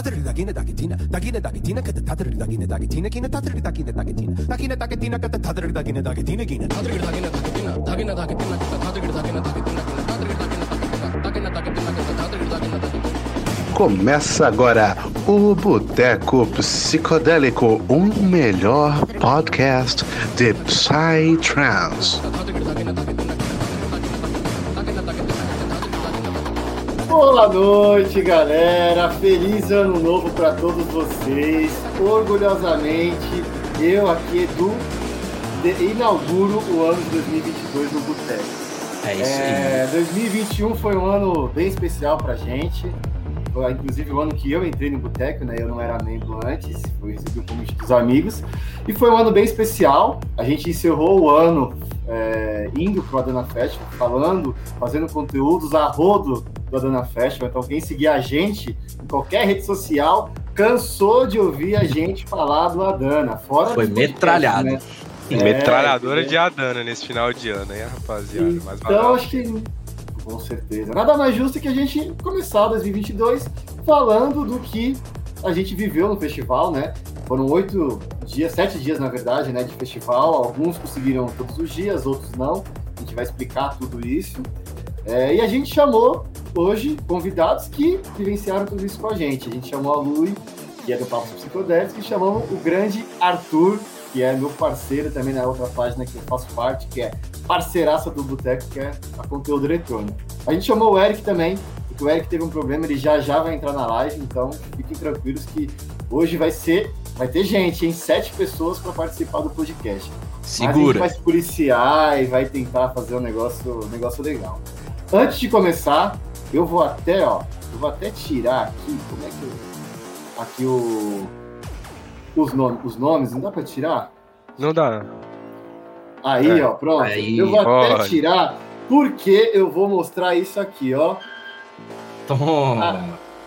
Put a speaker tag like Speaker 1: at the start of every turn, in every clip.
Speaker 1: Começa agora o Boteco Psicodélico, o melhor podcast de Psytrance.
Speaker 2: Boa noite, galera. Feliz ano novo para todos vocês. Orgulhosamente, eu aqui, Edu, inauguro o ano de 2022 no Boteco.
Speaker 3: É isso aí.
Speaker 2: 2021 foi um ano bem especial pra gente. Foi, inclusive, o ano que eu entrei no Boteco, né? Eu não era membro antes, fui recebido o convite dos amigos. E foi um ano bem especial. A gente encerrou o ano indo pro Adana Festival, fazendo conteúdos a rodo do Adana Festival. Então, quem seguir a gente em qualquer rede social cansou de ouvir a gente falar do Adana.
Speaker 3: Foi metralhado.
Speaker 2: Né?
Speaker 4: Metralhadora de Adana nesse final de ano, hein, rapaziada?
Speaker 2: Então, acho que, com certeza, nada mais justo que a gente começar 2022 falando do que a gente viveu no festival, né? Foram 7 dias, na verdade, né, de festival. Alguns conseguiram todos os dias, outros não. A gente vai explicar tudo isso. E a gente chamou hoje convidados que vivenciaram tudo isso com a gente. A gente chamou a Lui, que é do Papo Psicodélicos, e chamamos o grande Arthur, que é meu parceiro também na outra página que eu faço parte, que é parceiraça do Boteco, que é a Conteúdo Eletrônico. A gente chamou o Eric também, porque o Eric teve um problema, ele já vai entrar na live, então fiquem tranquilos que hoje vai ter gente, 7 pessoas para participar do podcast.
Speaker 3: Segura.
Speaker 2: Mas a gente vai se policiar e vai tentar fazer um negócio legal. Antes de começar, eu vou até tirar aqui, como é que aqui os nomes, não dá para tirar?
Speaker 4: Não dá.
Speaker 2: Aí, ó, pronto.
Speaker 3: Aí,
Speaker 2: eu vou até tirar, porque eu vou mostrar isso aqui, ó.
Speaker 3: Toma.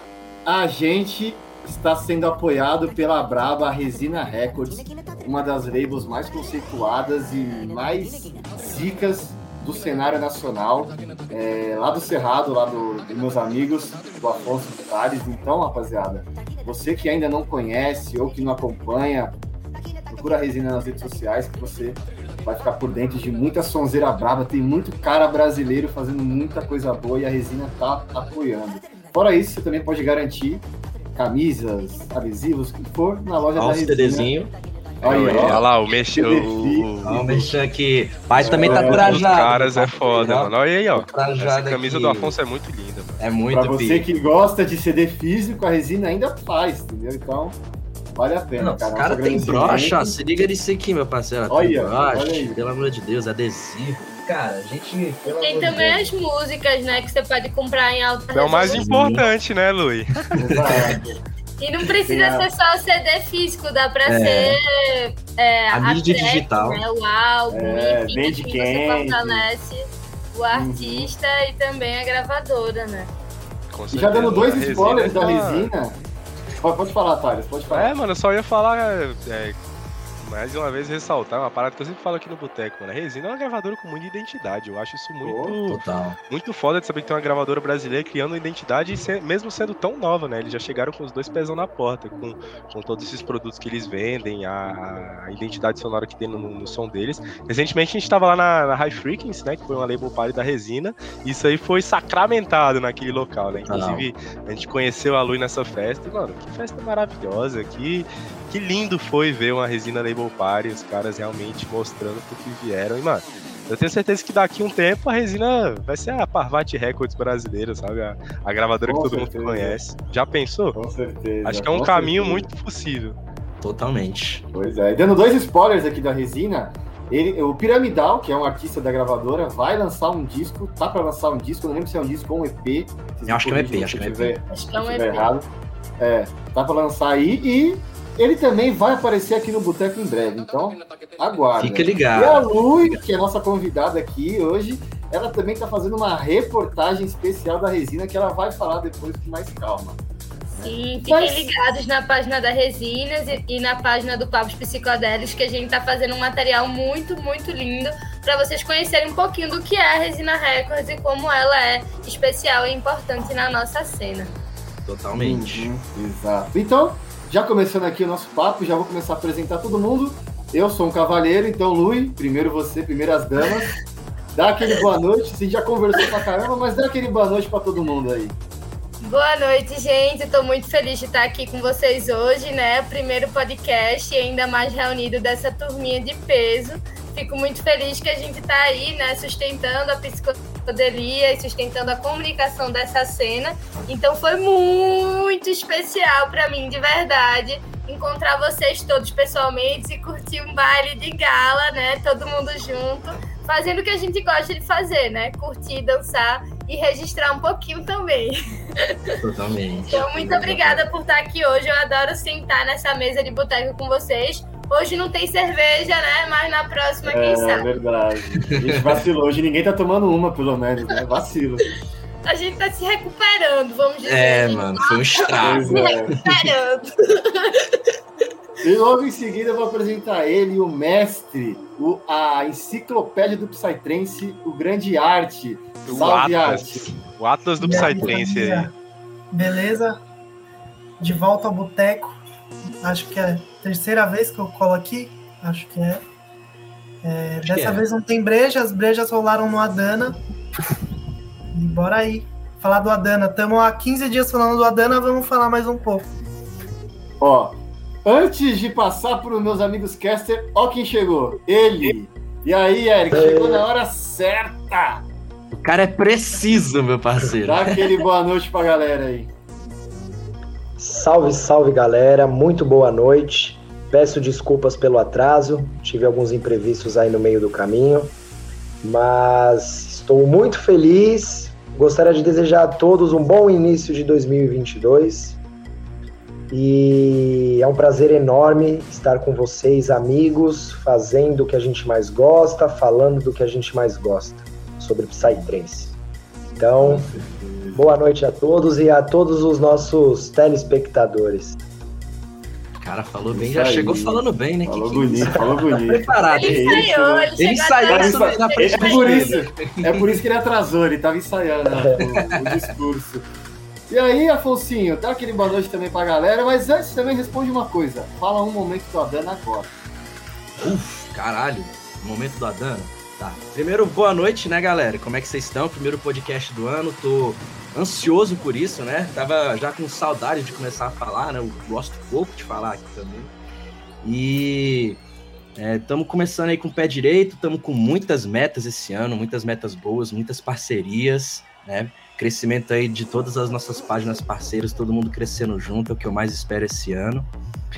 Speaker 2: A gente está sendo apoiado pela Braba Resina Records, uma das labels mais conceituadas e mais zicas do cenário nacional, lá do Cerrado, lá dos meus amigos, do Afonso de Tales. Então, rapaziada, você que ainda não conhece ou que não acompanha, procura a Resina nas redes sociais que você vai ficar por dentro de muita sonzeira braba. Tem muito cara brasileiro fazendo muita coisa boa e a Resina tá apoiando. Fora isso, você também pode garantir camisas, adesivos, o que for, na loja da Resina.
Speaker 3: CDzinho.
Speaker 4: Olha lá, o mexão.
Speaker 3: O mexão aqui. Pai também tá trajado.
Speaker 4: Os caras é foda, mano. Olha aí, ó.
Speaker 3: Essa
Speaker 4: camisa do Afonso é muito linda, mano.
Speaker 3: É muito
Speaker 2: pra você que gosta de CD físico, a Resina ainda faz, entendeu? Então, vale a pena,
Speaker 3: não,
Speaker 2: cara.
Speaker 3: Os caras tem brocha, se liga nisso aqui, meu parceiro.
Speaker 2: Olha
Speaker 3: brocha, pelo amor de Deus, adesivo. Cara, a gente...
Speaker 5: Tem também as músicas, né, que você pode comprar em alta resolução.
Speaker 4: É o mais importante, né, Lui?
Speaker 2: Exato.
Speaker 5: E não precisa ser só o CD físico, dá pra ser
Speaker 3: a mídia
Speaker 5: track,
Speaker 3: digital,
Speaker 5: né, o álbum, enfim, assim você fortalece o artista e também a gravadora, né?
Speaker 2: E já dando 2 spoilers da Resina. Pode falar, Thales, pode falar.
Speaker 4: Mano, eu só ia falar... mais uma vez ressaltar uma parada que eu sempre falo aqui no Boteco, mano. A Resina é uma gravadora com muita identidade. Eu acho isso muito foda de saber que tem uma gravadora brasileira criando uma identidade, mesmo sendo tão nova, né? Eles já chegaram com os 2 pés na porta, com todos esses produtos que eles vendem, a identidade sonora que tem no som deles. Recentemente a gente tava lá na High Frequency, né? Que foi uma label party da Resina. Isso aí foi sacramentado naquele local, né? Inclusive, a gente conheceu a Lui nessa festa. E, mano, que festa maravilhosa. Que lindo foi ver uma Resina Label Party, os caras realmente mostrando pro que vieram. E, mano, eu tenho certeza que daqui a um tempo a Resina vai ser a Parvati Records brasileira, sabe? A gravadora que todo mundo conhece. Já pensou?
Speaker 2: Com certeza.
Speaker 4: Acho que é um caminho muito possível.
Speaker 3: Totalmente.
Speaker 2: Pois é. E dando 2 spoilers aqui da Resina, o Piramidal, que é um artista da gravadora, vai lançar um disco, tá pra lançar um disco, eu não lembro se é um disco ou um EP.
Speaker 3: Eu acho que é um EP, acho que é
Speaker 5: um EP.
Speaker 2: Errado. Tá pra lançar aí e ele também vai aparecer aqui no Boteco em breve, então aguarda.
Speaker 3: Fica ligado.
Speaker 2: E a Lui, que é a nossa convidada aqui hoje, ela também está fazendo uma reportagem especial da Resina que ela vai falar depois com mais calma.
Speaker 5: Sim, fiquem ligados na página da Resinas e na página do Papos Psicodélicos, que a gente está fazendo um material muito, muito lindo para vocês conhecerem um pouquinho do que é a Resina Records e como ela é especial e importante na nossa cena.
Speaker 3: Totalmente.
Speaker 2: Exato. Então, já começando aqui o nosso papo, já vou começar a apresentar todo mundo. Eu sou um cavalheiro, então, Lui, primeiro você, primeiro as damas. Dá aquele boa noite, a gente já conversou pra caramba, mas dá aquele boa noite pra todo mundo aí.
Speaker 5: Boa noite, gente. Estou muito feliz de estar aqui com vocês hoje, né? O primeiro podcast e ainda mais reunido dessa turminha de peso. Fico muito feliz que a gente está aí, né? Sustentando a psicodelia e sustentando a comunicação dessa cena. Então foi muito especial para mim, de verdade, encontrar vocês todos pessoalmente e curtir um baile de gala, né? Todo mundo junto, fazendo o que a gente gosta de fazer, né? Curtir, dançar e registrar um pouquinho também.
Speaker 3: Totalmente.
Speaker 5: Então, muito obrigada por estar aqui hoje. Eu adoro sentar nessa mesa de boteco com vocês. Hoje não tem cerveja, né? Mas na próxima, quem sabe?
Speaker 2: É verdade. A gente vacilou. Hoje ninguém tá tomando uma, pelo menos, né? Vacilo.
Speaker 5: A gente tá se recuperando, vamos dizer.
Speaker 3: Mano, foi um estrago.
Speaker 5: Se recuperando.
Speaker 2: E logo em seguida eu vou apresentar ele, o mestre, a enciclopédia do Psytrance, o grande Arte. Salve, Arte.
Speaker 4: O Atlas do Psytrance aí.
Speaker 6: Beleza? De volta ao boteco. Acho que é a terceira vez que eu colo aqui. Acho que é. Dessa vez não tem breja, as brejas rolaram no Adana. E bora aí. Falar do Adana. Estamos há 15 dias falando do Adana, vamos falar mais um pouco.
Speaker 2: Ó, antes de passar para os meus amigos caster, ó quem chegou. Ele. E aí, Eric, chegou na hora certa.
Speaker 3: O cara é preciso, meu parceiro.
Speaker 2: Dá aquele boa noite pra galera aí.
Speaker 7: Salve, salve, galera. Muito boa noite. Peço desculpas pelo atraso. Tive alguns imprevistos aí no meio do caminho. Mas estou muito feliz. Gostaria de desejar a todos um bom início de 2022. E é um prazer enorme estar com vocês, amigos, fazendo o que a gente mais gosta, falando do que a gente mais gosta, sobre Psytrance. Então, boa noite a todos e a todos os nossos telespectadores.
Speaker 3: Cara, falou bem, já chegou falando bem, né?
Speaker 2: Falou bonito, falou bonito.
Speaker 3: Preparado.
Speaker 5: Ele ensaiou,
Speaker 3: Ele ensaiou isso na frente
Speaker 2: É por isso que ele atrasou, ele tava ensaiando o discurso. E aí, Afonsinho, dá aquele boa noite também pra galera, mas antes também responde uma coisa. Fala um momento do Adana agora.
Speaker 3: Caralho, momento do Adana. Tá. Primeiro, boa noite, né, galera? Como é que vocês estão? Primeiro podcast do ano, tô ansioso por isso, né? Tava já com saudade de começar a falar, né? Eu gosto pouco de falar aqui também. E estamos começando aí com o pé direito, estamos com muitas metas esse ano, muitas metas boas, muitas parcerias, né? Crescimento aí de todas as nossas páginas parceiras, todo mundo crescendo junto, é o que eu mais espero esse ano.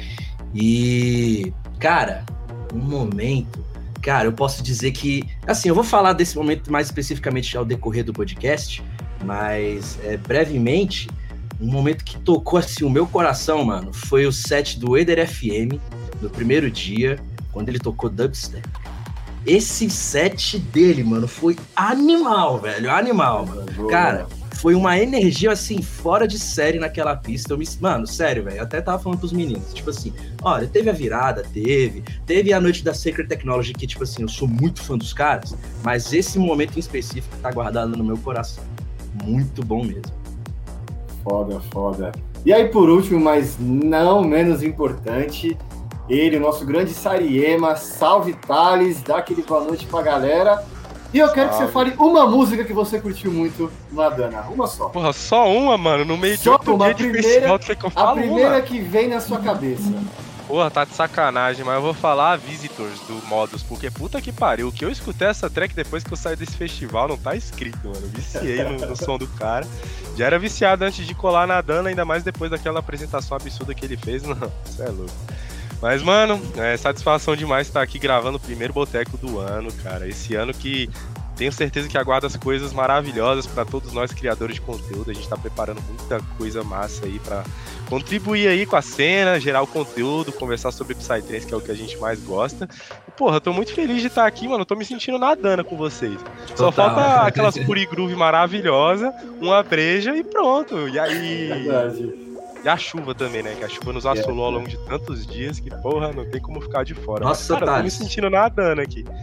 Speaker 3: E, cara, um momento... Cara, eu posso dizer que... Assim, eu vou falar desse momento mais especificamente ao decorrer do podcast, mas brevemente, um momento que tocou assim o meu coração, mano, foi o set do Eder FM, no primeiro dia, quando ele tocou dubstep. Esse set dele, mano, foi animal, velho, animal, mano. Cara, foi uma energia, assim, fora de série naquela pista. Mano, sério, velho, eu até tava falando pros meninos, tipo assim, olha, teve a virada, teve a noite da Sacred Technology, que, tipo assim, eu sou muito fã dos caras, mas esse momento em específico tá guardado no meu coração. Muito bom mesmo.
Speaker 2: Foda. E aí, por último, mas não menos importante, ele, o nosso grande Sariema, salve Thales, dá aquele boa noite pra galera. E eu quero que você fale uma música que você curtiu muito no Adana, uma só.
Speaker 4: Porra, só uma, mano, no meio de outro dia de festival, que eu falo
Speaker 2: a primeira que vem na sua cabeça.
Speaker 4: Porra, tá de sacanagem, mas eu vou falar a Visitors do Modus, porque puta que pariu, o que eu escutei essa track depois que eu saí desse festival não tá escrito, mano, eu viciei no som do cara, já era viciado antes de colar na Adana, ainda mais depois daquela apresentação absurda que ele fez, não, isso é louco. Mas, mano, satisfação demais estar aqui gravando o primeiro boteco do ano, cara. Esse ano que tenho certeza que aguarda as coisas maravilhosas para todos nós criadores de conteúdo. A gente tá preparando muita coisa massa aí para contribuir aí com a cena, gerar o conteúdo, conversar sobre Psytrance, que é o que a gente mais gosta. E, porra, eu tô muito feliz de estar aqui, mano. Eu tô me sentindo nadando com vocês. Só falta aquelas puri groove maravilhosas, uma breja e pronto. E aí...
Speaker 2: Verdade.
Speaker 4: E a chuva também, né? Que a chuva nos assolou ao longo de tantos dias que, porra, não tem como ficar de fora.
Speaker 3: Nossa,
Speaker 4: cara, eu tô me sentindo nadando aqui.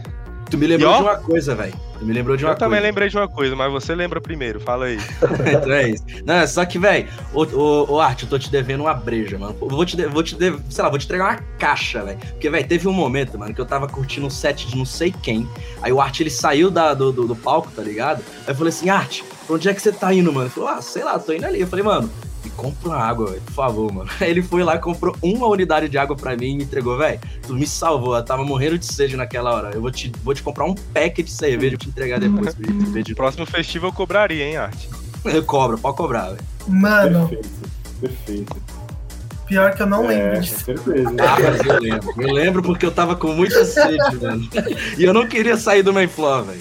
Speaker 3: Tu me lembrou de uma coisa, velho. Tu me lembrou de uma coisa.
Speaker 4: Eu também lembrei de uma coisa, mas você lembra primeiro, fala aí.
Speaker 3: Então é isso. Não, só que, velho, ô Art, eu tô te devendo uma breja, mano. Eu vou te entregar uma caixa, velho. Porque, velho, teve um momento, mano, que eu tava curtindo um set de não sei quem. Aí o Art, ele saiu do palco, tá ligado? Aí eu falei assim, Art, pra onde é que você tá indo, mano? Ele falou, sei lá, tô indo ali. Eu falei, mano, me compra uma água, velho, por favor, mano. Aí ele foi lá, comprou uma unidade de água pra mim e me entregou, velho. Tu me salvou, eu tava morrendo de sede naquela hora. Eu vou te comprar um pack de cerveja pra te entregar depois.
Speaker 4: Próximo festival eu cobraria, hein, Art?
Speaker 3: Eu cobro, pode cobrar, velho.
Speaker 6: Mano.
Speaker 2: Perfeito.
Speaker 6: Pior que eu não lembro disso.
Speaker 2: Certeza.
Speaker 3: Ah, mas eu lembro. Eu lembro porque eu tava com muita sede, mano. E eu não queria sair do main floor, velho.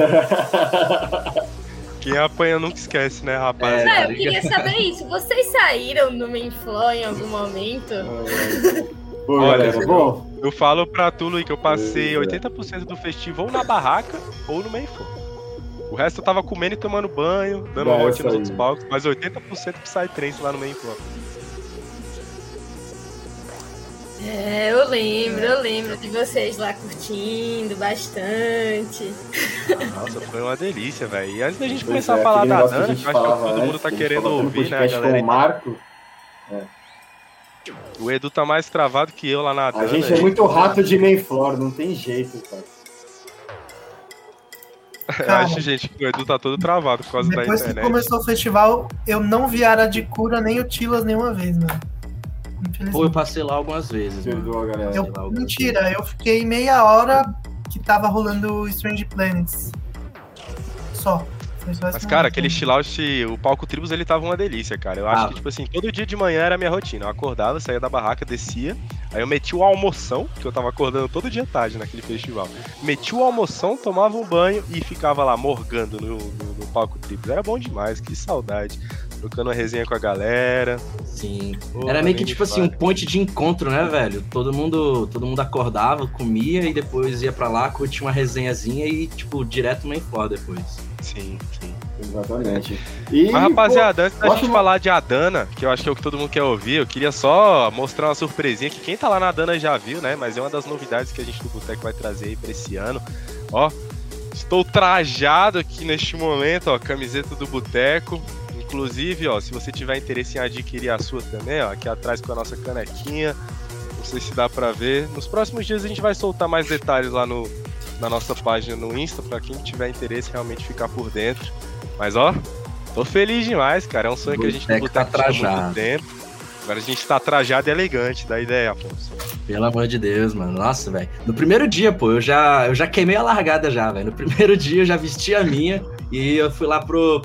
Speaker 4: Quem apanha nunca esquece, né, rapaz?
Speaker 5: Eu queria saber isso. Vocês saíram do main floor em algum momento?
Speaker 4: Olha, eu falo pra tu, Luiz, que eu passei 80% do festival ou na barraca ou no main floor. O resto eu tava comendo e tomando banho, dando uma voltinha nos outros palcos, mas 80% Psytrance lá no main floor.
Speaker 5: Eu lembro de vocês lá curtindo bastante.
Speaker 4: Nossa, foi uma delícia, velho. E antes da gente começar a falar da Dana, que eu acho que todo mundo tá querendo ouvir, né, galera?
Speaker 2: Com o Marco.
Speaker 4: O Edu tá mais travado que eu lá na Dana.
Speaker 2: A gente é muito rato de main floor, não tem jeito, cara.
Speaker 4: Eu acho, gente, que o Edu tá todo travado por causa da internet.
Speaker 6: Depois que começou o festival, eu não vi a Ara de Cura nem o Tilas nenhuma vez, mano.
Speaker 3: Pô, eu passei lá algumas vezes.
Speaker 2: Perdoa, galera.
Speaker 6: Mentira, eu fiquei meia hora que tava rolando o Strange Planets. Só.
Speaker 4: Mas, cara, aquele chill out, o palco Tribus, ele tava uma delícia, cara. Eu acho que, tipo assim, todo dia de manhã era a minha rotina. Eu acordava, saía da barraca, descia, aí eu meti o almoção, que eu tava acordando todo dia tarde naquele festival. Meti o almoção, tomava um banho e ficava lá morgando no palco Tribus. Era bom demais, que saudade. Trocando uma resenha com a galera.
Speaker 3: Sim. Pô, era meio que tipo assim, um ponto de encontro, né, velho? Todo mundo acordava, comia e depois ia pra lá, curtia uma resenhazinha e, tipo, direto no main floor depois.
Speaker 4: Sim.
Speaker 2: Exatamente.
Speaker 4: Mas, rapaziada, antes da gente falar de Adana, que eu acho que é o que todo mundo quer ouvir, eu queria só mostrar uma surpresinha que quem tá lá na Adana já viu, né? Mas é uma das novidades que a gente do Boteco vai trazer aí pra esse ano. Ó, estou trajado aqui neste momento, ó, camiseta do Boteco. Inclusive, ó, se você tiver interesse em adquirir a sua também, ó, aqui atrás com a nossa canequinha, não sei se dá pra ver. Nos próximos dias a gente vai soltar mais detalhes lá na nossa página no Insta, pra quem tiver interesse realmente ficar por dentro. Mas, ó, tô feliz demais, cara, é um sonho que a gente não tá trajado há muito tempo. Agora a gente tá trajado e elegante, dá ideia, Afonso.
Speaker 3: Pelo amor de Deus, mano. Nossa, velho. No primeiro dia, pô, eu já queimei a largada já, velho. No primeiro dia eu já vesti a minha e eu fui lá pro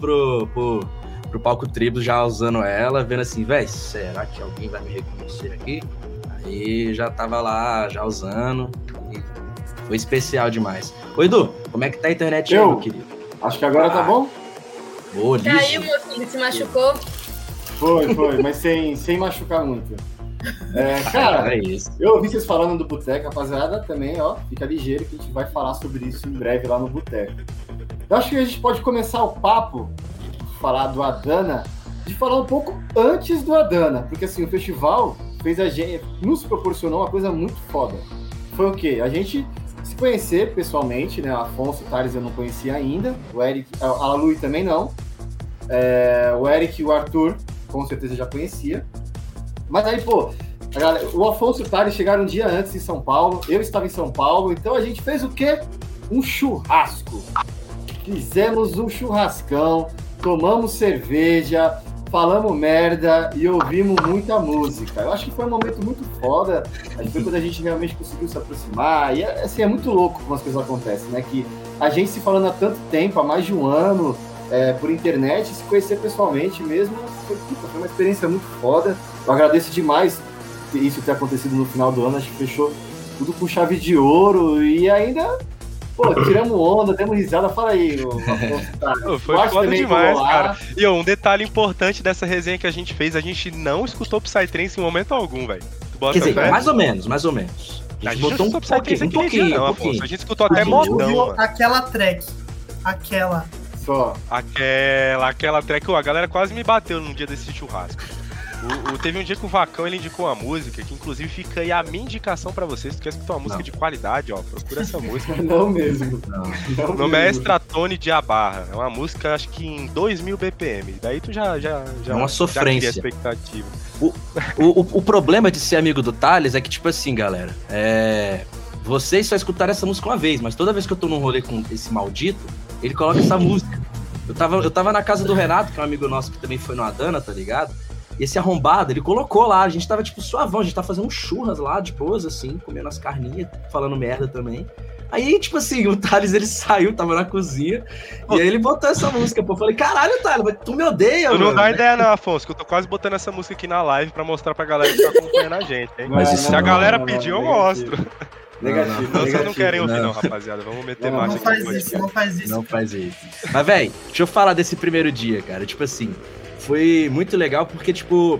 Speaker 3: palco Tribus já usando ela, vendo assim, velho, será que alguém vai me reconhecer aqui? Aí já tava lá, já usando, e foi especial demais. Ô, Edu, como é que tá a internet aí, meu querido?
Speaker 2: Acho que agora tá bom.
Speaker 3: Boa, liso.
Speaker 5: Caiu, meu filho, se machucou?
Speaker 2: Foi, mas sem machucar muito. Cara, eu ouvi vocês falando do Boteco, rapaziada, também, ó, fica ligeiro que a gente vai falar sobre isso em breve lá no Boteco. Eu acho que a gente pode começar o papo, falar do Adana, de falar um pouco antes do Adana, porque assim, o festival nos proporcionou uma coisa muito foda. Foi o quê? A gente se conhecer pessoalmente, né? Afonso, o Thales eu não conhecia ainda, o Eric, a Lui também não, o Eric e o Arthur com certeza já conhecia, mas aí, pô, o Afonso e o Thales chegaram um dia antes em São Paulo, eu estava em São Paulo, então a gente fez o quê? Um churrasco. Fizemos um churrascão, tomamos cerveja, falamos merda e ouvimos muita música. Eu acho que foi um momento muito foda. Foi quando a gente realmente conseguiu se aproximar. E assim, é muito louco como as coisas acontecem, né? Que a gente se falando há tanto tempo, há mais de um ano, por internet, se conhecer pessoalmente mesmo, foi uma experiência muito foda. Eu agradeço demais isso ter acontecido no final do ano. Acho que fechou tudo com chave de ouro e ainda... Pô, tiramos onda, demos risada, fala aí.
Speaker 4: Foi foda demais, cara. E um detalhe importante dessa resenha que a gente fez, a gente não escutou Psytrance em momento algum, velho.
Speaker 3: Quer dizer, mais ou menos.
Speaker 4: A gente botou um pouquinho, a gente escutou até modão.
Speaker 6: Aquela track.
Speaker 2: Só.
Speaker 4: Aquela track, a galera quase me bateu num dia desse churrasco. Teve um dia que o Vacão ele indicou uma música que inclusive fica aí a minha indicação pra vocês. Se tu quer escutar uma música de qualidade, ó, procura essa música.
Speaker 2: Não mesmo.
Speaker 4: O nome é Extratone de Abarra. É uma música, acho que em 2000 BPM. Daí tu já
Speaker 3: é uma sofrência.
Speaker 4: Já cria expectativa.
Speaker 3: O problema de ser amigo do Thales é que, tipo assim, galera, vocês só escutaram essa música uma vez, mas toda vez que eu tô num rolê com esse maldito, ele coloca essa música. Eu tava na casa do Renato, que é um amigo nosso que também foi no Adana, tá ligado? E esse arrombado, ele colocou lá, a gente tava tipo suavão, a gente tava fazendo churras lá, de boas, assim, comendo as carninhas, falando merda também. Aí, tipo assim, o Thales, ele saiu, tava na cozinha, e aí ele botou essa música, pô. Eu falei, caralho, Thales, mas tu me odeia,
Speaker 4: mano. Tu não dá
Speaker 3: né?
Speaker 4: ideia não, Afonso, que eu tô quase botando essa música aqui na live pra mostrar pra galera que tá acompanhando a gente, hein? Mas se a galera pedir, eu mostro.
Speaker 2: Negativo.
Speaker 4: Vocês não querem ouvir, não, rapaziada. Vamos meter marcha aqui.
Speaker 6: Não faz isso.
Speaker 3: Não faz isso. Mas, velho, deixa eu falar desse primeiro dia, cara. Tipo assim, foi muito legal porque, tipo,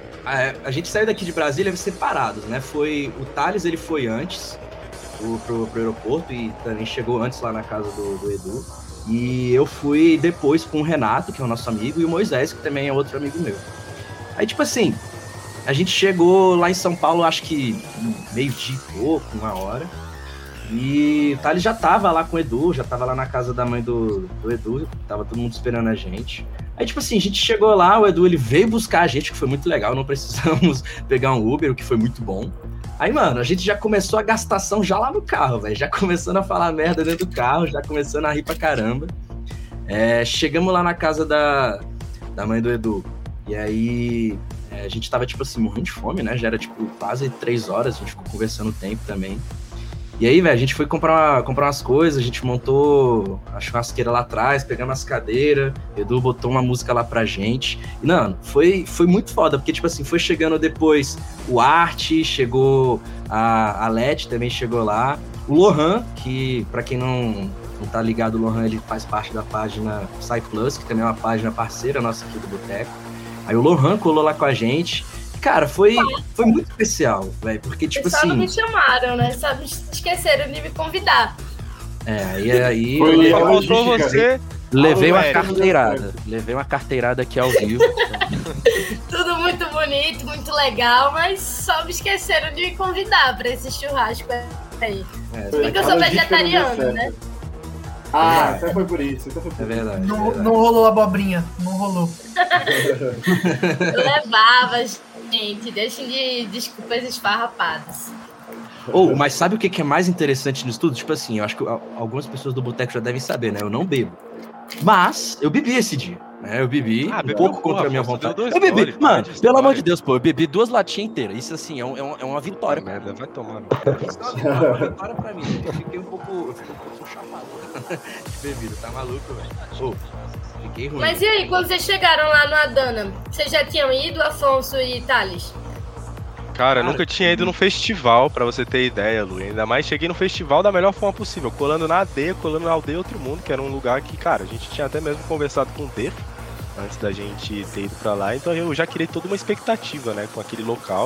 Speaker 3: a gente saiu daqui de Brasília separados, né? O Thales, ele foi antes pro aeroporto e também chegou antes lá na casa do Edu. E eu fui depois com o Renato, que é o nosso amigo, e o Moisés, que também é outro amigo meu. Aí, tipo assim, a gente chegou lá em São Paulo, acho que meio-dia e pouco, 1h. E o Thales já tava lá com o Edu, já tava lá na casa da mãe do Edu, tava todo mundo esperando a gente. Aí, tipo assim, a gente chegou lá, o Edu, ele veio buscar a gente, que foi muito legal, não precisamos pegar um Uber, o que foi muito bom. Aí, mano, a gente já começou a gastação já lá no carro, velho, já começando a falar merda dentro do carro, já começando a rir pra caramba. Chegamos lá na casa da mãe do Edu, e aí a gente tava, tipo assim, morrendo de fome, né, já era, tipo, quase 3 horas, a gente ficou conversando o tempo também. E aí, velho, a gente foi comprar umas coisas, a gente montou a churrasqueira lá atrás, pegamos as cadeiras, Edu botou uma música lá pra gente. E, não, foi muito foda, porque, tipo assim, foi chegando depois o Art, chegou a Leti também chegou lá. O Lohan, que, pra quem não tá ligado, o Lohan, ele faz parte da página PsyPlus, que também é uma página parceira nossa aqui do Boteco. Aí o Lohan colou lá com a gente. Cara, foi muito especial, velho, porque, tipo assim...
Speaker 5: Só não me chamaram, né? Só me esqueceram de me convidar.
Speaker 3: E aí...
Speaker 4: Faltou você...
Speaker 3: Levei uma carteirada aqui ao vivo.
Speaker 5: Tudo muito bonito, muito legal, mas só me esqueceram de me convidar pra esse churrasco aí. Porque eu sou vegetariano, né?
Speaker 2: Até foi por isso.
Speaker 3: É verdade.
Speaker 6: Não rolou abobrinha, não rolou.
Speaker 5: Eu levava, gente, deixem de desculpas esfarrapadas.
Speaker 3: Mas sabe o que é mais interessante nisso tudo? Tipo assim, eu acho que algumas pessoas do Boteco já devem saber, né? Eu não bebo. Mas eu bebi esse dia, né? Eu bebi um pouco contra a minha vontade. Eu bebi, mano, pelo amor de Deus, pô, eu bebi 2 latinhas inteiras. Isso, assim, é uma vitória.
Speaker 4: Merda, vai tomar.
Speaker 3: Isso é uma vitória pra mim. Eu fiquei um pouco chapado de bebida, tá maluco, velho? Fiquei ruim.
Speaker 5: Mas e aí, quando vocês chegaram lá no Adana, vocês já tinham ido, Afonso e Thales?
Speaker 4: Cara, eu nunca tinha ido no festival, pra você ter ideia, Lu. Ainda mais cheguei no festival da melhor forma possível, colando na Aldeia Outro Mundo, que era um lugar que, cara, a gente tinha até mesmo conversado com o Def antes da gente ter ido pra lá, então eu já criei toda uma expectativa, né, com aquele local.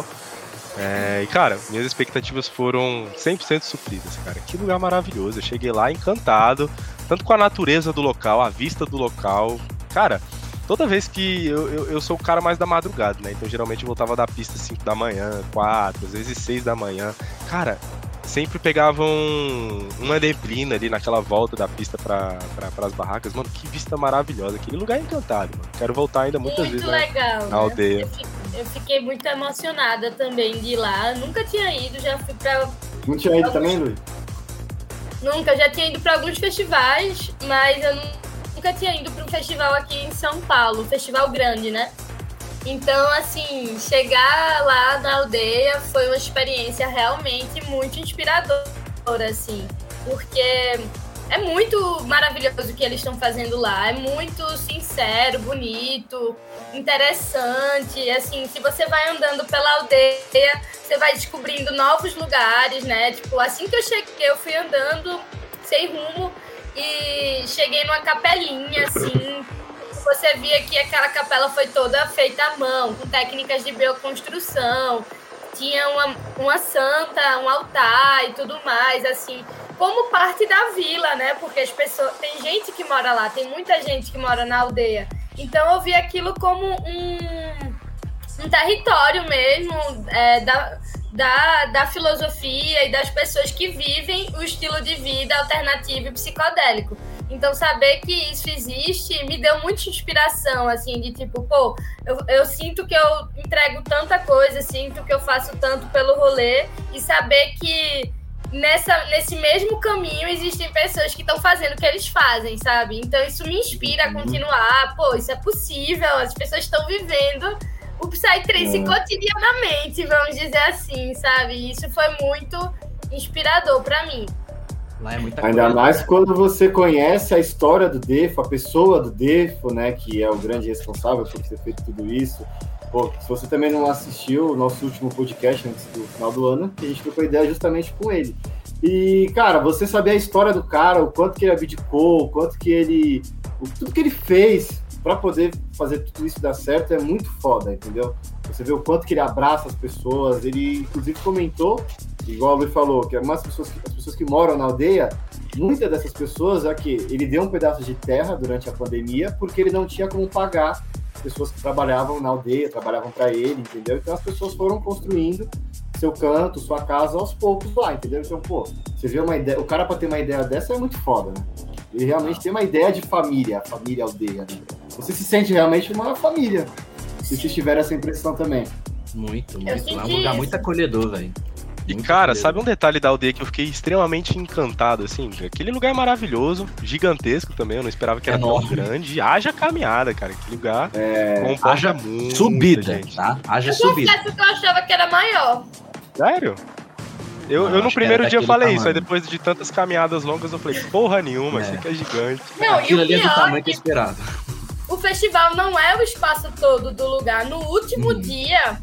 Speaker 4: E, cara, minhas expectativas foram 100% supridas, cara. Que lugar maravilhoso. Eu cheguei lá encantado, tanto com a natureza do local, a vista do local. Cara, toda vez que eu sou o cara mais da madrugada, né? Então geralmente eu voltava da pista 5 da manhã, 4, às vezes 6 da manhã. Cara, sempre pegavam uma neblina ali naquela volta da pista pras barracas. Mano, que vista maravilhosa. Aquele lugar é encantado, mano. Quero voltar ainda muitas vezes
Speaker 5: legal,
Speaker 4: na aldeia.
Speaker 5: Né? Eu fiquei muito emocionada também de ir lá. Nunca tinha ido, já fui pra...
Speaker 2: Não tinha ido também, Luiz?
Speaker 5: Nunca, já tinha ido pra alguns festivais, mas eu nunca tinha ido para um festival aqui em São Paulo, um festival grande, né? Então, assim, chegar lá na aldeia foi uma experiência realmente muito inspiradora, assim, porque é muito maravilhoso o que eles estão fazendo lá, é muito sincero, bonito, interessante, assim, se você vai andando pela aldeia, você vai descobrindo novos lugares, né? Tipo, assim que eu cheguei, eu fui andando sem rumo, e cheguei numa capelinha, assim, você via que aquela capela foi toda feita à mão, com técnicas de bioconstrução, tinha uma santa, um altar e tudo mais, assim, como parte da vila, né, porque as pessoas, tem gente que mora lá, tem muita gente que mora na aldeia, então eu vi aquilo como um território mesmo da filosofia e das pessoas que vivem o estilo de vida alternativo e psicodélico. Então, saber que isso existe me deu muita inspiração, assim, de tipo, pô, eu sinto que eu entrego tanta coisa, sinto que eu faço tanto pelo rolê, e saber que nesse mesmo caminho existem pessoas que estão fazendo o que eles fazem, sabe? Então, isso me inspira a continuar, pô, isso é possível, as pessoas estão vivendo o Psytrance cotidianamente, vamos dizer assim, sabe? E isso foi muito inspirador pra mim.
Speaker 3: Lá é muita
Speaker 2: Ainda
Speaker 3: coisa.
Speaker 2: mais quando você conhece a história do Defo, a pessoa do Defo, né, que é o grande responsável por ter feito tudo isso. Pô, se você também não assistiu o nosso último podcast antes do final do ano, a gente trocou ideia justamente com ele. E, cara, você saber a história do cara, o quanto que ele abdicou, o quanto que ele... tudo que ele fez para poder fazer tudo isso dar certo é muito foda, entendeu? Você vê o quanto que ele abraça as pessoas, ele inclusive comentou, igual o Luiz falou, que algumas pessoas, as pessoas que moram na aldeia, muitas dessas pessoas é que ele deu um pedaço de terra durante a pandemia porque ele não tinha como pagar as pessoas que trabalhavam na aldeia, trabalhavam para ele, entendeu? Então as pessoas foram construindo seu canto, sua casa aos poucos lá, entendeu? Então, pô, você vê uma ideia, o cara para ter uma ideia dessa é muito foda, né? Ele realmente tem uma ideia de família aldeia, né? Você se sente realmente uma família, se vocês tiverem essa impressão também.
Speaker 3: Muito. É um lugar muito acolhedor, velho.
Speaker 4: E, cara, sabe um detalhe da aldeia que eu fiquei extremamente encantado, assim? Aquele lugar é maravilhoso, gigantesco também, eu não esperava que era tão grande. Haja caminhada, cara, aquele lugar
Speaker 3: haja subida, gente. Tá? Haja subida.
Speaker 5: Eu confesso que eu achava que era maior.
Speaker 4: Sério? Eu no primeiro dia falei isso, aí depois de tantas caminhadas longas eu falei, porra nenhuma, isso aqui é gigante.
Speaker 5: Não,
Speaker 3: aquilo ali é do tamanho
Speaker 5: que
Speaker 3: eu esperava.
Speaker 5: O festival não é o espaço todo do lugar. No último dia,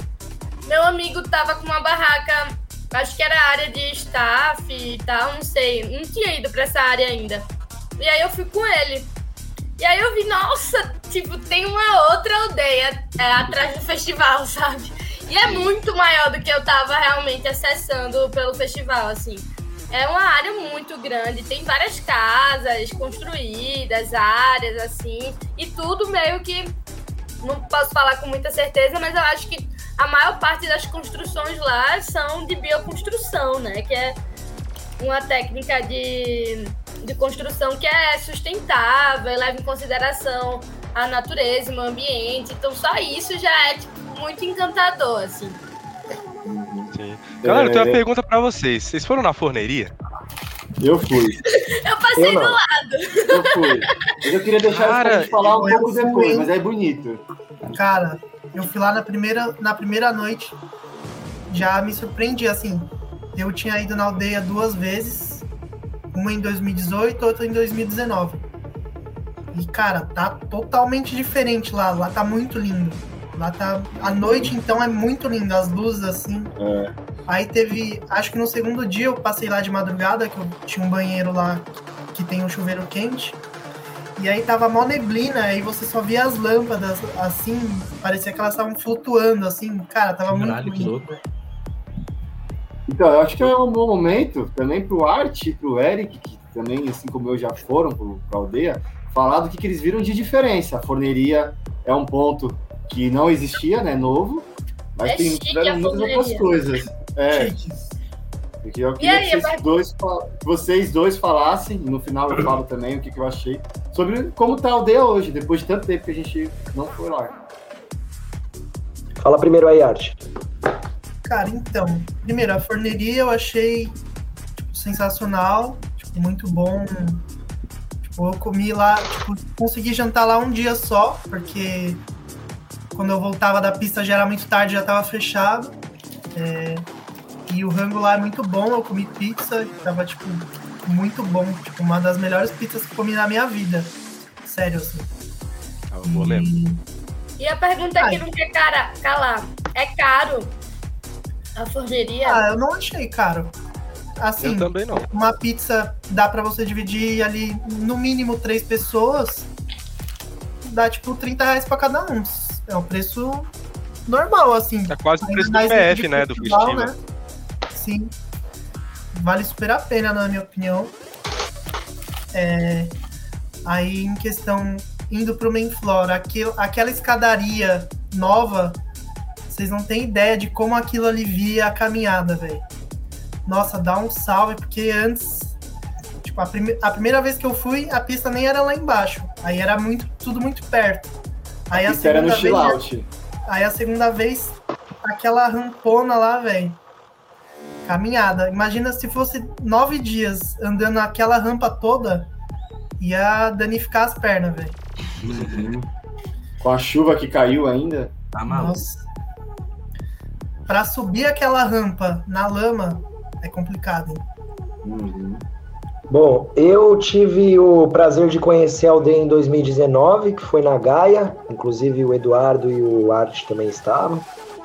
Speaker 5: meu amigo tava com uma barraca, acho que era área de staff e tal, não sei, não tinha ido pra essa área ainda. E aí eu fui com ele. E aí eu vi, nossa, tipo, tem uma outra aldeia atrás do festival, sabe? E é muito maior do que eu tava realmente acessando pelo festival, assim. É uma área muito grande, tem várias casas construídas, áreas, assim, e tudo meio que, não posso falar com muita certeza, mas eu acho que a maior parte das construções lá são de bioconstrução, né? Que é uma técnica de construção que é sustentável, leva em consideração a natureza, o ambiente. Então só isso já é tipo, muito encantador, assim.
Speaker 4: Sim. Galera, eu tenho uma pergunta pra vocês. Vocês foram na forneria?
Speaker 2: Eu fui.
Speaker 5: Eu passei do lado.
Speaker 2: Eu fui. Eu queria deixar a gente falar um pouco depois, mas é bonito.
Speaker 6: Cara, eu fui lá na primeira noite. Já me surpreendi, assim. Eu tinha ido na aldeia 2 vezes. Uma em 2018, outra em 2019. E, cara, tá totalmente diferente lá. Lá tá muito lindo. Lá tá... A noite, então, é muito lindo. As luzes, assim. Aí teve... Acho que no segundo dia eu passei lá de madrugada, que eu tinha um banheiro lá que tem um chuveiro quente. E aí tava mó neblina, aí você só via as lâmpadas, assim. Parecia que elas estavam flutuando, assim. Cara, tava muito lindo.
Speaker 2: Então, eu acho que é um bom momento também pro Art e pro Eric, que também, assim como eu, já foram pra aldeia, falar do que eles viram de diferença. A forneria é um ponto que não existia, né, novo, mas tiveram muitas outras coisas. Eu queria que vocês dois falassem, e no final eu falo também o que eu achei, sobre como tá a aldeia hoje, depois de tanto tempo que a gente não foi lá.
Speaker 7: Fala primeiro aí, Art.
Speaker 6: Cara, então, primeiro, a forneria eu achei sensacional, muito bom. Eu comi lá, consegui jantar lá um dia só, porque quando eu voltava da pista já era muito tarde, já tava fechado. E o rango lá é muito bom, eu comi pizza, tava, muito bom. Uma das melhores pizzas que comi na minha vida. Sério, assim.
Speaker 4: Boa mesmo.
Speaker 5: E a pergunta que não quer calar, é caro a forneria?
Speaker 6: Eu não achei caro. Assim,
Speaker 4: eu também não.
Speaker 6: Uma pizza dá pra você dividir ali, no mínimo 3 pessoas, dá R$30 pra cada um. É um preço normal, assim.
Speaker 4: É quase o preço do PF, né? Do festival. Né?
Speaker 6: Sim. Vale super a pena, na minha opinião. Aí, em questão, indo pro main floor, aquela escadaria nova Vocês não têm ideia de como aquilo alivia a caminhada, velho. Nossa, dá um salve, porque antes... Tipo, a primeira vez que eu fui, a pista nem era lá embaixo. Aí era tudo muito perto. Aí a
Speaker 2: era no chill-out.
Speaker 6: Aí a segunda vez, aquela rampona lá, velho. Caminhada. Imagina se fosse 9 dias andando aquela rampa toda, ia danificar as pernas, velho.
Speaker 2: Uhum. Com a chuva que caiu ainda.
Speaker 3: Tá maluco.
Speaker 6: Nossa. Pra subir aquela rampa na lama, é complicado, hein?
Speaker 2: Uhum.
Speaker 7: Bom, eu tive o prazer de conhecer a aldeia em 2019, que foi na Gaia, inclusive o Eduardo e o Arte também estavam.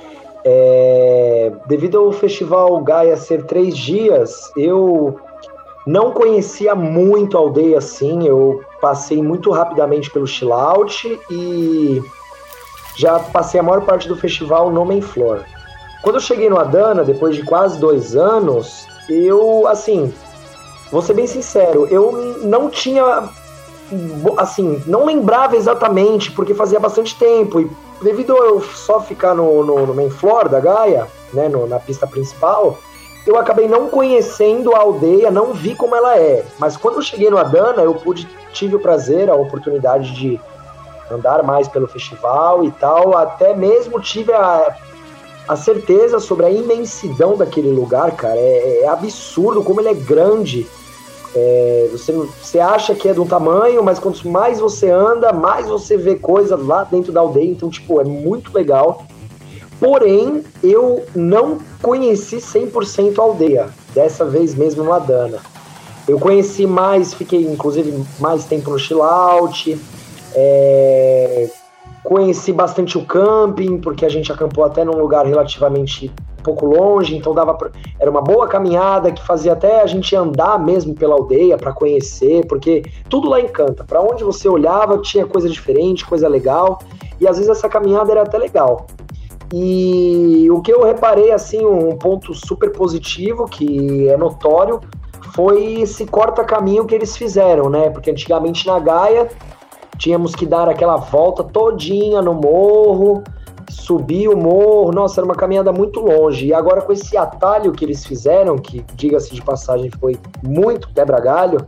Speaker 7: Devido ao festival Gaia ser 3 dias, eu não conhecia muito a aldeia assim, eu passei muito rapidamente pelo chill-out e já passei a maior parte do festival no main floor. Quando eu cheguei no Adana, depois de quase 2 anos, eu, assim... Vou ser bem sincero, eu não tinha, assim, não lembrava exatamente, porque fazia bastante tempo, e devido a eu só ficar no main floor da Gaia, né, na pista principal, eu acabei não conhecendo a aldeia, não vi como ela é, mas quando eu cheguei no Adana, eu tive o prazer, a oportunidade de andar mais pelo festival e tal, até mesmo tive a certeza sobre a imensidão daquele lugar, cara, é absurdo como ele é grande. Você acha que é de um tamanho, mas quanto mais você anda, mais você vê coisa lá dentro da aldeia, então, tipo, é muito legal. Porém, eu não conheci 100% a aldeia, dessa vez mesmo no Adana. Eu conheci mais, fiquei, inclusive, mais tempo no chill-out, conheci bastante o camping, porque a gente acampou até num lugar relativamente um pouco longe, então era uma boa caminhada que fazia até a gente andar mesmo pela aldeia para conhecer, porque tudo lá encanta. Para onde você olhava tinha coisa diferente, coisa legal, e às vezes essa caminhada era até legal. E o que eu reparei, assim, um ponto super positivo, que é notório, foi esse corta-caminho que eles fizeram, né? Porque antigamente na Gaia tínhamos que dar aquela volta todinha no morro, subir o morro, nossa, era uma caminhada muito longe. E agora com esse atalho que eles fizeram, que, diga-se de passagem, foi muito quebra-galho,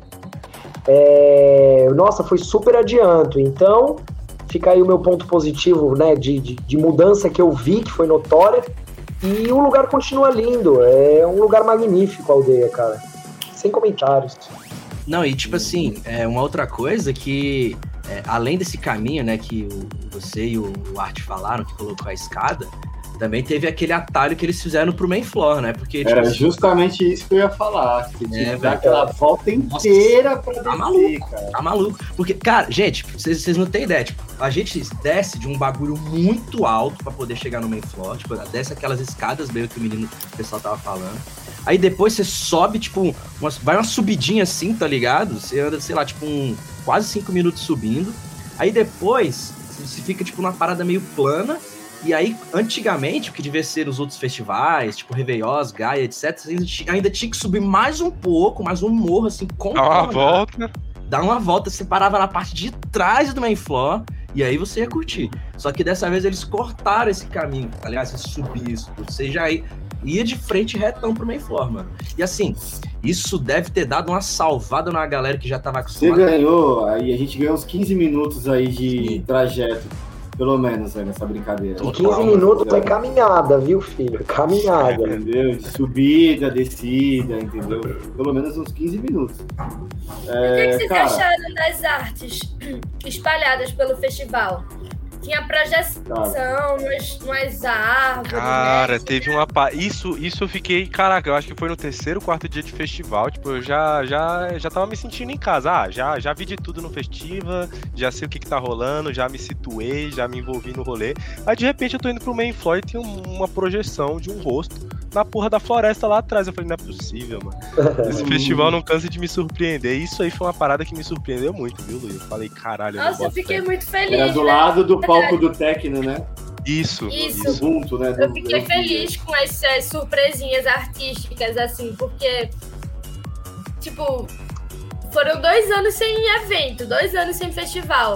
Speaker 7: nossa, foi super adianto. Então, fica aí o meu ponto positivo, né, de mudança que eu vi, que foi notória, e o lugar continua lindo, é um lugar magnífico a aldeia, cara, sem comentários.
Speaker 3: Não, e tipo assim, uma outra coisa que, além desse caminho, né, que você e o Art falaram, que colocou a escada, também teve aquele atalho que eles fizeram pro main floor, né? Porque, tipo,
Speaker 2: era justamente isso que eu ia falar. Que tinha que dar aquela volta inteira pra descer,
Speaker 3: maluco,
Speaker 2: cara.
Speaker 3: Tá maluco. Porque, cara, gente, vocês não têm ideia. Tipo, a gente desce de um bagulho muito alto pra poder chegar no main floor. Tipo, desce aquelas escadas meio que o pessoal tava falando. Aí depois você sobe, tipo, vai uma subidinha assim, tá ligado? Você anda, sei lá, tipo, quase 5 minutos subindo. Aí depois você fica, tipo, numa parada meio plana. E aí, antigamente, o que devia ser os outros festivais, tipo Réveillon, Gaia, etc., ainda tinha que subir mais um pouco, mais um morro, assim, Dá uma volta, você parava na parte de trás do main floor, e aí você ia curtir. Só que dessa vez eles cortaram esse caminho, tá ligado? Você subia isso, você já ia de frente retão pro main floor, mano. E assim, isso deve ter dado uma salvada na galera que já tava acostumada.
Speaker 2: Você ganhou, aí a gente ganhou uns 15 minutos aí de trajeto. Pelo menos, nessa brincadeira.
Speaker 7: E 15 minutos é caminhada, viu, filho? Caminhada.
Speaker 2: Entendeu? De subida, descida, entendeu? Pelo menos uns 15 minutos.
Speaker 5: O que vocês acharam das artes espalhadas pelo festival? Tinha projeção nas árvores.
Speaker 4: Cara,
Speaker 5: né?
Speaker 4: teve uma. Isso eu fiquei. Caraca, eu acho que foi no 3º, 4º dia de festival. Tipo, eu já tava me sentindo em casa. Já vi de tudo no festival, já sei o que tá rolando, já me situei, já me envolvi no rolê. Aí de repente eu tô indo pro main floor e tem uma projeção de um rosto na porra da floresta lá atrás. Eu falei, não é possível, mano. Esse festival não cansa de me surpreender. Isso aí foi uma parada que me surpreendeu muito, viu, Luiz? Eu falei, caralho.
Speaker 5: Nossa, eu fiquei muito feliz.
Speaker 2: Era do lado do palco do Tecno, né?
Speaker 4: Isso.
Speaker 2: Junto, né?
Speaker 5: Eu fiquei feliz com essas surpresinhas artísticas, assim, porque, tipo, foram 2 anos sem evento, 2 anos sem festival.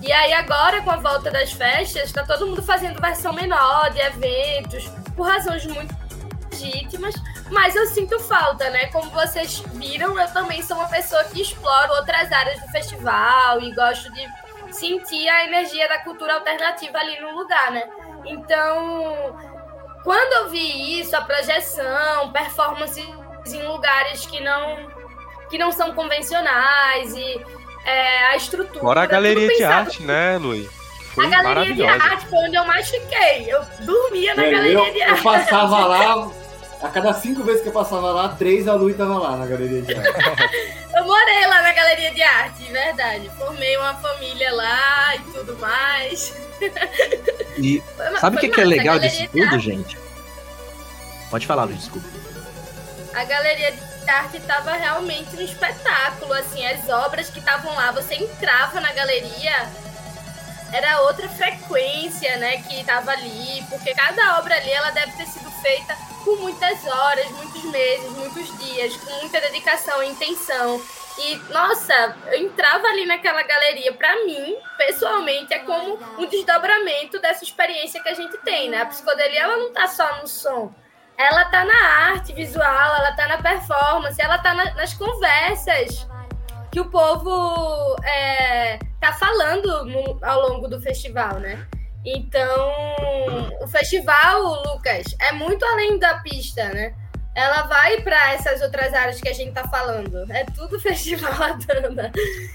Speaker 5: E aí agora, com a volta das festas, tá todo mundo fazendo versão menor de eventos, por razões muito legítimas, mas eu sinto falta, né? Como vocês viram, eu também sou uma pessoa que explora outras áreas do festival e gosto de sentir a energia da cultura alternativa ali no lugar, né? Então, quando eu vi isso, a projeção, performances em lugares que não são convencionais e a estrutura...
Speaker 4: Fora a galeria de arte, né, Luiz?
Speaker 5: Foi a galeria de arte foi onde eu mais fiquei. Eu dormia na galeria de arte.
Speaker 2: Eu passava lá, a cada 5 vezes que eu passava lá, 3 a Lu tava lá na galeria de arte.
Speaker 5: Eu morei lá na galeria de arte, verdade. Formei uma família lá e tudo mais.
Speaker 3: E sabe o que é legal disso tudo, gente? Pode falar, Luiz, desculpa.
Speaker 5: A galeria de arte estava realmente um espetáculo, assim, as obras que estavam lá, você entrava na galeria, era outra frequência, né, que estava ali, porque cada obra ali, ela deve ter sido feita por muitas horas, muitos meses, muitos dias, com muita dedicação e intenção. E, nossa, eu entrava ali naquela galeria, pra mim, pessoalmente, é como um desdobramento dessa experiência que a gente tem, né? A psicodelia, ela não tá só no som. Ela tá na arte visual, ela tá na performance, ela tá nas conversas que o povo tá falando ao longo do festival, né? Então, o festival, Lucas, é muito além da pista, né? Ela vai para essas outras áreas que a gente tá falando. É tudo festival Adana.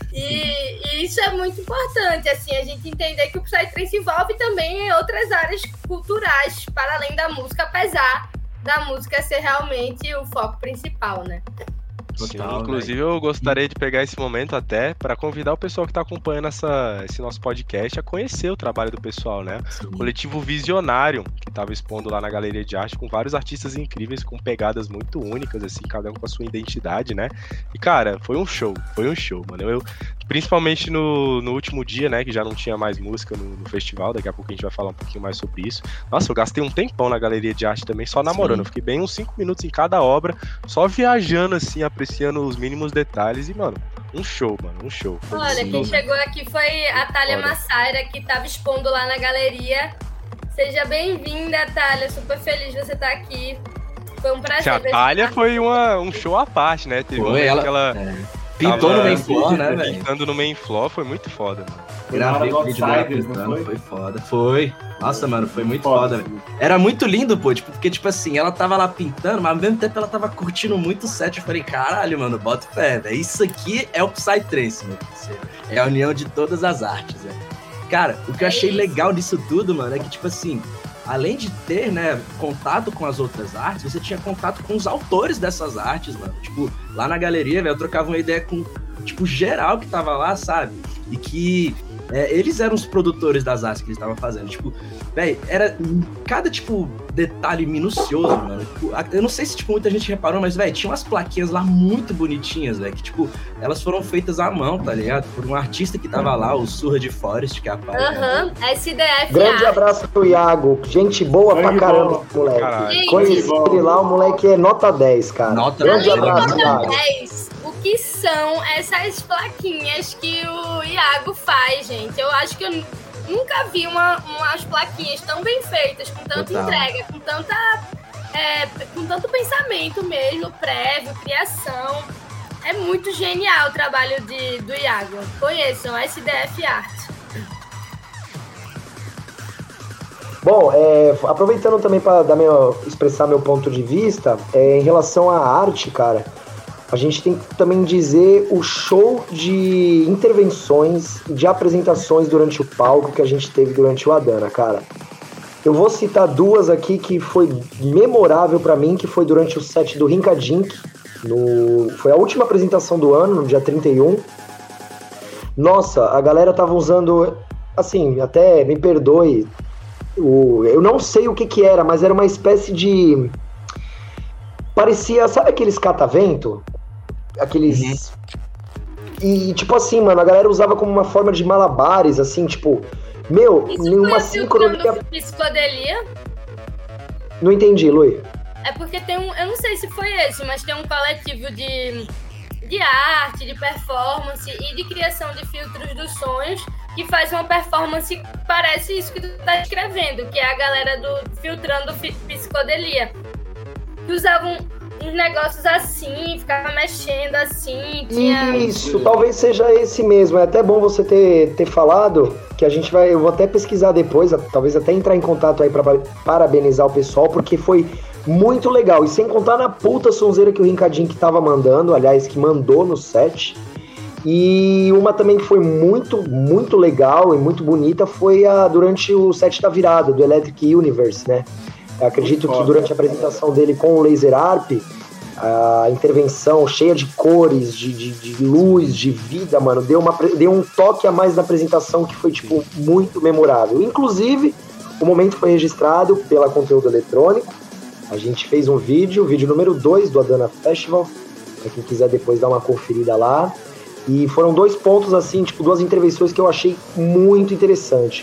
Speaker 5: E isso é muito importante, assim, a gente entender que o Psytrance se envolve também em outras áreas culturais, para além da música, apesar da música ser realmente o foco principal, né?
Speaker 4: Total, sim, inclusive eu gostaria de pegar esse momento até para convidar o pessoal que está acompanhando esse nosso podcast a conhecer o trabalho do pessoal, né? Sim. O coletivo Visionário, que estava expondo lá na Galeria de Arte com vários artistas incríveis, com pegadas muito únicas, assim, cada um com a sua identidade, né? E, cara, foi um show, mano. Eu principalmente no último dia, né, que já não tinha mais música no festival, daqui a pouco a gente vai falar um pouquinho mais sobre isso. Nossa, eu gastei um tempão na Galeria de Arte também, só namorando. Sim. Eu fiquei bem uns 5 minutos em cada obra, só viajando, assim, apreciando os mínimos detalhes e, mano, um show, mano, um show.
Speaker 5: Olha, quem chegou aqui foi a Thalia Massaira, que tava expondo lá na galeria. Seja bem-vinda, Thalia, super feliz de você estar aqui. Foi um prazer.
Speaker 4: A Thalia foi um show à parte, né? Teve
Speaker 3: foi ela.
Speaker 4: Aquela...
Speaker 3: Pintou no main floor, né, velho?
Speaker 4: Pintando no main floor, foi muito foda, mano.
Speaker 3: Gravei o vídeo dela pintando, foi foda. Foi. Nossa, mano, foi muito foda, velho. Era muito lindo, pô, tipo, porque, tipo assim, ela tava lá pintando, mas ao mesmo tempo ela tava curtindo muito o set. Eu falei, caralho, mano, bota fé, velho. Isso aqui é o Psytrance, meu parceiro. É a união de todas as artes, velho. Cara, o que eu achei legal disso tudo, mano, é que, tipo assim, além de ter, né, contato com as outras artes, você tinha contato com os autores dessas artes, mano. Tipo, lá na galeria, velho, eu trocava uma ideia com, tipo, geral que tava lá, sabe? E que eles eram os produtores das artes que eles estavam fazendo. Tipo, velho, era cada, tipo, detalhe minucioso, mano. Tipo, eu não sei se, tipo, muita gente reparou, mas, velho, tinha umas plaquinhas lá muito bonitinhas, velho, que, tipo, elas foram feitas à mão, tá ligado? Por um artista que tava lá, o Surra de Forest, que é a página.
Speaker 5: SDF.
Speaker 7: Grande abraço pro Iago, gente boa pra caramba, moleque. Conheci ele lá, o moleque é nota 10, cara. Grande abraço,
Speaker 5: nota 10. O que são essas plaquinhas que o Iago faz, gente? Eu acho que eu nunca vi umas plaquinhas tão bem feitas, com tanta entrega, com tanto pensamento mesmo, prévio, criação. É muito genial o trabalho do Iago. Conheçam, SDF Art.
Speaker 7: Bom, aproveitando também para expressar meu ponto de vista, em relação à arte, cara, a gente tem que também dizer o show de intervenções, de apresentações durante o palco que a gente teve durante o Adana, cara. Eu vou citar duas aqui que foi memorável pra mim, que foi durante o set do Rinkadink. Foi a última apresentação do ano, no dia 31. Nossa, a galera tava usando, assim, até me perdoe, eu não sei o que era, mas era uma espécie de... Parecia, sabe aqueles catavento? Aqueles... E tipo assim, mano, a galera usava como uma forma de malabares, assim, tipo... Meu, nenhuma sincronia...
Speaker 5: Psicodelia?
Speaker 7: Não entendi, Lui.
Speaker 5: É porque tem eu não sei se foi esse, mas tem um coletivo de arte, de performance e de criação de filtros dos sonhos que faz uma performance que parece isso que tu tá escrevendo, que é a galera do Filtrando Psicodelia, que usavam uns negócios assim, ficava mexendo assim, tinha...
Speaker 7: Isso, talvez seja esse mesmo. É até bom você ter falado, que a gente vai... Eu vou até pesquisar depois, talvez até entrar em contato aí pra parabenizar o pessoal, porque foi muito legal. E sem contar na puta sonzeira que o Rincadinho que tava mandando, aliás, que mandou no set. E uma também que foi muito, muito legal e muito bonita foi durante o set da virada, do Electric Universe, né? Eu acredito que durante a apresentação dele com o Laser Harp, a intervenção cheia de cores, de luz, de vida, mano, deu um toque a mais na apresentação que foi, tipo, muito memorável. Inclusive, o momento foi registrado pela Conteúdo Eletrônico. A gente fez um vídeo número 2 do Adana Festival, pra quem quiser depois dar uma conferida lá. E foram 2 pontos, assim, tipo, 2 intervenções que eu achei muito interessante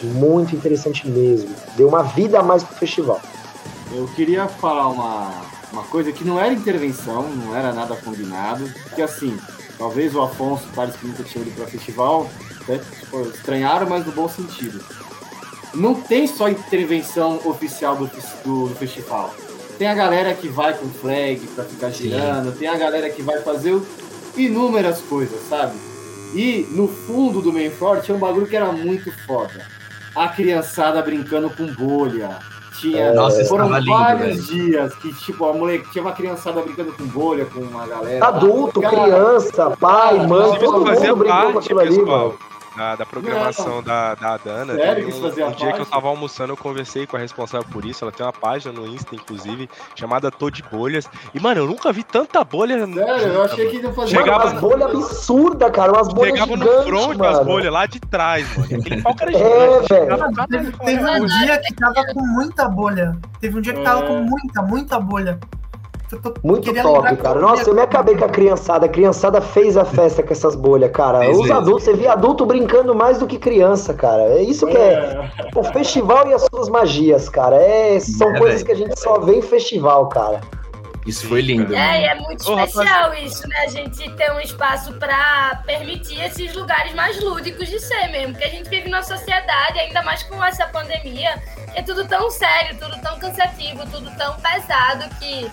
Speaker 7: mesmo. Deu uma vida a mais pro festival.
Speaker 2: Eu queria falar uma coisa que não era intervenção, não era nada combinado, que assim, talvez o Afonso, o Thales, que nunca tinha ido para festival, né, estranharam, mas no bom sentido. Não tem só intervenção oficial do festival. Tem a galera que vai com flag para ficar girando, tem a galera que vai fazer inúmeras coisas, sabe? E no fundo do main floor tinha um bagulho que era muito foda. A criançada brincando com bolha. Foram vários dias que, tipo, a moleque tinha uma criançada brincando com bolha, com uma galera.
Speaker 7: Adulto, criança, pai, mãe, todo mundo brincou com aquilo ali, mano.
Speaker 4: Da programação da Adana.
Speaker 2: Sério?
Speaker 4: Um dia que eu tava almoçando, eu conversei com a responsável por isso. Ela tem uma página no Insta, inclusive, chamada Tô de Bolhas. E, mano, eu nunca vi tanta bolha.
Speaker 2: Sério, eu achei que não fazia.
Speaker 7: Chegava umas bolhas absurdas, cara. Umas bolhas gigantes,
Speaker 4: chegava no front,
Speaker 7: mano.
Speaker 4: As bolhas lá de trás, mano. Aquele pau era gigante.
Speaker 6: Velho. Teve um dia que tava com muita bolha. Teve um dia que tava com muita bolha.
Speaker 7: Muito top, cara. Nossa, eu me acabei com a criançada. A criançada fez a festa com essas bolhas, cara. Os adultos, você vê adulto brincando mais do que criança, cara. É isso que é o festival e as suas magias, cara. São coisas que a gente só vê em festival, cara.
Speaker 3: Isso foi lindo.
Speaker 5: E é muito especial isso, né? A gente ter um espaço pra permitir esses lugares mais lúdicos de ser mesmo. Porque a gente vive numa sociedade, ainda mais com essa pandemia, é tudo tão sério, tudo tão cansativo, tudo tão pesado que...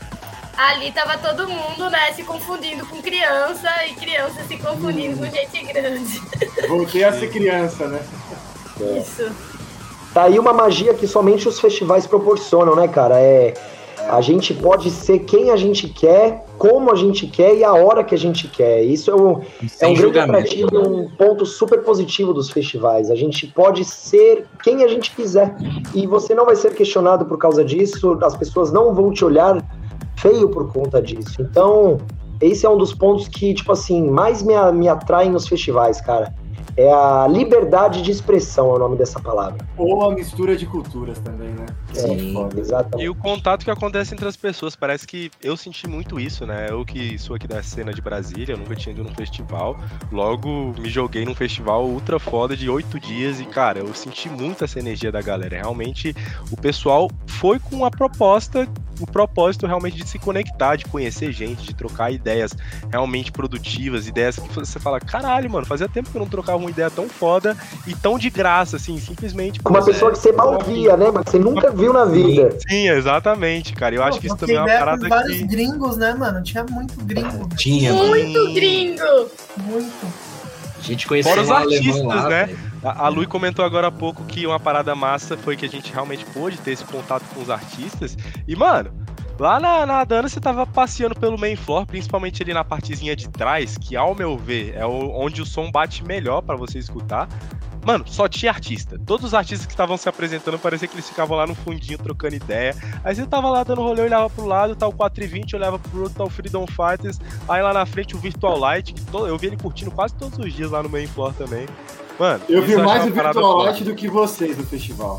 Speaker 5: Ali tava todo mundo, né, se confundindo com criança e criança se confundindo com gente grande.
Speaker 2: Voltei a ser criança, né?
Speaker 5: Isso.
Speaker 7: Tá aí uma magia que somente os festivais proporcionam, né, cara? A gente pode ser quem a gente quer, como a gente quer e a hora que a gente quer. Isso é um grande atrativo, um ponto super positivo dos festivais. A gente pode ser quem a gente quiser. E você não vai ser questionado por causa disso, as pessoas não vão te olhar feio por conta disso. Então, esse é um dos pontos que, tipo assim, mais me atraem nos festivais, cara. É a liberdade de expressão, é o nome dessa palavra.
Speaker 2: Ou a mistura de culturas também, né?
Speaker 7: Sim, exatamente.
Speaker 4: E o contato que acontece entre as pessoas, parece que eu senti muito isso, né? Eu que sou aqui da cena de Brasília, eu nunca tinha ido num festival, logo me joguei num festival ultra foda de 8 dias e, cara, eu senti muito essa energia da galera. Realmente, o pessoal foi com a proposta, o propósito realmente de se conectar, de conhecer gente, de trocar ideias realmente produtivas, ideias que você fala, caralho, mano, fazia tempo que eu não trocava uma ideia tão foda e tão de graça, assim, simplesmente...
Speaker 7: Com uma pessoa que você mal via, né, mas que você nunca viu na vida.
Speaker 4: Sim, exatamente, cara. Eu acho que isso também é uma parada
Speaker 6: com vários gringos, né, mano? Tinha muito gringo.
Speaker 3: Tinha,
Speaker 5: muito gringo!
Speaker 6: Muito.
Speaker 3: A gente conheceu
Speaker 4: fora os artistas,
Speaker 3: lá,
Speaker 4: né?
Speaker 3: Véio.
Speaker 4: A Lui comentou agora há pouco que uma parada massa foi que a gente realmente pôde ter esse contato com os artistas. E, mano, lá na Adana você tava passeando pelo main floor, principalmente ali na partezinha de trás, que ao meu ver é onde o som bate melhor pra você escutar. Mano, só tinha artista. Todos os artistas que estavam se apresentando, parecia que eles ficavam lá no fundinho trocando ideia. Aí você tava lá dando rolê, eu olhava pro lado, tá o 420, eu olhava pro outro, tá o Freedom Fighters. Aí lá na frente o Virtual Light, que eu vi ele curtindo quase todos os dias lá no main floor também. Mano,
Speaker 2: eu vi mais o Virtual Light do que vocês no festival.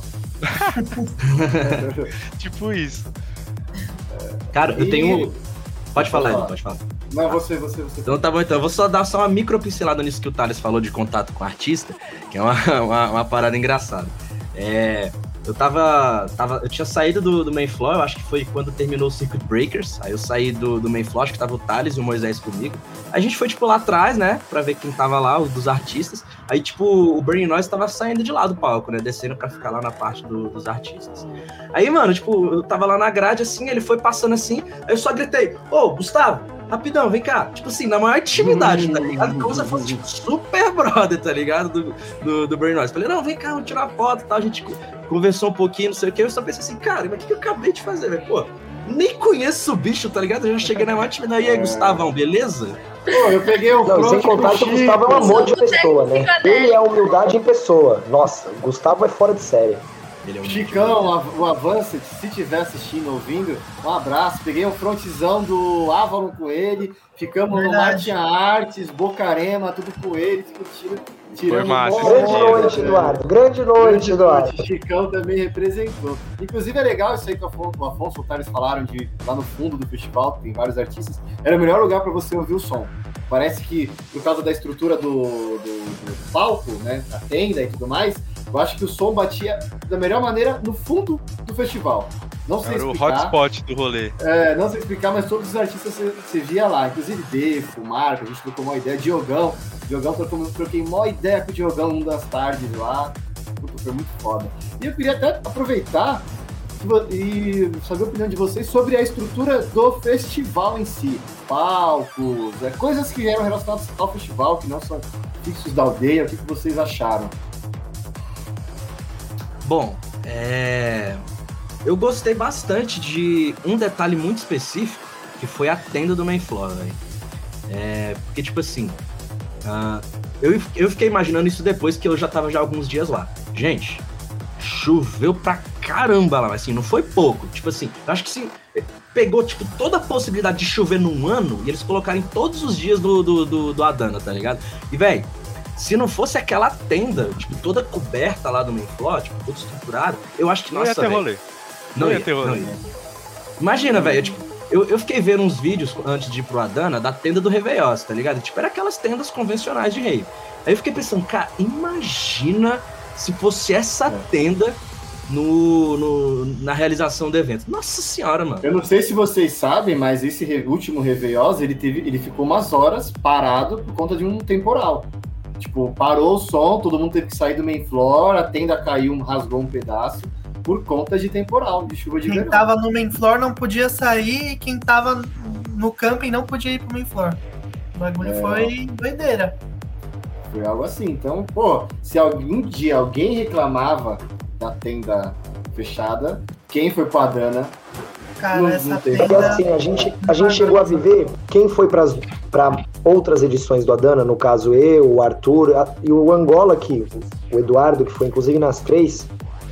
Speaker 4: Tipo isso.
Speaker 3: Cara, eu tenho... Pode falar, Edu, pode falar.
Speaker 2: Não, você.
Speaker 3: Então tá bom, então eu vou só dar uma micro pincelada nisso que o Thales falou de contato com o artista, que é uma parada engraçada. eu tinha saído do main floor, eu acho que foi quando terminou o Circuit Breakers, aí eu saí do main floor, acho que tava o Thales e o Moisés comigo. A gente foi, tipo, lá atrás, né, pra ver quem tava lá, os dos artistas. Aí, tipo, o Burning Noise tava saindo de lá do palco, né, descendo pra ficar lá na parte dos artistas. Aí, mano, tipo, eu tava lá na grade, assim, ele foi passando assim, aí eu só gritei, ô, Gustavo, rapidão, vem cá. Tipo assim, na maior intimidade, tá ligado? Como se fosse, tipo, super brother, tá ligado? Do Burning Noise. Falei, não, vem cá, vamos tirar foto e tal. A gente conversou um pouquinho, não sei o que. Eu só pensei assim, cara, mas o que eu acabei de fazer, velho? Pô, nem conheço o bicho, tá ligado? Eu já cheguei na maior intimidade. E aí, Gustavão, beleza?
Speaker 2: Pô, eu peguei o
Speaker 7: Não, sem contar que o Gustavo é um amor de pessoa, né? Ele é humildade em pessoa. Nossa, o Gustavo é fora de série.
Speaker 2: Ele é um Chicão, o Avanced, se estiver assistindo, ouvindo, um abraço. Peguei um frontzão do Avalon com ele, ficamos no Martin Arts, Bocarema, tudo com ele, tirando
Speaker 4: massa,
Speaker 7: grande noite, Eduardo. Grande noite, Eduardo.
Speaker 2: Chicão também representou. Inclusive é legal isso aí que o Afonso e o Thales falaram de lá no fundo do festival, tem vários artistas. Era o melhor lugar para você ouvir o som. Parece que, por causa da estrutura do palco, né, a tenda e tudo mais, eu acho que o som batia da melhor maneira no fundo do festival. Não sei explicar.
Speaker 4: Era o hotspot do rolê.
Speaker 2: Não sei explicar, mas todos os artistas você via lá. Inclusive Defo, Marco, a gente trocou uma ideia. Diogão, troquei uma ideia com o Diogão uma das tardes lá. Foi muito foda. E eu queria até aproveitar e saber a opinião de vocês sobre a estrutura do festival em si. Palcos, coisas que eram relacionadas ao festival, que não são fixos da aldeia. O que vocês acharam?
Speaker 3: Bom, eu gostei bastante de um detalhe muito específico, que foi a tenda do main floor, velho. Porque, tipo assim, eu fiquei imaginando isso depois que eu já tava alguns dias lá. Gente, choveu pra caramba lá, mas assim, não foi pouco. Tipo assim, eu acho que sim, pegou, tipo, toda a possibilidade de chover num ano e eles colocarem todos os dias do Adana, tá ligado? E, velho, se não fosse aquela tenda, tipo, toda coberta lá do main floor, tipo, todo estruturado, eu acho que,
Speaker 4: não ia ter rolê.
Speaker 3: Não ia ter rolê. Imagina, velho, tipo, eu fiquei vendo uns vídeos antes de ir pro Adana da tenda do Réveillon, tá ligado? Tipo, era aquelas tendas convencionais de rave. Aí eu fiquei pensando, cara, imagina se fosse essa tenda na realização do evento. Nossa senhora, mano.
Speaker 2: Eu não sei se vocês sabem, mas esse último Réveillon, ele ficou umas horas parado por conta de um temporal. Tipo, parou o som, todo mundo teve que sair do main floor, a tenda caiu, rasgou um pedaço, por conta de temporal, de chuva de verão.
Speaker 6: Quem tava no main floor não podia sair, e quem tava no camping não podia ir pro main floor. O bagulho foi doideira.
Speaker 2: Foi algo assim. Então, pô, se algum dia alguém reclamava da tenda fechada, quem foi pro Adana?
Speaker 6: Cara, essa tenda...
Speaker 7: Porque assim, a gente chegou a viver, quem foi para outras edições do Adana, no caso eu, o Arthur e o Angola aqui, o Eduardo, que foi inclusive nas 3,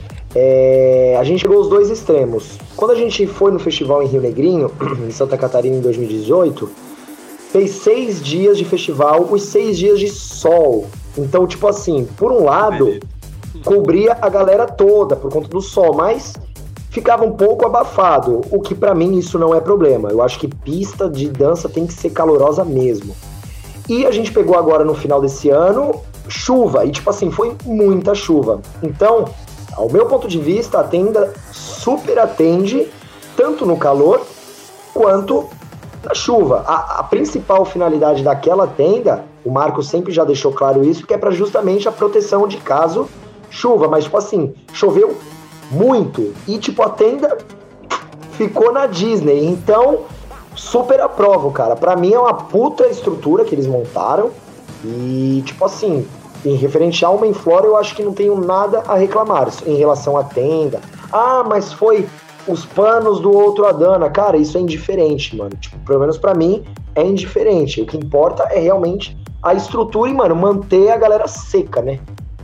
Speaker 7: a gente chegou aos dois extremos. Quando a gente foi no festival em Rio Negrinho, em Santa Catarina, em 2018, fez 6 dias de festival, os 6 dias de sol. Então, tipo assim, por um lado, cobria a galera toda por conta do sol, mas ficava um pouco abafado, o que pra mim isso não é problema. Eu acho que pista de dança tem que ser calorosa mesmo. E a gente pegou agora no final desse ano chuva, e tipo assim, foi muita chuva. Então, ao meu ponto de vista, a tenda super atende tanto no calor quanto na chuva. A principal finalidade daquela tenda, o Marco sempre já deixou claro isso, que é para justamente a proteção de caso chuva, mas tipo assim, choveu muito, e tipo, a tenda ficou na Disney, então super aprovo, cara. Pra mim é uma puta estrutura que eles montaram, e tipo assim, em referente ao main floor, eu acho que não tenho nada a reclamar em relação à tenda. Ah, mas foi os panos do outro Adana, cara, isso é indiferente, mano, tipo, pelo menos pra mim é indiferente, o que importa é realmente a estrutura e, mano, manter a galera seca, né?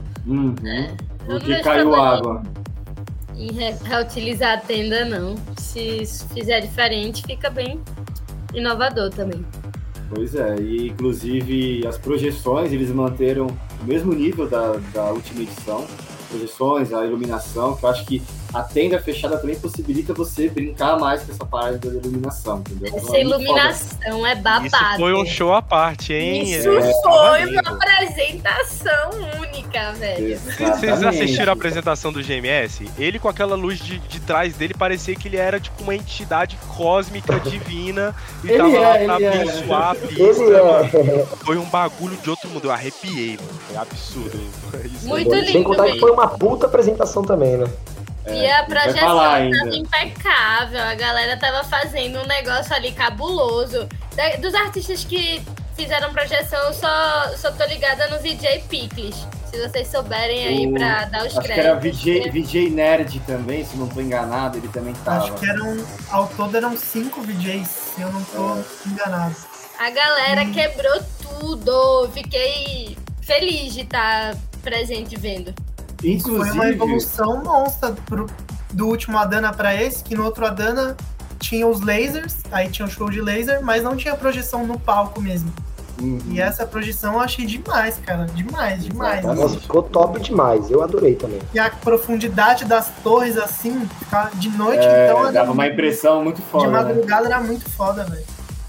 Speaker 2: Porque caiu água.
Speaker 5: Em reutilizar a tenda, não. Se fizer diferente, fica bem inovador também.
Speaker 2: Pois é, e inclusive as projeções, eles manteram o mesmo nível da última edição. Projeções, a iluminação, que eu acho que a tenda fechada também possibilita você brincar mais com essa parte da iluminação, entendeu?
Speaker 5: Essa iluminação é babado.
Speaker 4: Isso foi um show à parte, hein?
Speaker 5: Isso foi uma apresentação única, velho.
Speaker 4: Vocês assistiram a apresentação do GMS? Ele com aquela luz de trás dele parecia que ele era tipo uma entidade cósmica divina e tava lá pra abençoar a pista. Foi um bagulho de outro mundo. Eu arrepiei, mano. Foi absurdo.
Speaker 5: Muito lindo.
Speaker 7: Sem contar que foi uma puta apresentação também, né?
Speaker 5: E a projeção tava impecável, a galera tava fazendo um negócio ali cabuloso. Dos artistas que fizeram projeção, eu só tô ligada no VJ Pickles. Se vocês souberem aí pra dar os créditos.
Speaker 2: Acho que era VJ Nerd também, se não tô enganado, ele também tava.
Speaker 6: Acho que ao todo eram 5 VJs, se eu não tô enganado.
Speaker 5: A galera quebrou tudo, fiquei feliz de estar presente vendo.
Speaker 2: Inclusive,
Speaker 6: foi uma evolução monstra do último Adana pra esse, que no outro Adana tinha os lasers, aí tinha um show de laser, mas não tinha projeção no palco mesmo. E essa projeção eu achei demais, cara. Demais.
Speaker 7: Nossa, ficou top demais. Eu adorei também.
Speaker 6: E a profundidade das torres, assim, de noite, então...
Speaker 2: Dava uma impressão muito foda,
Speaker 6: de madrugada, né? Era muito foda, velho.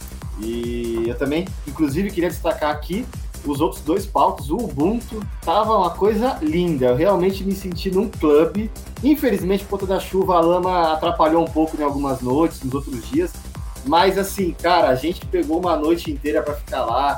Speaker 2: E eu também, inclusive, queria destacar aqui os outros 2 palcos. O Ubuntu tava uma coisa linda. Eu realmente me senti num clube. Infelizmente, por conta da chuva, a lama atrapalhou um pouco em algumas noites, nos outros dias. Mas assim, cara, a gente pegou uma noite inteira pra ficar lá.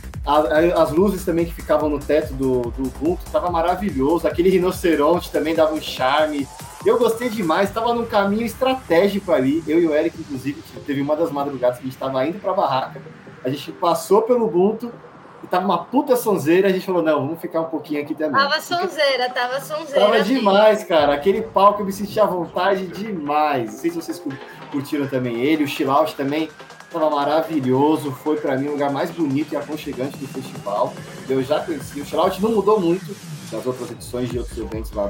Speaker 2: As luzes também que ficavam no teto do Ubuntu tava maravilhoso. Aquele rinoceronte também dava um charme. Eu gostei demais, tava num caminho estratégico ali. Eu e o Eric, inclusive, teve uma das madrugadas que a gente tava indo pra barraca. A gente passou pelo Ubuntu e tava uma puta sonzeira. A gente falou, não, vamos ficar um pouquinho aqui também.
Speaker 5: Tava sonzeira.
Speaker 2: Tava demais, cara. Aquele palco eu me senti à vontade demais. Não sei se vocês curtiram também ele. O Chill Out também tava maravilhoso. Foi pra mim o lugar mais bonito e aconchegante do festival. Eu já conheci. O Chill Out não mudou muito das outras edições de outros eventos lá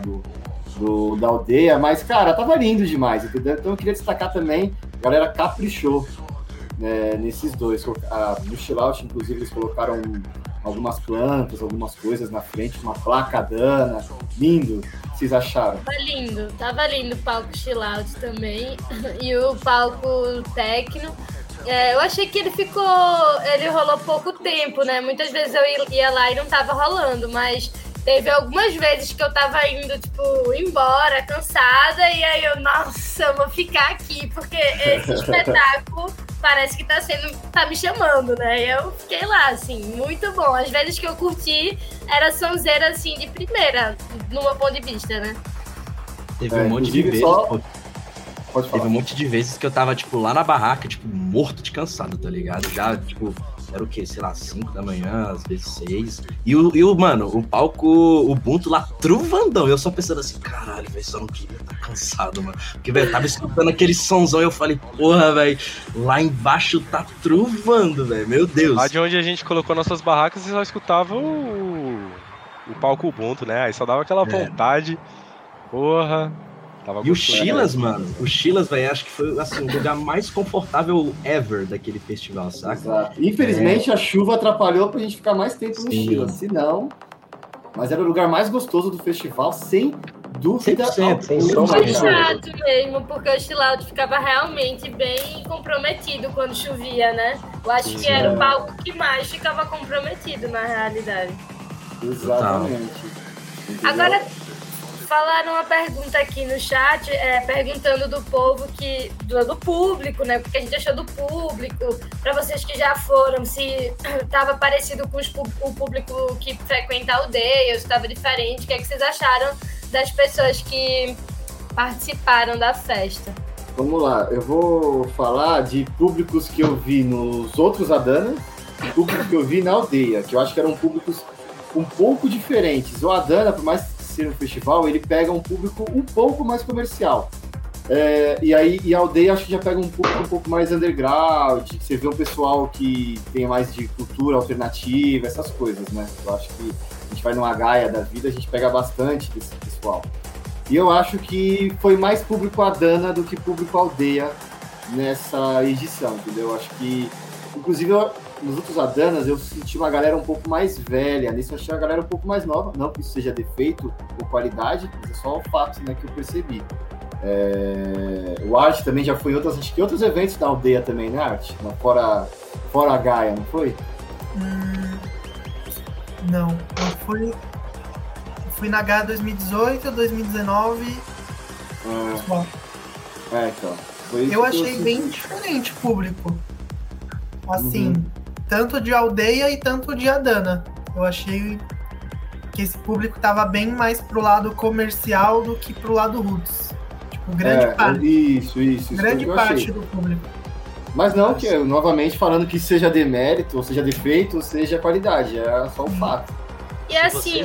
Speaker 2: da aldeia, mas, cara, tava lindo demais, entendeu? Então eu queria destacar também, a galera caprichou, né, nesses 2. No Chill Out, inclusive, eles colocaram algumas plantas, algumas coisas na frente, uma placa Adana, lindo. O que vocês acharam?
Speaker 5: Tava lindo o palco Chill Out também, e o palco Tecno. Eu achei que ele rolou pouco tempo, né? Muitas vezes eu ia lá e não tava rolando, mas teve algumas vezes que eu tava indo, tipo, embora, cansada, e aí eu, nossa, eu vou ficar aqui, porque esse espetáculo parece que tá me chamando, né? E eu fiquei lá, assim, muito bom. As vezes que eu curti, era sonzeira, assim, de primeira, no meu ponto de vista, né?
Speaker 3: Teve um monte de vezes, teve um monte de vezes que eu tava, tipo, lá na barraca, tipo, morto de cansado, tá ligado? Já, tipo, era o quê? Sei lá, 5 da manhã, às vezes 6. E mano, o palco Ubuntu lá truvandão. Eu só pensando assim, caralho, velho, só não queria estar cansado, mano. Porque, velho, eu tava escutando aquele sonzão e eu falei, porra, velho, lá embaixo tá truvando, velho, meu Deus.
Speaker 4: Lá de onde a gente colocou nossas barracas, você só escutava o palco Ubuntu, né? Aí só dava aquela vontade. Porra.
Speaker 3: E o Chilas, mano, velho, acho que foi, assim, o lugar mais confortável ever daquele festival, saca?
Speaker 2: Exato. Infelizmente, a chuva atrapalhou pra gente ficar mais tempo no Chilas, se não... Mas era o lugar mais gostoso do festival, sem dúvida.
Speaker 7: 100%, sem
Speaker 5: sombra. Exato mesmo, porque o Chill Out ficava realmente bem comprometido quando chovia, né? Eu acho que era o palco que mais ficava comprometido, na realidade.
Speaker 2: Exatamente.
Speaker 5: Agora... Falaram uma pergunta aqui no chat, perguntando do público, né? O que a gente achou do público, para vocês que já foram, se estava parecido com o público que frequenta a aldeia, ou se estava diferente, o que é que vocês acharam das pessoas que participaram da festa?
Speaker 2: Vamos lá, eu vou falar de públicos que eu vi nos outros Adanas e públicos que eu vi na aldeia, que eu acho que eram públicos um pouco diferentes. O Adana, por mais ser um festival, ele pega um público um pouco mais comercial. E a aldeia acho que já pega um público um pouco mais underground, você vê um pessoal que tem mais de cultura alternativa, essas coisas, né? Eu acho que a gente vai numa Gaia da vida, a gente pega bastante desse pessoal. E eu acho que foi mais público Adana do que público aldeia nessa edição, entendeu? Eu acho que, inclusive, nos outros Adanas eu senti uma galera um pouco mais velha, nesse eu achei uma galera um pouco mais nova, não que isso seja defeito ou qualidade, mas é só o fato, né, que eu percebi. O Art também já foi em outros eventos da aldeia também, né, Art? Fora a Gaia, não foi?
Speaker 6: Não, eu fui na Gaia 2018, 2019.
Speaker 2: Então.
Speaker 6: Eu achei bem diferente o público. Assim, tanto de aldeia e tanto de Adana. Eu achei que esse público tava bem mais pro lado comercial do que pro lado roots. Tipo, grande parte.
Speaker 2: Isso.
Speaker 6: Grande parte do público.
Speaker 2: Mas não, que novamente falando que seja demérito, ou seja defeito, ou seja qualidade. É só um fato.
Speaker 5: E assim,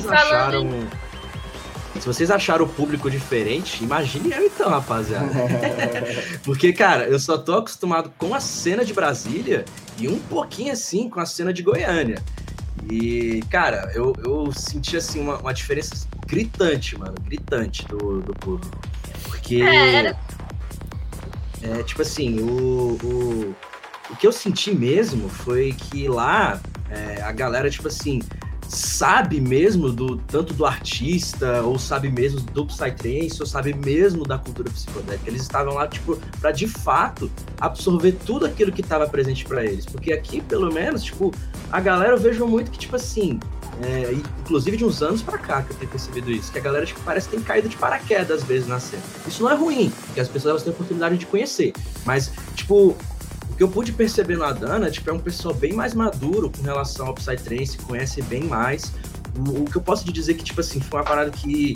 Speaker 3: Se vocês acharam o público diferente, imagine eu então, rapaziada. Porque, cara, eu só tô acostumado com a cena de Brasília e um pouquinho assim com a cena de Goiânia. E, cara, eu senti, assim, uma diferença gritante, mano. Gritante do público. Porque, tipo assim, o que eu senti mesmo foi que lá a galera, tipo assim, sabe mesmo tanto do artista, ou sabe mesmo do Psytrance, ou sabe mesmo da cultura psicodélica. Eles estavam lá, tipo, pra de fato absorver tudo aquilo que estava presente pra eles. Porque aqui, pelo menos, tipo, a galera eu vejo muito que, tipo assim, inclusive de uns anos pra cá que eu tenho percebido isso, que a galera, tipo, parece que tem caído de paraquedas às vezes na cena. Isso não é ruim, porque as pessoas elas têm a oportunidade de conhecer. Mas, tipo, o que eu pude perceber na Adana, tipo, é um pessoal bem mais maduro com relação ao Psytrance, conhece bem mais. O que eu posso te dizer que, tipo assim, foi uma parada que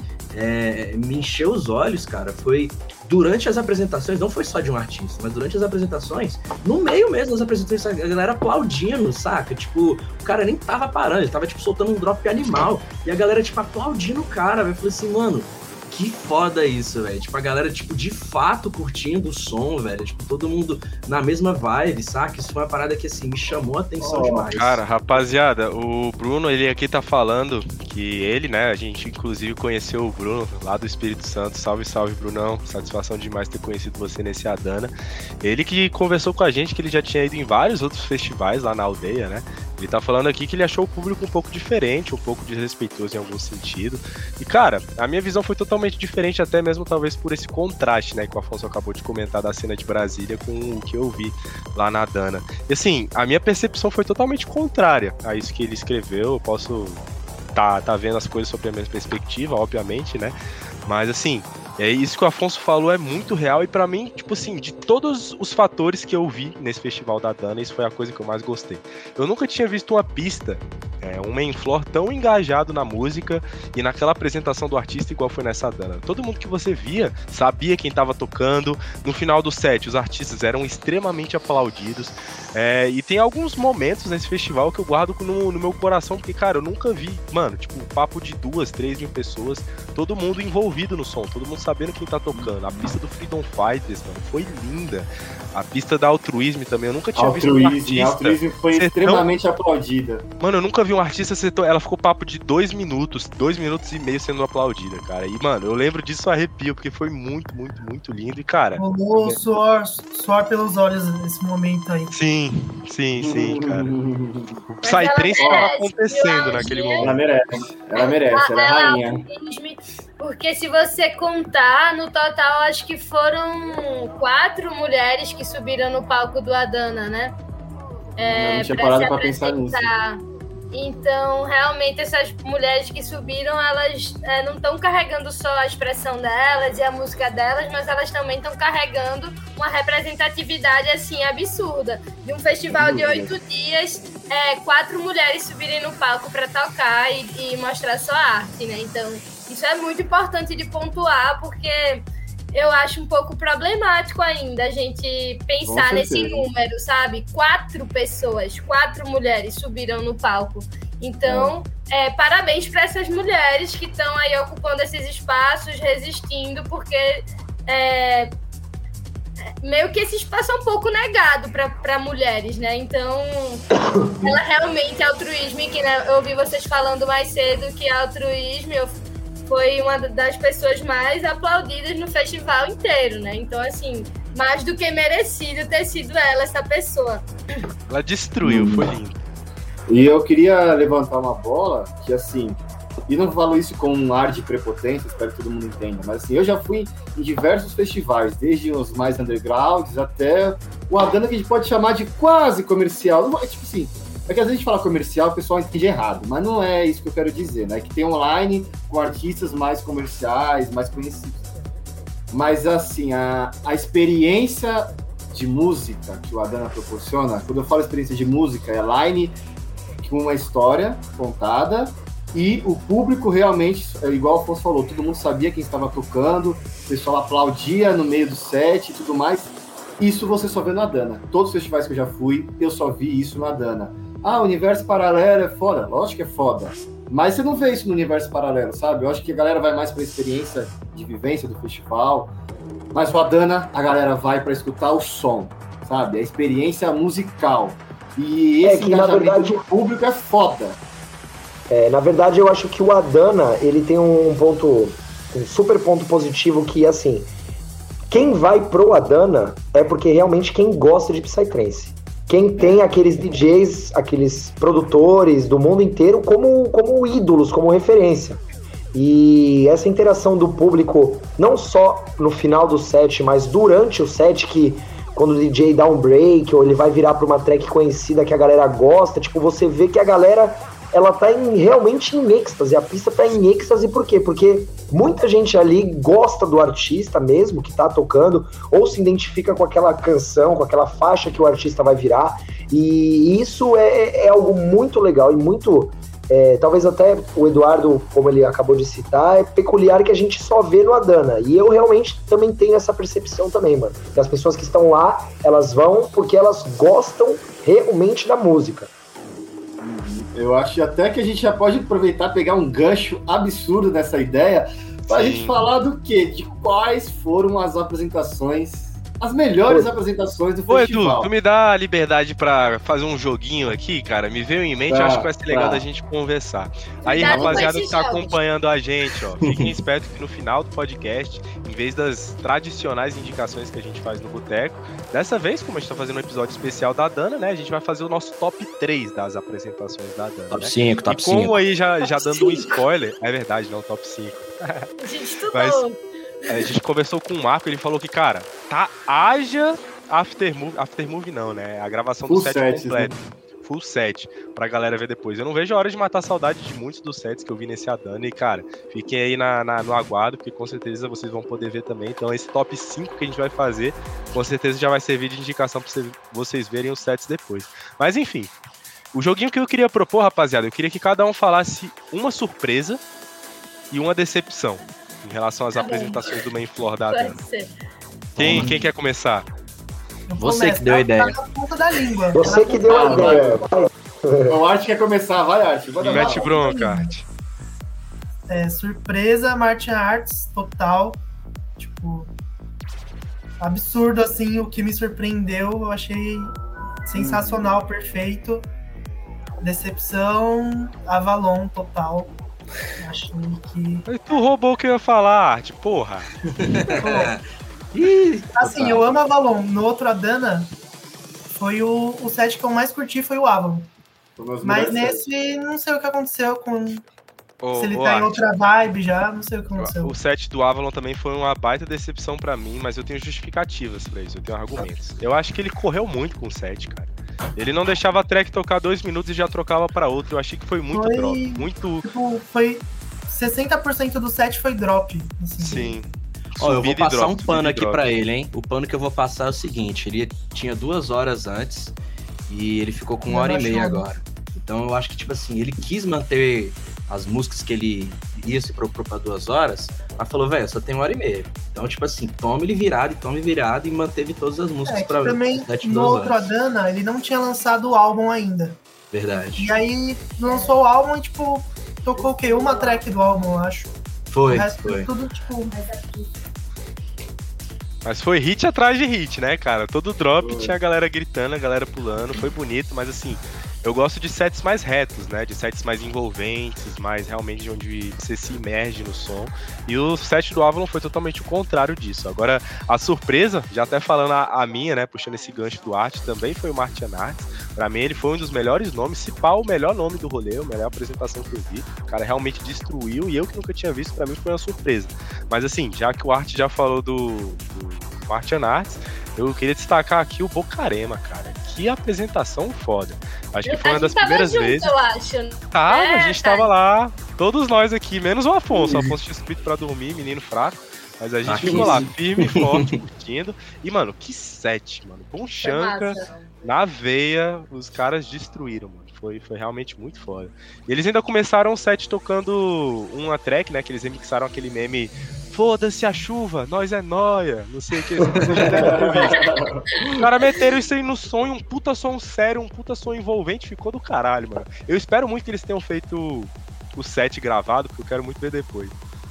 Speaker 3: me encheu os olhos, cara, foi durante as apresentações, não foi só de um artista, mas durante as apresentações, no meio mesmo das apresentações, a galera aplaudindo, saca? Tipo, o cara nem tava parando, ele tava, tipo, soltando um drop animal, e a galera, tipo, aplaudindo o cara, velho. Eu falei assim, mano, que foda isso, velho. Tipo, a galera, tipo, de fato curtindo o som, velho. Tipo, todo mundo na mesma vibe, saca? Isso foi uma parada que, assim, me chamou a atenção demais.
Speaker 4: Cara, rapaziada, o Bruno, ele aqui tá falando que ele, né, a gente inclusive conheceu o Bruno lá do Espírito Santo. Salve, salve, Brunão. Satisfação demais ter conhecido você nesse Adana. Ele que conversou com a gente que ele já tinha ido em vários outros festivais lá na aldeia, né? Ele tá falando aqui que ele achou o público um pouco diferente, um pouco desrespeitoso em algum sentido. E, cara, a minha visão foi totalmente diferente, até mesmo talvez por esse contraste, né, que o Afonso acabou de comentar da cena de Brasília com o que eu vi lá na Adana. E, assim, a minha percepção foi totalmente contrária a isso que ele escreveu. Eu posso tá vendo as coisas sob a minha perspectiva, obviamente, né? Mas, assim, isso que o Afonso falou é muito real, e pra mim, tipo assim, de todos os fatores que eu vi nesse festival da Adana, isso foi a coisa que eu mais gostei. Eu nunca tinha visto uma pista, um main floor tão engajado na música e naquela apresentação do artista igual foi nessa Adana. Todo mundo que você via sabia quem tava tocando. No final do set, os artistas eram extremamente aplaudidos. E tem alguns momentos nesse festival que eu guardo no meu coração, porque, cara, eu nunca vi, mano, tipo, um papo de 2, 3 mil pessoas, todo mundo envolvido no som, todo mundo sabendo quem tá tocando. A pista do Freedom Fighters, mano, foi linda. A pista da Altruism também, eu nunca tinha visto um artista. A
Speaker 2: Altruism foi extremamente aplaudida.
Speaker 4: Mano, eu nunca vi um artista ela ficou papo de 2 minutos e meio sendo aplaudida, cara. E, mano, eu lembro disso, arrepio, porque foi muito, muito, muito lindo. E, cara...
Speaker 6: Rolou suor pelos olhos nesse momento aí.
Speaker 4: Sim, cara. O Psytrance tava acontecendo naquele momento.
Speaker 2: Ela merece, ela é rainha.
Speaker 5: Porque se você contar, no total, acho que foram 4 mulheres que subiram no palco do Adana, né?
Speaker 2: Eu não tinha parado pra pensar nisso.
Speaker 5: Então, realmente, essas mulheres que subiram, elas não estão carregando só a expressão delas e a música delas, mas elas também estão carregando uma representatividade, assim, absurda. De um festival de 8 dias, 4 mulheres subirem no palco para tocar e mostrar sua arte, né? Então, isso é muito importante de pontuar, porque eu acho um pouco problemático ainda a gente pensar nesse número, sabe? 4 pessoas, 4 mulheres subiram no palco. Então, parabéns para essas mulheres que estão aí ocupando esses espaços, resistindo, porque meio que esse espaço é um pouco negado para mulheres, né? Então, ela realmente, Altruism, que né, eu ouvi vocês falando mais cedo que Altruism foi uma das pessoas mais aplaudidas no festival inteiro, né? Então, assim, mais do que merecido ter sido ela, essa pessoa.
Speaker 4: Ela destruiu, foi lindo.
Speaker 2: E eu queria levantar uma bola que, assim, E não falo isso com um ar de prepotência, espero que todo mundo entenda, mas assim, eu já fui em diversos festivais, desde os mais undergrounds até o Adana, que a gente pode chamar de quase comercial. Tipo assim, é que às vezes a gente fala comercial, o pessoal entende errado, mas não é isso que eu quero dizer, né? Que tem online com artistas mais comerciais, mais conhecidos. Mas assim, a experiência de música que o Adana proporciona, quando eu falo experiência de música, é line com uma história contada e o público realmente, igual o Afonso falou, todo mundo sabia quem estava tocando, o pessoal aplaudia no meio do set e tudo mais. Isso você só vê no Adana. Todos os festivais que eu já fui, eu só vi isso no Adana. Ah, Universo Paralelo é foda. Lógico que é foda. Mas você não vê isso no Universo Paralelo, sabe? Eu acho que a galera vai mais pra experiência de vivência do festival. Mas o Adana, a galera vai pra escutar o som, sabe? A experiência musical. E esse engajamento do público é foda.
Speaker 7: Na verdade, eu acho que o Adana, ele tem um super ponto positivo que, assim, quem vai pro Adana é porque realmente quem gosta de Psytrance. Quem tem aqueles DJs, aqueles produtores do mundo inteiro como ídolos, como referência. E essa interação do público, não só no final do set, mas durante o set, que quando o DJ dá um break, ou ele vai virar pra uma track conhecida que a galera gosta, tipo, você vê que a galera, ela tá realmente em êxtase, a pista tá em êxtase. Por quê? Porque muita gente ali gosta do artista mesmo, que tá tocando, ou se identifica com aquela canção, com aquela faixa que o artista vai virar, e isso é algo muito legal e muito... talvez até o Eduardo, como ele acabou de citar, é peculiar, que a gente só vê no Adana. E eu realmente também tenho essa percepção também, mano. Que as pessoas que estão lá, elas vão porque elas gostam realmente da música.
Speaker 2: Eu acho até que a gente já pode aproveitar e pegar um gancho absurdo nessa ideia pra gente falar do quê? De quais foram as apresentações, as melhores apresentações do festival.
Speaker 4: Edu, tu me dá a liberdade pra fazer um joguinho aqui, cara? Me veio em mente, acho que vai ser legal da gente conversar. Aí, rapaziada que tá acompanhando a gente, ó, fiquem espertos que no final do podcast, em vez das tradicionais indicações que a gente faz no Boteco, dessa vez, como a gente tá fazendo um episódio especial da Dana, né, a gente vai fazer o nosso top 3 das apresentações da Dana,
Speaker 3: top
Speaker 4: né?
Speaker 3: 5, top 5.
Speaker 4: E como aí, já dando um spoiler, é verdade, não, top 5.
Speaker 5: A gente estudou.
Speaker 4: Mas a gente conversou com o Marco, ele falou que, cara, haja aftermovie não, né? A gravação do set completo. Né? Full set, pra galera ver depois. Eu não vejo a hora de matar a saudade de muitos dos sets que eu vi nesse Adana. E, cara, fiquem aí no aguardo, porque com certeza vocês vão poder ver também. Então, esse top 5 que a gente vai fazer, com certeza já vai servir de indicação pra vocês verem os sets depois. Mas, enfim, o joguinho que eu queria propor, rapaziada, eu queria que cada um falasse uma surpresa e uma decepção em relação às apresentações do Main Floor da Adana. Quem quer começar?
Speaker 3: Você que deu a ideia.
Speaker 6: Na ponta da língua.
Speaker 7: Você que deu a ideia.
Speaker 2: O Art quer começar, vai, Art.
Speaker 4: Mete bronca, Art.
Speaker 6: Surpresa, Martin Arts, total. Tipo, absurdo, assim, o que me surpreendeu, eu achei sensacional, perfeito. Decepção, Avalon, total. Achei que...
Speaker 4: Tu roubou o que eu ia falar, Art, porra.
Speaker 6: Assim, eu amo Avalon. No outro Adana, foi o set que eu mais curti, foi o Avalon. Mas nesse, não sei o que aconteceu com... se ele tá em outra vibe já, não sei o que aconteceu.
Speaker 4: O set do Avalon também foi uma baita decepção pra mim, mas eu tenho justificativas pra isso, eu tenho argumentos. Eu acho que ele correu muito com o set, cara. Ele não deixava a track tocar 2 minutos e já trocava pra outro. Eu achei que foi muito drop. Muito...
Speaker 6: Tipo, foi 60% do set foi drop. Assim.
Speaker 4: Sim.
Speaker 3: Ó, eu vou passar um pano aqui pra ele, hein? O pano que eu vou passar é o seguinte: ele tinha 2 horas antes e ele ficou com 1h30 agora. Então eu acho que, tipo assim, ele quis manter as músicas que ele ia se propor pra 2 horas, mas falou, velho, só tem 1h30. Então, tipo assim, tome ele virado e manteve todas as músicas pra
Speaker 6: também, no outro Adana, ele não tinha lançado o álbum ainda.
Speaker 3: Verdade.
Speaker 6: E aí lançou o álbum e, tipo, tocou o quê? Uma track do álbum, eu acho.
Speaker 3: Foi,
Speaker 6: o resto
Speaker 3: foi.
Speaker 6: Tudo, tipo...
Speaker 4: Mas foi hit atrás de hit, né, cara? Todo drop tinha a galera gritando, a galera pulando, foi bonito, mas assim, eu gosto de sets mais retos, né? De sets mais envolventes, mais realmente onde você se imerge no som. E o set do Avalon foi totalmente o contrário disso. Agora, a surpresa, já até falando a minha, né? Puxando esse gancho do Art, também foi o Martian Arts. Pra mim, ele foi um dos melhores nomes, se pá, o melhor nome do rolê, a melhor apresentação que eu vi. O cara realmente destruiu, e eu que nunca tinha visto, pra mim foi uma surpresa. Mas assim, já que o Art já falou do Martian Arts, eu queria destacar aqui o Bocarema, cara. Que apresentação foda. Acho que foi uma das primeiras vezes.
Speaker 5: Eu acho.
Speaker 4: A gente tava lá, todos nós aqui, menos o Afonso. O Afonso tinha subido pra dormir, menino fraco. Mas a gente ficou lá, firme e forte, curtindo. E, mano, que set, mano. Bonchanka, na veia, os caras destruíram, mano. Foi realmente muito foda. E eles ainda começaram o set tocando uma track, né? Que eles remixaram aquele meme foda-se a chuva, nós é nóia, não sei o que. Os caras meteram isso aí no som, um puta som sério, um puta som envolvente, ficou do caralho, mano. Eu espero muito que eles tenham feito o set gravado, porque eu quero muito ver depois.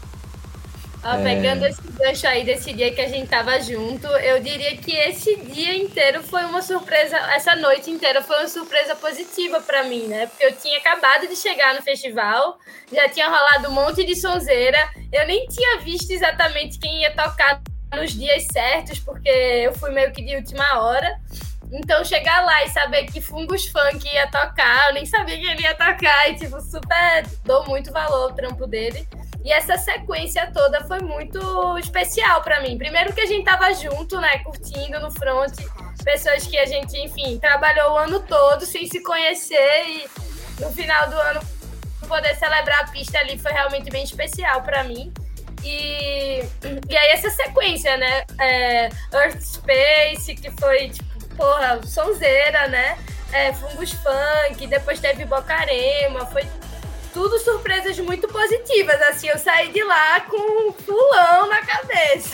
Speaker 5: Pegando esse gancho aí desse dia que a gente tava junto, eu diria que esse dia inteiro foi uma surpresa, essa noite inteira foi uma surpresa positiva pra mim, né? Porque eu tinha acabado de chegar no festival, já tinha rolado um monte de sonzeira, eu nem tinha visto exatamente quem ia tocar nos dias certos, porque eu fui meio que de última hora. Então, chegar lá e saber que Fungus Funk ia tocar, eu nem sabia que ele ia tocar, e tipo, super, dou muito valor ao trampo dele. E essa sequência toda foi muito especial pra mim. Primeiro que a gente tava junto, né, curtindo no front, pessoas que a gente, enfim, trabalhou o ano todo sem se conhecer e no final do ano poder celebrar a pista ali foi realmente bem especial pra mim. E aí essa sequência, né, Earth Space, que foi, tipo, porra, sonzeira, né, Fungus Funk, depois teve Bocarema, foi tudo surpresas muito positivas, assim, eu saí de lá com um fulão na cabeça.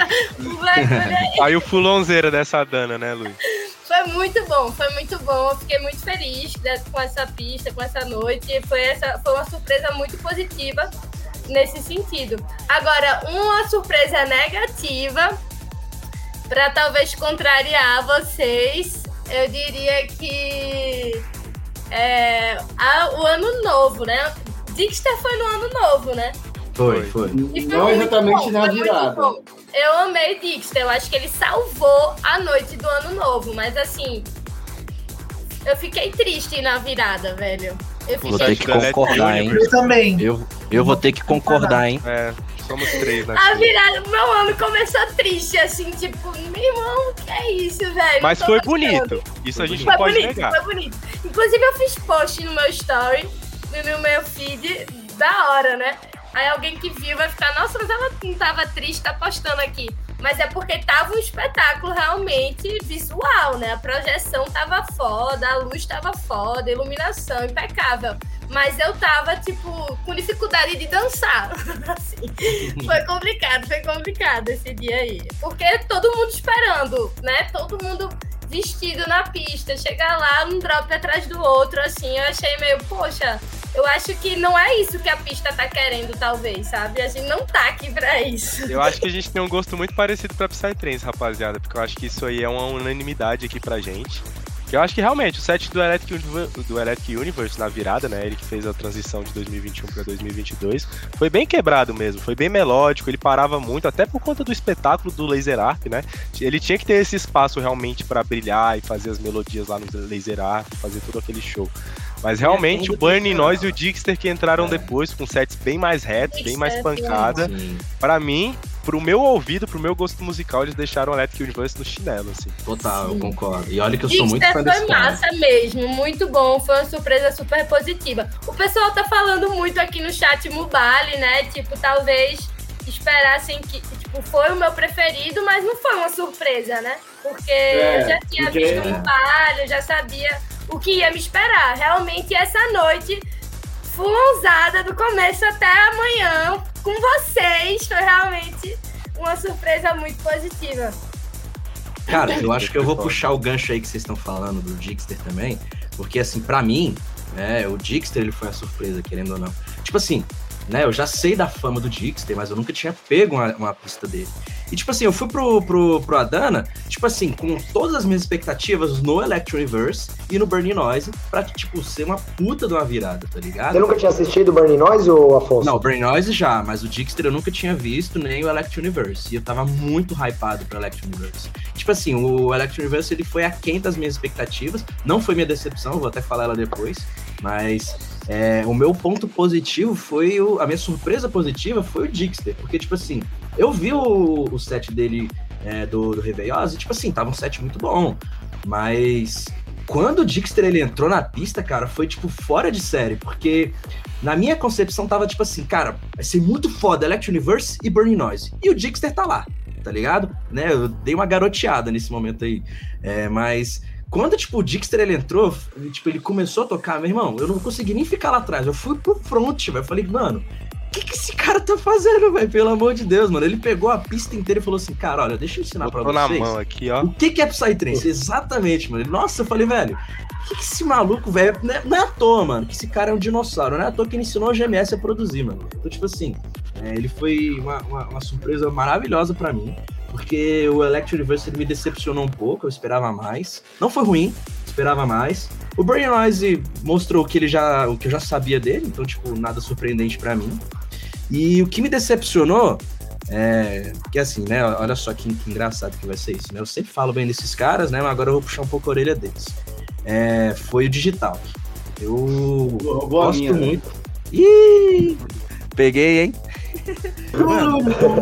Speaker 4: Aí o fulãozeira dessa Dana, né, Luiz?
Speaker 5: Foi muito bom, eu fiquei muito feliz com essa pista, com essa noite, foi uma surpresa muito positiva nesse sentido. Agora, uma surpresa negativa, para talvez contrariar vocês, eu diria que o ano novo, né? Dixter foi no ano novo, né?
Speaker 3: Foi.
Speaker 2: Não exatamente na virada.
Speaker 5: Eu amei Dixter, eu acho que ele salvou a noite do ano novo, mas assim, eu fiquei triste na virada, velho.
Speaker 3: Vou ter que concordar, hein?
Speaker 6: Eu também.
Speaker 3: Eu vou ter que concordar, hein?
Speaker 4: Somos três, né?
Speaker 5: A virada, meu ano começou triste, assim, tipo, meu irmão, que é isso, velho?
Speaker 4: Mas foi bonito. Isso a gente não pode negar.
Speaker 5: Foi bonito. Inclusive, eu fiz post no meu story, no meu feed, da hora, né? Aí alguém que viu vai ficar, nossa, mas ela não tava triste, tá postando aqui. Mas é porque tava um espetáculo realmente visual, né? A projeção tava foda, a luz tava foda, a iluminação impecável. Mas eu tava, tipo, com dificuldade de dançar. Assim, foi complicado esse dia aí. Porque todo mundo esperando, né? Todo mundo vestido na pista. Chegar lá, um drop atrás do outro, assim, eu achei meio, poxa, eu acho que não é isso que a pista tá querendo, talvez, sabe? A gente não tá aqui pra isso.
Speaker 4: Eu acho que a gente tem um gosto muito parecido pra Psytrance, rapaziada, porque eu acho que isso aí é uma unanimidade aqui pra gente. Eu acho que realmente o set do Electric Universe na virada, né, ele que fez a transição de 2021 para 2022, foi bem quebrado mesmo, foi bem melódico, ele parava muito, até por conta do espetáculo do Laser Harp, né, ele tinha que ter esse espaço realmente para brilhar e fazer as melodias lá no Laser Harp, fazer todo aquele show. Mas realmente o Burning Noise e o Dixter que entraram depois com sets bem mais retos, bem mais pancada, pra mim, pro meu ouvido, pro meu gosto musical, eles deixaram o Electric Universe no chinelo, assim.
Speaker 3: Total, eu concordo. E olha que eu sou muito fã desse
Speaker 5: foi massa mesmo, muito bom, foi uma surpresa super positiva. O pessoal tá falando muito aqui no chat Mubali, né, tipo, talvez esperassem que, tipo, foi o meu preferido, mas não foi uma surpresa, né, porque eu já tinha visto o Mubali, eu já sabia o que ia me esperar. Realmente, essa noite, fulãozada do começo até amanhã, com vocês, foi realmente uma surpresa muito positiva.
Speaker 3: Cara, eu acho que eu vou puxar o gancho aí que vocês estão falando do Dixter também, porque, assim, pra mim, o Dixter, ele foi a surpresa, querendo ou não. Tipo assim, né, eu já sei da fama do Dixter, mas eu nunca tinha pego uma pista dele. E, tipo assim, eu fui pro Adana, tipo assim, com todas as minhas expectativas no Electro Universe e no Burning Noise, pra, tipo, ser uma puta de uma virada, tá ligado?
Speaker 7: Você nunca tinha assistido o Burning Noise, ou Afonso?
Speaker 3: Não, o Burning Noise já, mas o Dixter eu nunca tinha visto, nem o Electro Universe. E eu tava muito hypado pro Electro Universe. Tipo assim, o Electro Universe, ele foi aquém das minhas expectativas, não foi minha decepção, vou até falar ela depois, mas... o meu ponto positivo foi a minha surpresa positiva foi o Dixter, porque, tipo assim, eu vi o set dele do Reveillose e, tipo assim, tava um set muito bom, mas quando o Dixter ele entrou na pista, cara, foi, tipo, fora de série, porque na minha concepção tava, tipo assim, cara, vai ser muito foda Electro Universe e Burning Noise, e o Dixter tá lá, tá ligado? Né, eu dei uma garoteada nesse momento aí, mas... Quando, tipo, o Dixter, ele entrou, tipo, ele começou a tocar, meu irmão, eu não consegui nem ficar lá atrás, eu fui pro front, velho, eu falei, mano, o que esse cara tá fazendo, velho, pelo amor de Deus, mano, ele pegou a pista inteira e falou assim, cara, olha, deixa eu ensinar pra vocês.
Speaker 4: Na mão aqui, ó.
Speaker 3: O que é Psytrance? Exatamente, mano, nossa, eu falei, velho, o que esse maluco, velho, não é à toa, mano, que esse cara é um dinossauro, não é à toa que ele ensinou a GMS a produzir, mano, então, tipo assim, ele foi uma surpresa maravilhosa pra mim. Porque o Electro Universe me decepcionou um pouco, eu esperava mais. Não foi ruim, esperava mais. O Burning Noise mostrou o que eu já sabia dele, então, tipo, nada surpreendente pra mim. E o que me decepcionou que assim, né, olha só que engraçado que vai ser isso, né? Eu sempre falo bem desses caras, né, mas agora eu vou puxar um pouco a orelha deles. Foi o Digital. Eu gosto muito. Ih, peguei, hein? Mano,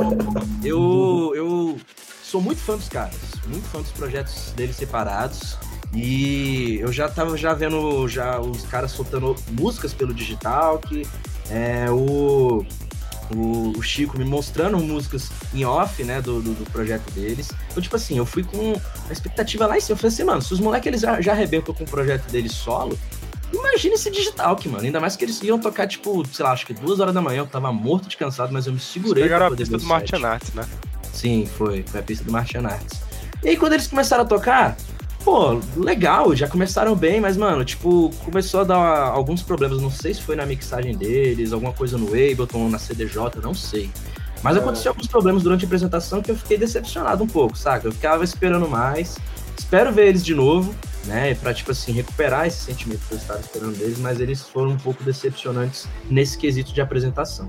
Speaker 3: eu sou muito fã dos caras, muito fã dos projetos deles separados, e eu já tava vendo os caras soltando músicas pelo Digital, que o Chico me mostrando músicas em off, né, do projeto deles. Então, tipo assim, eu fui com a expectativa lá em cima, eu falei assim, mano, se os moleques eles já arrebentam com o projeto deles solo, imagina esse Digital, mano. Ainda mais que eles iam tocar, tipo, sei lá, acho que 2 horas da manhã. Eu tava morto de cansado, mas eu me segurei.
Speaker 4: Pegaram a pista do Martian Arts, né?
Speaker 3: Sim, foi a pista do Martian Arts. E aí, quando eles começaram a tocar, pô, legal, já começaram bem, mas, mano, tipo, começou a dar alguns problemas. Não sei se foi na mixagem deles, alguma coisa no Ableton, na CDJ, não sei. Mas aconteceu alguns problemas durante a apresentação que eu fiquei decepcionado um pouco, saca? Eu ficava esperando mais. Espero ver eles de novo, né, pra, tipo assim, recuperar esse sentimento que eu estava esperando deles, mas eles foram um pouco decepcionantes nesse quesito de apresentação.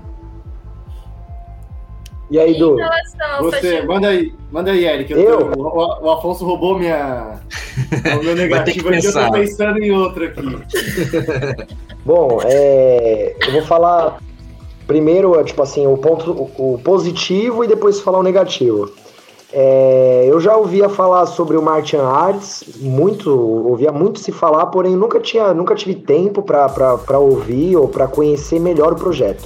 Speaker 7: E aí, Du?
Speaker 2: Você, manda aí, Eric. O Afonso roubou o meu negativo aqui, eu tô pensando em outro aqui.
Speaker 7: Bom, eu vou falar primeiro, tipo assim, o positivo e depois falar o negativo. Eu já ouvia falar sobre o Martian Arts, ouvia muito se falar, porém nunca tive tempo para ouvir ou para conhecer melhor o projeto.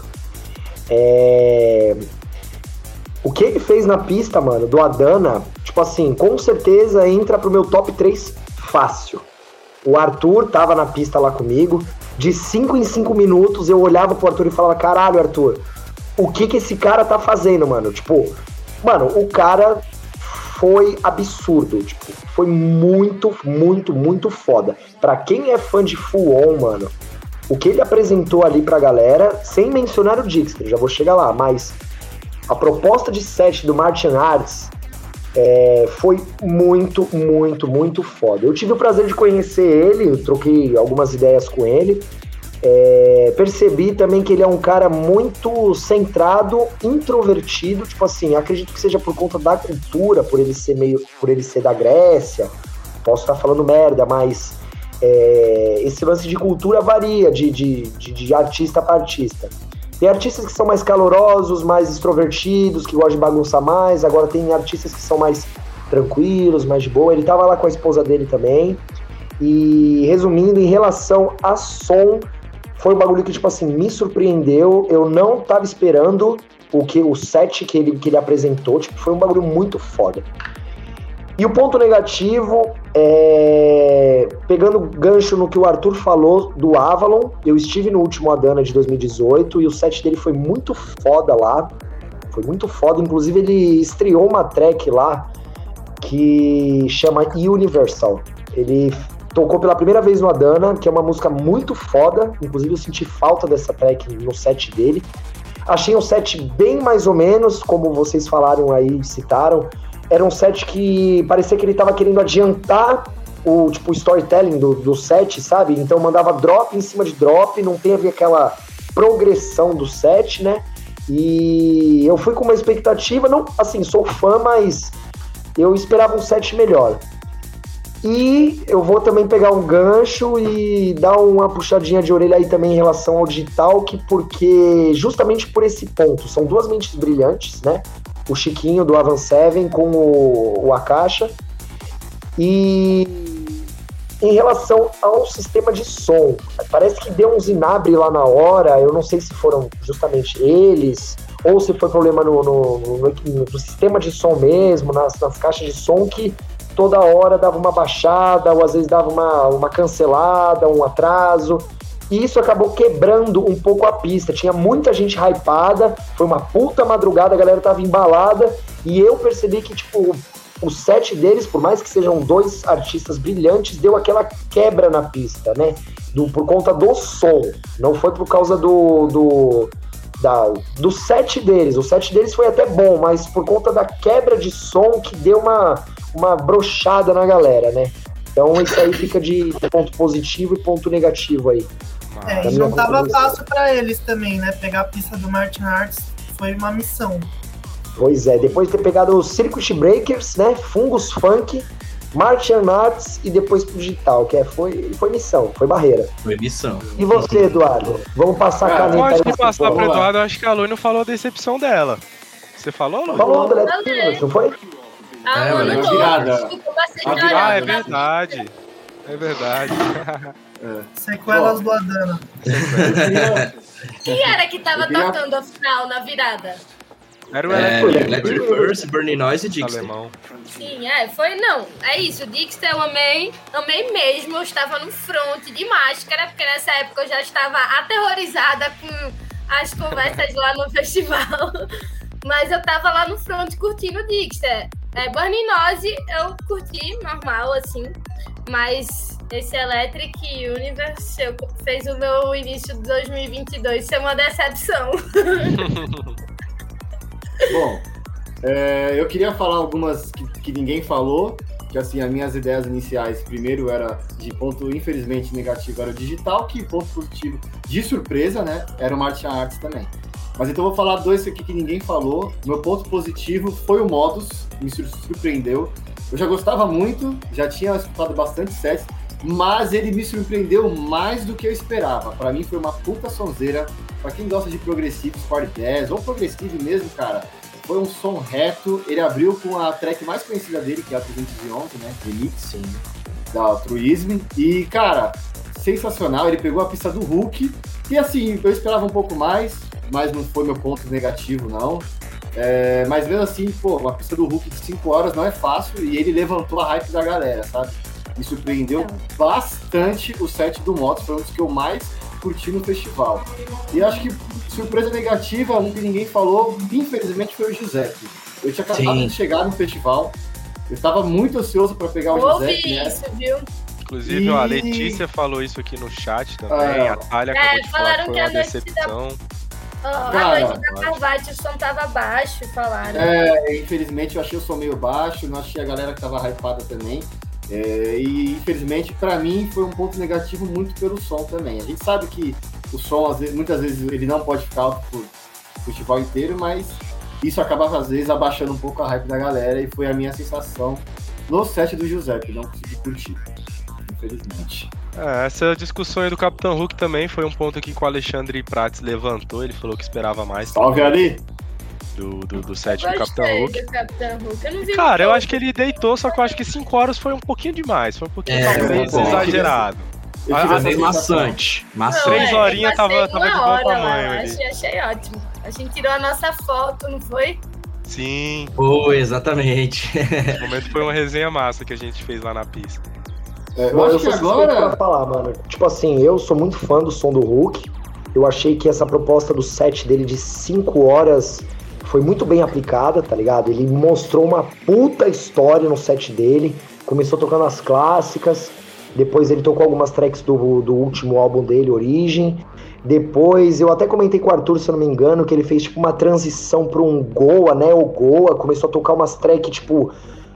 Speaker 7: O que ele fez na pista, mano, do Adana, tipo assim, com certeza entra pro meu top 3 fácil. O Arthur tava na pista lá comigo, de 5 em 5 minutos eu olhava pro Arthur e falava, caralho, Arthur, o que esse cara tá fazendo, mano? Tipo, mano, o cara foi absurdo, tipo, foi muito, muito, muito foda. Pra quem é fã de Full On, mano, o que ele apresentou ali pra galera, sem mencionar o Dixter, já vou chegar lá, mas a proposta de set do Martian Arts foi muito, muito, muito foda. Eu tive o prazer de conhecer ele, eu troquei algumas ideias com ele, percebi também que ele é um cara muito centrado, introvertido, tipo assim, acredito que seja por conta da cultura, por ele ser da Grécia, posso estar falando merda, mas esse lance de cultura varia de artista para artista. Tem artistas que são mais calorosos, mais extrovertidos, que gostam de bagunçar mais. Agora tem artistas que são mais tranquilos, mais de boa. Ele tava lá com a esposa dele também. E resumindo, em relação a som, foi um bagulho que, tipo assim, me surpreendeu. Eu não tava esperando o set que ele apresentou. Tipo, foi um bagulho muito foda. E o ponto negativo, pegando gancho no que o Arthur falou do Avalon, eu estive no último Adana de 2018 e o set dele foi muito foda lá, foi muito foda, inclusive ele estreou uma track lá que chama Universal, ele tocou pela primeira vez no Adana, que é uma música muito foda, inclusive eu senti falta dessa track no set dele, Achei um set bem mais ou menos, como vocês falaram aí, citaram. Era um set que parecia que ele tava querendo adiantar o storytelling do set, sabe? Então mandava drop em cima de drop, não teve aquela progressão do set, né? E eu fui com uma expectativa, não, assim, sou fã, mas eu esperava um set melhor. E eu vou também pegar um gancho e dar uma puxadinha de orelha aí também em relação ao digital, porque justamente por esse ponto, são duas mentes brilhantes, né? O Chiquinho do Avan 7 com o Akasha. E em relação ao sistema de som, parece que deu um zinabre lá na hora, eu não sei se foram justamente eles, ou se foi problema no sistema de som mesmo, nas caixas de som, que toda hora dava uma baixada, ou às vezes dava uma cancelada, um atraso, e isso acabou quebrando um pouco a pista. Tinha muita gente hypada, foi uma puta madrugada, a galera tava embalada, e eu percebi que, o set deles, por mais que sejam dois artistas brilhantes, deu aquela quebra na pista, né? Por conta do som. Não foi por causa do set deles. O set deles foi até bom, mas por conta da quebra de som que deu uma brochada na galera, né? Então isso aí fica de ponto positivo e ponto negativo aí.
Speaker 6: E não tava fácil pra eles também, né? Pegar a pista do Martin Arts foi uma missão.
Speaker 7: Pois é, depois de ter pegado os Circuit Breakers, né, Fungus Funk, Martian Arts e depois pro digital, que foi missão, foi barreira.
Speaker 3: Foi missão.
Speaker 7: E você, Eduardo? Vamos passar a caneta aí.
Speaker 4: Pode passar pro Eduardo, eu acho que a Lu não falou a decepção dela. Você falou, Lu?
Speaker 7: Falou, não foi?
Speaker 5: Mas
Speaker 2: virada.
Speaker 4: É verdade. É verdade.
Speaker 6: Sequelas do Adana.
Speaker 5: Quem era que tava tocando a final na virada?
Speaker 4: Era o
Speaker 3: Electric First, Burning Noise e Dixter.
Speaker 4: Alemão.
Speaker 5: Sim, foi, não. É isso, o Dixter eu amei mesmo. Eu estava no front de máscara, porque nessa época eu já estava aterrorizada com as conversas lá no festival. Mas eu tava lá no front curtindo o Dixter. Burning Noise eu curti, normal, assim. Mas esse Electric Universe fez o meu início de 2022 ser uma decepção.
Speaker 2: Bom, eu queria falar algumas que ninguém falou, que assim, as minhas ideias iniciais, primeiro era de ponto infelizmente negativo, era o digital, que ponto positivo de surpresa, né, era o Martian Arts também. Mas então eu vou falar dois aqui que ninguém falou. Meu ponto positivo foi o Modus, me surpreendeu. Eu já gostava muito, já tinha escutado bastante sets, mas ele me surpreendeu mais do que eu esperava. Pra mim foi uma puta sonzeira. Pra quem gosta de progressivo, Sport Jazz ou progressivo mesmo, cara, foi um som reto. Ele abriu com a track mais conhecida dele, que é a 311, né? Remix, da Altruism. E, cara, sensacional. Ele pegou a pista do Hulk. E, assim, eu esperava um pouco mais, mas não foi meu ponto negativo, não. Mas mesmo assim, uma pista do Hulk de 5 horas não é fácil. E ele levantou a hype da galera, sabe? Me surpreendeu bastante o set do Modus. Foi um dos que eu mais curti no festival. E acho que surpresa negativa, um que ninguém falou, infelizmente foi o Giuseppe. Eu tinha acabado de chegar no festival, eu estava muito ansioso para pegar o Giuseppe.
Speaker 5: Isso, viu?
Speaker 4: Inclusive, a Letícia falou isso aqui no chat também, a Thalia acabou de falar que foi uma decepção.
Speaker 5: A noite da Carvalho, o som tava baixo, falaram.
Speaker 2: Infelizmente eu achei o som meio baixo, não achei a galera que tava hypada também. E infelizmente pra mim foi um ponto negativo muito pelo som também. A gente sabe que o som muitas vezes ele não pode ficar alto pro festival inteiro, mas isso acaba às vezes abaixando um pouco a hype da galera, e foi a minha sensação no set do Giuseppe. Não consegui curtir, infelizmente.
Speaker 4: Essa discussão aí do Capitão Hook também foi um ponto aqui que o Alexandre Prates levantou. Ele falou que esperava mais.
Speaker 2: Salve ali!
Speaker 4: Do set do Capitão Hook.
Speaker 5: Eu não vi.
Speaker 4: Cara, eu acho que ele deitou, só que eu acho que 5 horas foi um pouquinho demais. Foi um pouquinho talvez exagerado.
Speaker 3: Eu tive meio maçante.
Speaker 4: 3 horinhas tava de bom tamanho ali.
Speaker 5: Achei ótimo. A gente tirou a nossa foto, não foi?
Speaker 4: Sim.
Speaker 3: Foi, exatamente.
Speaker 4: Esse momento foi uma resenha massa que a gente fez lá na pista.
Speaker 2: Eu acho que agora...
Speaker 7: pra falar, mano. Tipo assim, eu sou muito fã do som do Hulk. Eu achei que essa proposta do set dele de 5 horas foi muito bem aplicada, tá ligado? Ele mostrou uma puta história no set dele. Começou tocando as clássicas. Depois ele tocou algumas tracks do último álbum dele, Origem. Depois, eu até comentei com o Arthur, se eu não me engano, que ele fez tipo uma transição para um Goa, né? O Goa começou a tocar umas tracks, tipo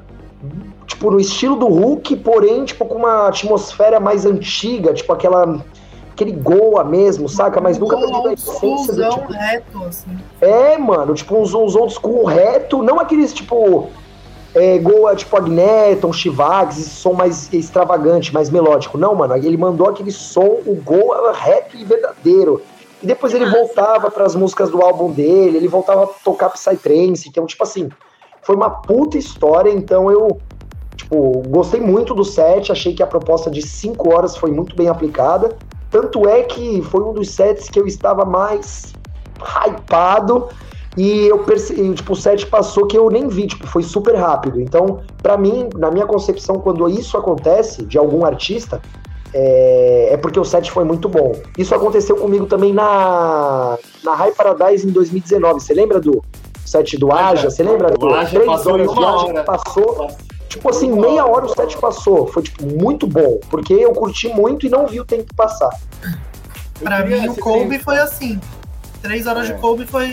Speaker 7: no estilo do Hulk, porém, tipo, com uma atmosfera mais antiga, tipo aquele Goa mesmo, saca? Mas nunca perdeu a essência do tipo...
Speaker 6: reto, assim.
Speaker 7: Mano, tipo uns old school reto, não aqueles tipo Goa tipo Agneton, Chivax, esse som mais extravagante, mais melódico. Não, mano, ele mandou aquele som, o Goa reto e verdadeiro. E depois ele voltava para as músicas do álbum dele, ele voltava a tocar Psytrance, então, tipo assim, foi uma puta história. Então eu, tipo, gostei muito do set, achei que a proposta de 5 horas foi muito bem aplicada. Tanto é que foi um dos sets que eu estava mais hypado e eu percebi, tipo, o set passou que eu nem vi, tipo, foi super rápido. Então, pra mim, na minha concepção, quando isso acontece de algum artista, é porque o set foi muito bom. Isso aconteceu comigo também na High Paradise em 2019. Você lembra do set do Aja? Você lembra?
Speaker 2: Do Aja
Speaker 7: 3 horas de Aja passou... Tipo assim, meia hora o set passou. Foi, tipo, muito bom. Porque eu curti muito e não vi o tempo passar.
Speaker 6: Pra mim, o Kobe foi assim. 3 horas de Kobe foi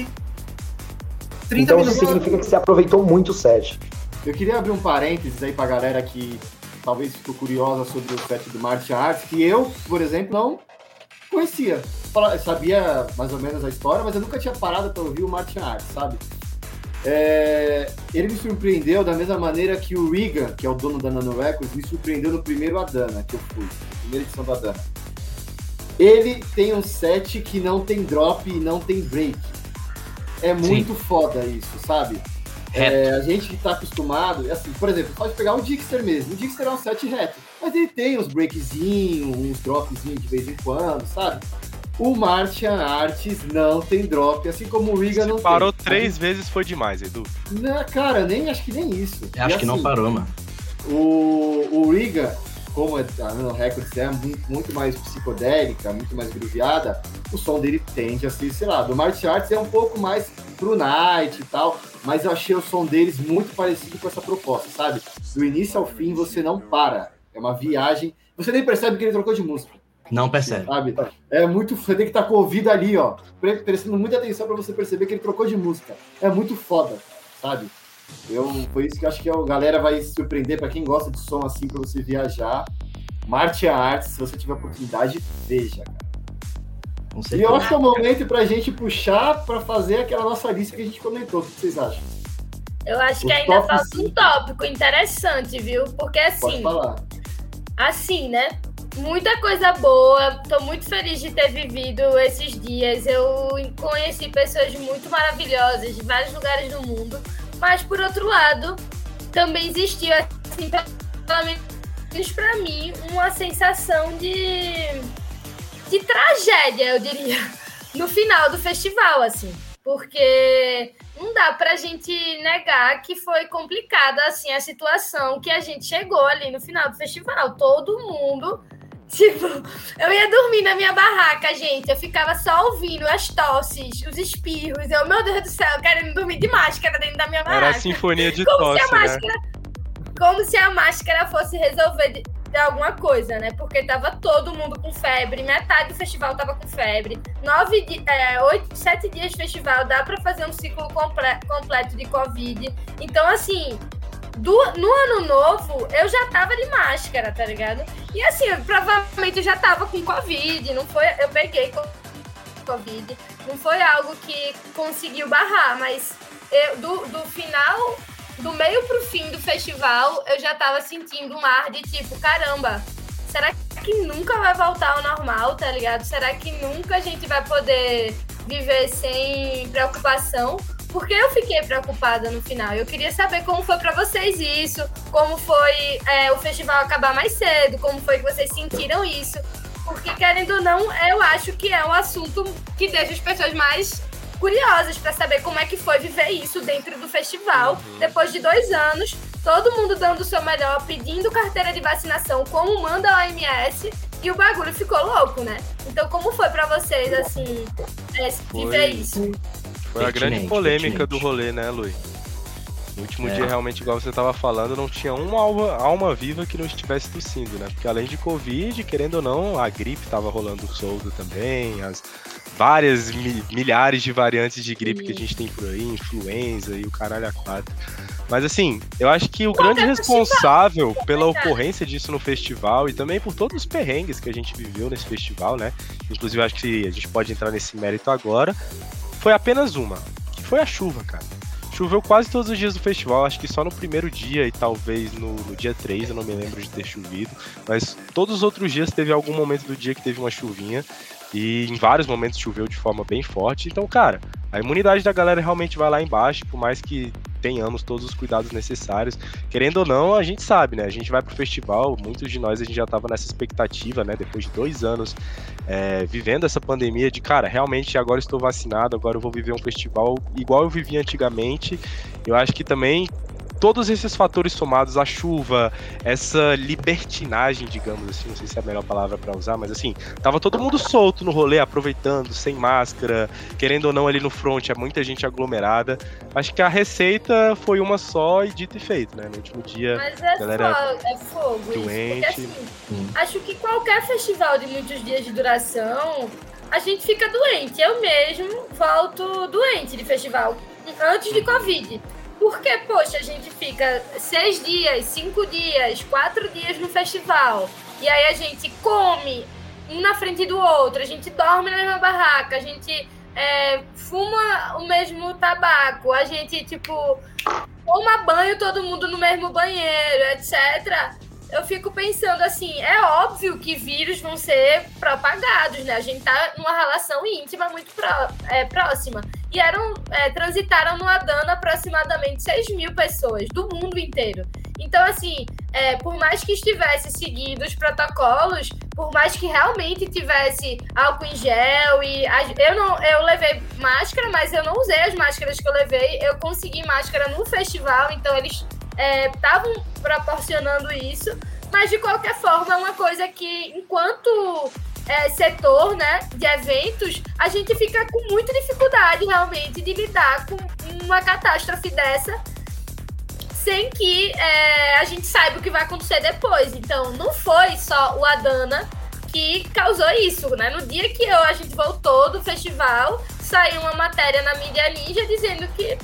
Speaker 6: 30
Speaker 7: então,
Speaker 6: minutos.
Speaker 7: Isso significa que você aproveitou muito o set.
Speaker 2: Eu queria abrir um parênteses aí pra galera que talvez ficou curiosa sobre o set do Martian Arts, que eu, por exemplo, não conhecia. Eu sabia mais ou menos a história, mas eu nunca tinha parado pra ouvir o Martian Arts, sabe? Ele me surpreendeu da mesma maneira que o Regan, que é o dono da Nano Records, me surpreendeu no primeiro Adana que eu fui, na primeira edição do Adana. Ele tem um set que não tem drop e não tem break. É muito foda isso, sabe? A gente que tá acostumado, assim, por exemplo, pode pegar o Dixter mesmo. O Dixter é um set reto, mas ele tem uns breakzinhos, uns dropzinhos de vez em quando, sabe? O Martian Arts não tem drop, assim como o Regan não
Speaker 4: parou
Speaker 2: tem.
Speaker 4: 3 vezes foi demais, Edu.
Speaker 2: Não, cara, acho que nem isso.
Speaker 3: Eu acho que não parou, mano.
Speaker 2: O Regan, como a Nano Records é muito mais psicodélica, muito mais grooveada, o som dele tende a ser, sei lá, do Martian Arts é um pouco mais pro night e tal, mas eu achei o som deles muito parecido com essa proposta, sabe? Do início ao fim você não para, é uma viagem, você nem percebe que ele trocou de música.
Speaker 3: Não percebe.
Speaker 2: Sabe? É muito. Você tem que estar com o ouvido ali, ó, prestando muita atenção pra você perceber que ele trocou de música. É muito foda, sabe? Foi isso que eu acho que a galera vai se surpreender pra quem gosta de som assim, pra você viajar. Martian Arts, se você tiver oportunidade, veja, cara. E eu acho que é o momento pra gente puxar pra fazer aquela nossa lista que a gente comentou. O que vocês acham?
Speaker 5: Eu acho que ainda falta um tópico interessante, viu? Porque assim.
Speaker 2: Pode falar.
Speaker 5: Assim, né? Muita coisa boa, tô muito feliz de ter vivido esses dias. Eu conheci pessoas muito maravilhosas de vários lugares do mundo, mas por outro lado, também existiu, assim, pelo menos pra mim, uma sensação de tragédia, eu diria, no final do festival, assim, porque não dá pra gente negar que foi complicada, assim, a situação que a gente chegou ali no final do festival. Todo mundo... Tipo, eu ia dormir na minha barraca, gente. Eu ficava só ouvindo as tosses, os espirros. Meu Deus do céu, querendo dormir de máscara dentro da minha barraca.
Speaker 4: Era a sinfonia de tosse, né?
Speaker 5: Como se a máscara fosse resolver de alguma coisa, né? Porque tava todo mundo com febre, metade do festival tava com febre. 7 dias de festival, dá pra fazer um ciclo completo de Covid. Então, assim... No ano novo, eu já tava de máscara, tá ligado? E assim, provavelmente eu já tava com Covid, não foi... Eu peguei Covid, não foi algo que conseguiu barrar, mas do final, do meio pro fim do festival, eu já tava sentindo um ar de tipo, caramba, será que nunca vai voltar ao normal, tá ligado? Será que nunca a gente vai poder viver sem preocupação? Porque eu fiquei preocupada no final. Eu queria saber como foi pra vocês isso, como foi o festival acabar mais cedo, como foi que vocês sentiram isso. Porque, querendo ou não, eu acho que é um assunto que deixa as pessoas mais curiosas pra saber como é que foi viver isso dentro do festival. Depois de 2 anos, todo mundo dando o seu melhor, pedindo carteira de vacinação, como manda a OMS, e o bagulho ficou louco, né? Então, como foi pra vocês, assim, viver isso?
Speaker 4: Foi a grande polêmica do rolê, né, Luiz? No último dia, realmente, igual você estava falando, não tinha uma alma viva que não estivesse tossindo, né? Porque além de Covid, querendo ou não, a gripe estava rolando solta também, as várias milhares de variantes de gripe que a gente tem por aí, influenza e o caralho a quatro. Mas assim, eu acho que o grande responsável pela ocorrência disso no festival e também por todos os perrengues que a gente viveu nesse festival, né? Inclusive, eu acho que a gente pode entrar nesse mérito agora, foi apenas uma, que foi a chuva, cara. Choveu quase todos os dias do festival, acho que só no primeiro dia e talvez no dia 3, eu não me lembro de ter chovido, mas todos os outros dias teve algum momento do dia que teve uma chuvinha e em vários momentos choveu de forma bem forte. Então, cara, a imunidade da galera realmente vai lá embaixo, por mais que tenhamos todos os cuidados necessários. Querendo ou não, a gente sabe, né? A gente vai pro festival, muitos de nós a gente já tava nessa expectativa, né? Depois de 2 anos vivendo essa pandemia de, cara, realmente agora estou vacinado, agora eu vou viver um festival igual eu vivia antigamente. Eu acho que também todos esses fatores somados, a chuva, essa libertinagem, digamos assim, não sei se é a melhor palavra pra usar, mas assim, tava todo mundo solto no rolê, aproveitando, sem máscara, querendo ou não ali no front, muita gente aglomerada. Acho que a receita foi uma só e dito e feito, né? No último dia,
Speaker 5: mas
Speaker 4: galera
Speaker 5: fogo
Speaker 4: doente.
Speaker 5: Isso, porque, assim, acho que qualquer festival de muitos dias de duração, a gente fica doente. Eu mesmo volto doente de festival, antes de Covid. Porque, poxa, a gente fica 6 dias, 5 dias, 4 dias no festival. E aí a gente come um na frente do outro, a gente dorme na mesma barraca, a gente fuma o mesmo tabaco, a gente, tipo, toma banho todo mundo no mesmo banheiro, etc. Eu fico pensando assim, é óbvio que vírus vão ser propagados, né? A gente tá numa relação íntima muito próxima. E transitaram no Adana aproximadamente 6.000 pessoas do mundo inteiro. Então, assim, por mais que estivesse seguindo os protocolos, por mais que realmente tivesse álcool em gel e... Eu levei máscara, mas eu não usei as máscaras que eu levei. Eu consegui máscara no festival, então eles estavam proporcionando isso. Mas, de qualquer forma, é uma coisa que, enquanto... setor, né, de eventos, a gente fica com muita dificuldade realmente de lidar com uma catástrofe dessa sem que a gente saiba o que vai acontecer depois. Então, não foi só o Adana que causou isso, né? No dia que a gente voltou do festival, saiu uma matéria na mídia ninja dizendo que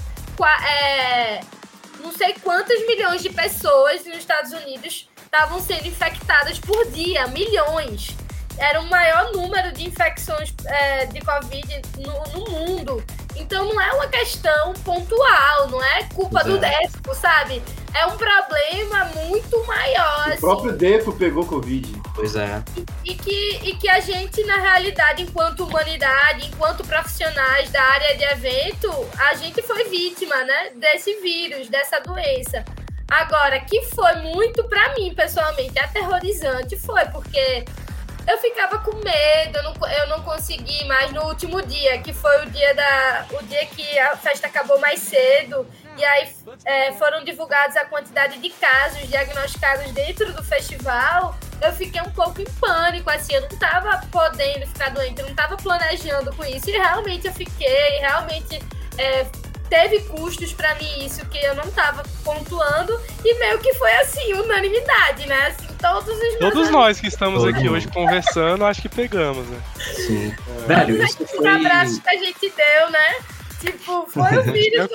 Speaker 5: não sei quantos milhões de pessoas nos Estados Unidos estavam sendo infectadas por dia, milhões. Era o maior número de infecções de Covid no mundo. Então não é uma questão pontual, não é culpa do Deco, sabe? É um problema muito maior.
Speaker 2: O próprio Deco pegou Covid.
Speaker 3: Pois é.
Speaker 5: E que a gente, na realidade, enquanto humanidade, enquanto profissionais da área de evento, a gente foi vítima, né, desse vírus, dessa doença. Agora, que foi muito, pra mim, pessoalmente, aterrorizante, foi porque... eu ficava com medo, eu não consegui mais no último dia, que foi o dia que a festa acabou mais cedo, e aí foram divulgados a quantidade de casos diagnosticados dentro do festival. Eu fiquei um pouco em pânico, assim, eu não tava podendo ficar doente, eu não tava planejando com isso, e realmente eu fiquei, teve custos pra mim isso que eu não tava pontuando, e meio que foi assim, unanimidade, né? Assim, todos nós que estamos aqui hoje conversando, acho que pegamos, né?
Speaker 3: Sim. Velho, isso foi...
Speaker 5: Um abraço que a gente deu, né? Tipo, foi o vírus.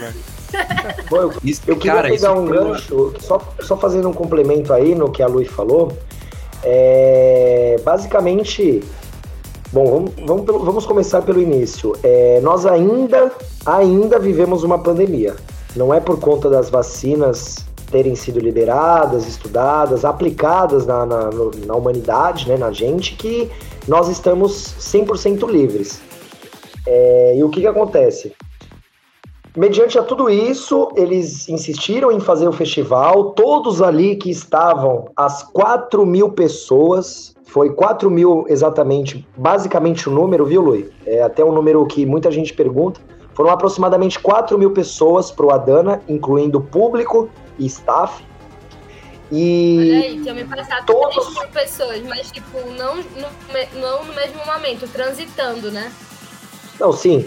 Speaker 7: Eu queria pegar um gancho, só fazendo um complemento aí no que a Lui falou. Basicamente... Bom, vamos começar pelo início. Nós ainda vivemos uma pandemia. Não é por conta das vacinas terem sido liberadas, estudadas, aplicadas na humanidade, né, na gente, que nós estamos 100% livres. E o que acontece? Mediante a tudo isso, eles insistiram em fazer o festival, todos ali que estavam, as 4.000 pessoas, foi 4.000 exatamente, basicamente o número, viu, Lui? Até um número que muita gente pergunta, foram aproximadamente 4.000 pessoas para o Adana, incluindo público e staff.
Speaker 5: Olha aí, tinha me passado 3.000 pessoas, mas tipo, não no mesmo momento, transitando, né?
Speaker 7: Não, sim.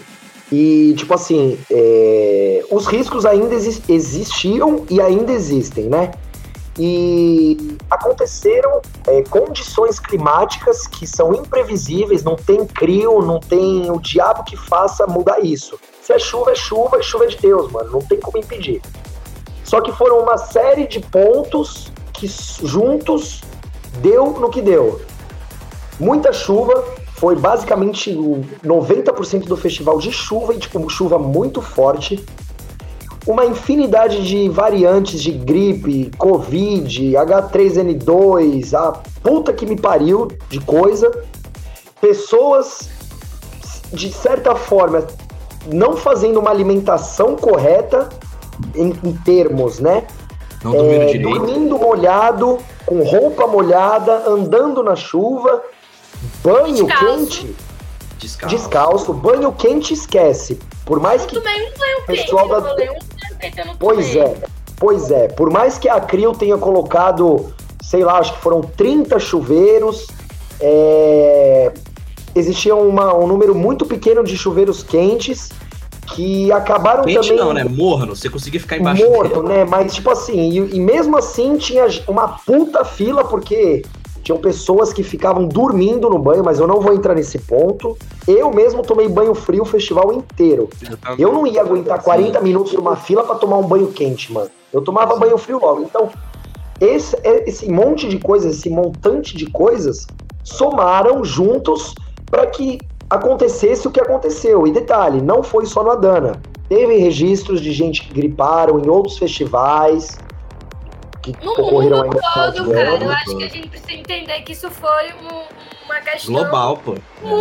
Speaker 7: E, tipo assim, os riscos ainda existiam e ainda existem, né? E aconteceram condições climáticas que são imprevisíveis, não tem CRIO, não tem o diabo que faça mudar isso. Se é chuva, e chuva é de Deus, mano, não tem como impedir. Só que foram uma série de pontos que juntos deu no que deu. Muita chuva, foi basicamente 90% do festival de chuva, e tipo, chuva muito forte. Uma infinidade de variantes de gripe, Covid, H3N2, a puta que me pariu de coisa. Pessoas, de certa forma, não fazendo uma alimentação correta em termos, né?
Speaker 3: Não dormindo direito.
Speaker 7: Dormindo molhado, com roupa molhada, andando na chuva, banho quente. Descalço, banho quente esquece. Por mais que.
Speaker 5: Tomei um banho
Speaker 7: pessoal
Speaker 5: quente,
Speaker 7: Pois é. Por mais que a CRIO tenha colocado, sei lá, acho que foram 30 chuveiros, existia um número muito pequeno de chuveiros quentes que acabaram
Speaker 3: quente
Speaker 7: também...
Speaker 3: não, né? Morno, você conseguia ficar embaixo
Speaker 7: morto, né? Mas, tipo assim, e mesmo assim tinha uma puta fila, porque tinham pessoas que ficavam dormindo no banho, mas eu não vou entrar nesse ponto. Eu mesmo tomei banho frio o festival inteiro. Eu não ia aguentar 40 minutos numa fila pra tomar um banho quente, mano. Eu tomava banho frio logo. Então, esse monte de coisas, esse montante de coisas, somaram juntos para que acontecesse o que aconteceu. E detalhe, não foi só no Adana. Teve registros de gente que griparam em outros festivais, que
Speaker 5: no
Speaker 7: ocorreram
Speaker 5: mundo
Speaker 7: ainda
Speaker 5: todo, cara. Eu acho que a gente precisa entender que isso foi uma questão
Speaker 3: global, pô.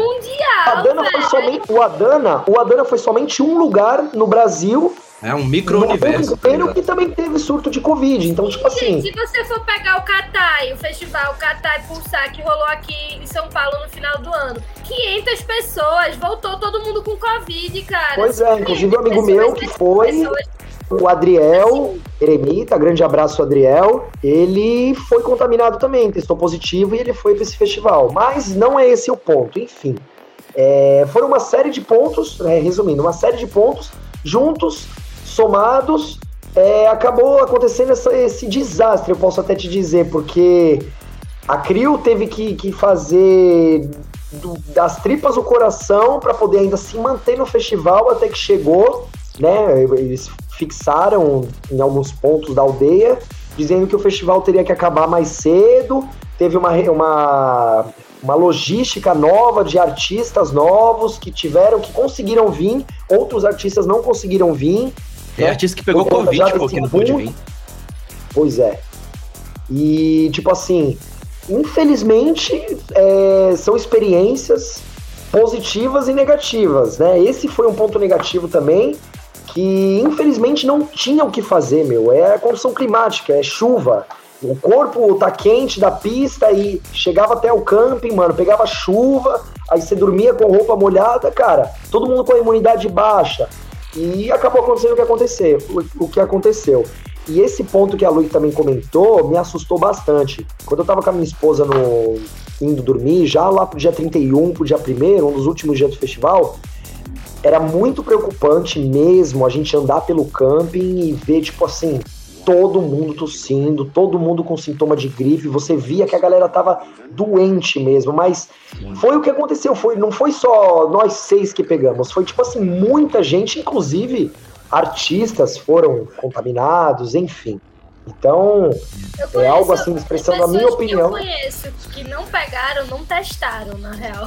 Speaker 5: Mundial.
Speaker 7: O Adana foi somente um lugar no Brasil.
Speaker 3: É um micro-universo.
Speaker 7: Que também teve surto de Covid. Então, tipo assim.
Speaker 5: Se você for pegar o Catai, o festival Catai Pulsar, que rolou aqui em São Paulo no final do ano, 500 pessoas, voltou todo mundo com Covid, cara.
Speaker 7: Pois é, inclusive um amigo meu que foi, o Adriel Eremita, grande abraço, Adriel, ele foi contaminado também, testou positivo e ele foi para esse festival. Mas não é esse o ponto, enfim. Foram uma série de pontos, resumindo, uma série de pontos juntos, somados, acabou acontecendo esse desastre, eu posso até te dizer, porque a CRIO teve que fazer das tripas o coração para poder ainda se manter no festival até que chegou, né? Eles fixaram em alguns pontos da aldeia, dizendo que o festival teria que acabar mais cedo, teve uma logística nova de artistas novos que conseguiram vir, outros artistas não conseguiram vir.
Speaker 3: Tem artista que pegou Covid, porque não pôde vir.
Speaker 7: Pois é. E, tipo assim, infelizmente, são experiências positivas e negativas, né? Esse foi um ponto negativo também, que infelizmente não tinha o que fazer, meu. É a condição climática, é chuva. O corpo tá quente da pista e chegava até o camping, mano, pegava chuva, aí você dormia com roupa molhada, cara, todo mundo com a imunidade baixa. E acabou acontecendo o que aconteceu. E esse ponto que a Lu também comentou me assustou bastante. Quando eu tava com a minha esposa indo dormir, já lá pro dia 31, pro dia 1º, um dos últimos dias do festival, era muito preocupante mesmo a gente andar pelo camping e ver, tipo assim, todo mundo tossindo, todo mundo com sintoma de gripe, você via que a galera tava doente mesmo, mas foi o que aconteceu, não foi só nós 6 que pegamos, foi tipo assim, muita gente, inclusive artistas foram contaminados, enfim. Então, é algo assim, expressando a minha opinião.
Speaker 5: Eu conheço que não pegaram, não testaram, na real.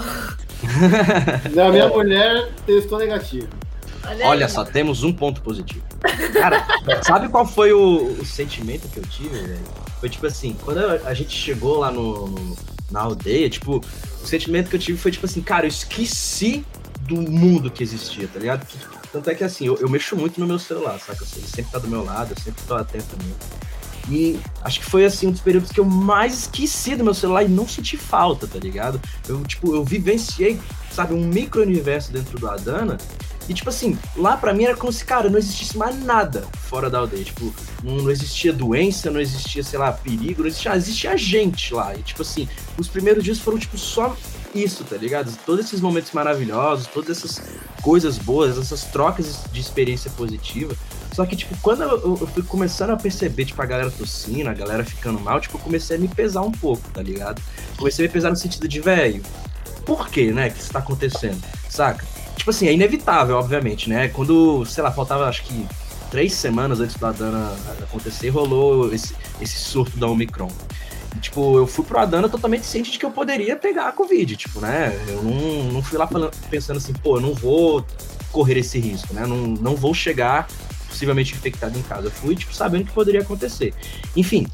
Speaker 2: A minha mulher testou negativo.
Speaker 3: Olha só, temos um ponto positivo. Cara, sabe qual foi o sentimento que eu tive, velho? Foi tipo assim, quando a gente chegou lá na aldeia, tipo, o sentimento que eu tive foi tipo assim, cara, eu esqueci do mundo que existia, tá ligado? Tanto é que assim, eu mexo muito no meu celular, saca? Ele sempre tá do meu lado, eu sempre tô atento nele. E acho que foi assim um dos períodos que eu mais esqueci do meu celular e não senti falta, tá ligado? Eu vivenciei, sabe, um micro-universo dentro do Adana. E, tipo assim, lá pra mim era como se, cara, não existisse mais nada fora da aldeia. Tipo, não existia doença, não existia, sei lá, perigo, não existia gente lá. E, tipo assim, os primeiros dias foram, tipo, só isso, tá ligado? Todos esses momentos maravilhosos, todas essas coisas boas, essas trocas de experiência positiva. Só que, tipo, quando eu fui começando a perceber, tipo, a galera tossindo, a galera ficando mal, tipo, eu comecei a me pesar um pouco, tá ligado? Comecei a me pesar no sentido de, velho, por quê, né, que isso tá acontecendo, saca? Tipo assim, é inevitável, obviamente, né? Quando, sei lá, faltava, acho que 3 semanas antes da Adana acontecer, rolou esse surto da Omicron. E, tipo, eu fui pro Adana totalmente ciente de que eu poderia pegar a Covid, tipo, né? Eu não fui lá pensando assim, pô, eu não vou correr esse risco, né? Não vou chegar possivelmente infectado em casa. Eu fui, tipo, sabendo que poderia acontecer. Enfim,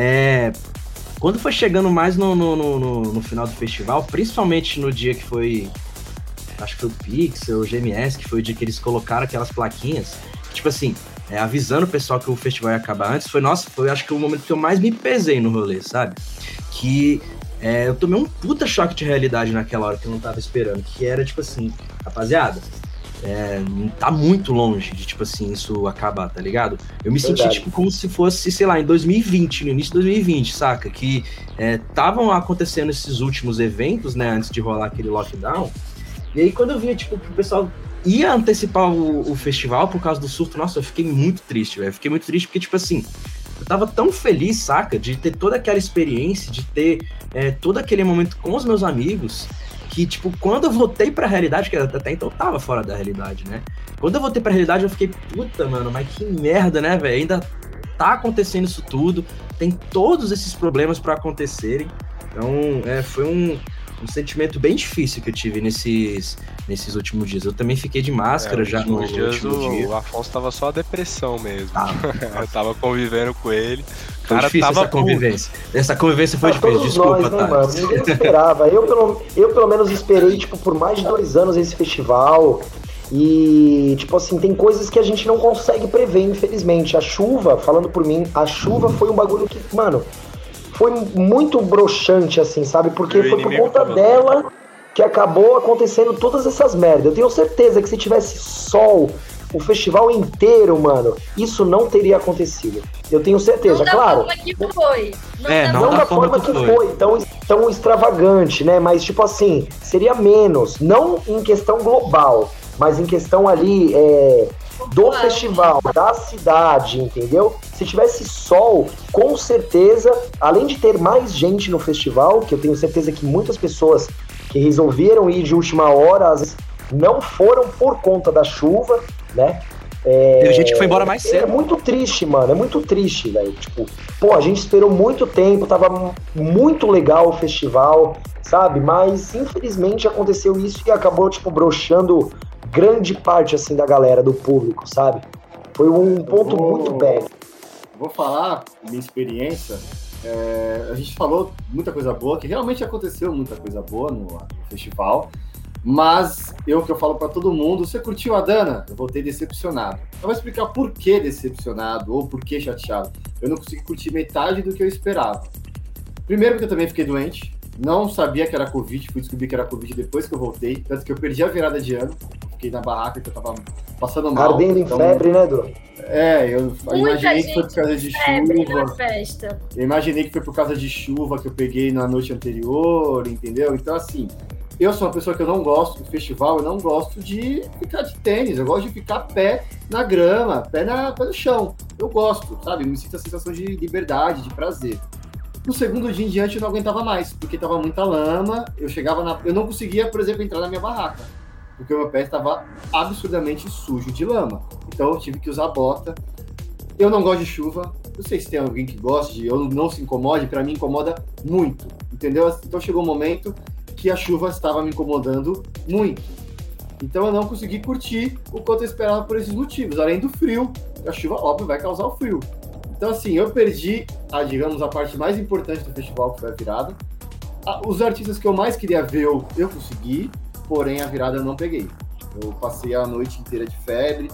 Speaker 3: quando foi chegando mais no final do festival, principalmente no dia que foi, acho que foi o Pixel, o GMS, que foi o dia que eles colocaram aquelas plaquinhas, tipo assim, avisando o pessoal que o festival ia acabar antes, foi acho que o momento que eu mais me pesei no rolê, sabe? Que eu tomei um puta choque de realidade naquela hora que eu não tava esperando, que era, tipo assim, rapaziada, tá muito longe de, tipo assim, isso acabar, tá ligado? Eu me senti, tipo, como se fosse, sei lá, em 2020, no início de 2020, saca? Que estavam acontecendo esses últimos eventos, né, antes de rolar aquele lockdown. E aí, quando eu via, tipo, que o pessoal ia antecipar o festival por causa do surto, nossa, eu fiquei muito triste, velho. Fiquei muito triste porque, tipo assim, eu tava tão feliz, saca? De ter toda aquela experiência, de ter todo aquele momento com os meus amigos, que, tipo, quando eu voltei pra realidade, que até então eu tava fora da realidade, né? Quando eu voltei pra realidade, eu fiquei, puta, mano, mas que merda, né, velho? Ainda tá acontecendo isso tudo, tem todos esses problemas pra acontecerem. Então, foi um sentimento bem difícil que eu tive nesses últimos dias. Eu também fiquei de máscara já no último dia.
Speaker 4: O Afonso tava só a depressão mesmo. Eu tava convivendo com ele.
Speaker 3: Foi difícil essa convivência. Essa convivência foi difícil, desculpa,
Speaker 7: tá? Mano, ninguém esperava. Eu pelo menos esperei, tipo, por mais de 2 anos esse festival. E, tipo assim, tem coisas que a gente não consegue prever, infelizmente. A chuva, falando por mim, a chuva foi um bagulho que, mano, foi muito broxante, assim, sabe? Porque foi por conta dela que acabou acontecendo todas essas merdas. Eu tenho certeza que se tivesse sol o festival inteiro, mano, isso não teria acontecido. Eu tenho certeza, claro. Não da forma que foi, tão extravagante, né? Mas, tipo assim, seria menos. Não em questão global, mas em questão ali do festival, da cidade, entendeu? Se tivesse sol, com certeza, além de ter mais gente no festival, que eu tenho certeza que muitas pessoas que resolveram ir de última hora, às vezes não foram por conta da chuva, né?
Speaker 3: Teve gente que foi embora mais cedo.
Speaker 7: É muito triste, mano, é muito triste, velho. Tipo, pô, a gente esperou muito tempo, tava muito legal o festival, sabe? Mas, infelizmente, aconteceu isso e acabou, tipo, broxando grande parte, assim, da galera, do público, sabe? Foi um ponto muito bad.
Speaker 2: Vou falar minha experiência. A gente falou muita coisa boa, que realmente aconteceu muita coisa boa no festival, mas que eu falo pra todo mundo, você curtiu a Adana? Eu voltei decepcionado. Eu vou explicar por que decepcionado ou por que chateado. Eu não consegui curtir metade do que eu esperava. Primeiro porque eu também fiquei doente, não sabia que era Covid, fui descobrir que era Covid depois que eu voltei, tanto que eu perdi a virada de ano, fiquei na barraca que eu tava passando mal.
Speaker 7: Ardendo em febre, né, Du?
Speaker 2: Eu imaginei que foi por causa de chuva. Eu imaginei que foi por causa de chuva que eu peguei na noite anterior, entendeu? Então, assim, eu sou uma pessoa que eu não gosto do festival, eu não gosto de ficar de tênis, eu gosto de ficar pé na grama, pé no chão. Eu gosto, sabe? Eu me sinto a sensação de liberdade, de prazer. No segundo dia em diante eu não aguentava mais, porque tava muita lama, eu não conseguia, por exemplo, entrar na minha barraca, porque o meu pé estava absurdamente sujo de lama. Então eu tive que usar bota. Eu não gosto de chuva, não sei se tem alguém que gosta de, ou não se incomode, pra mim incomoda muito, entendeu? Então chegou um momento que a chuva estava me incomodando muito. Então eu não consegui curtir o quanto eu esperava por esses motivos, além do frio. A chuva, óbvio, vai causar o frio. Então, assim, eu perdi, a parte mais importante do festival, que foi a virada. Os artistas que eu mais queria ver, eu consegui, porém a virada eu não peguei. Eu passei a noite inteira de febre.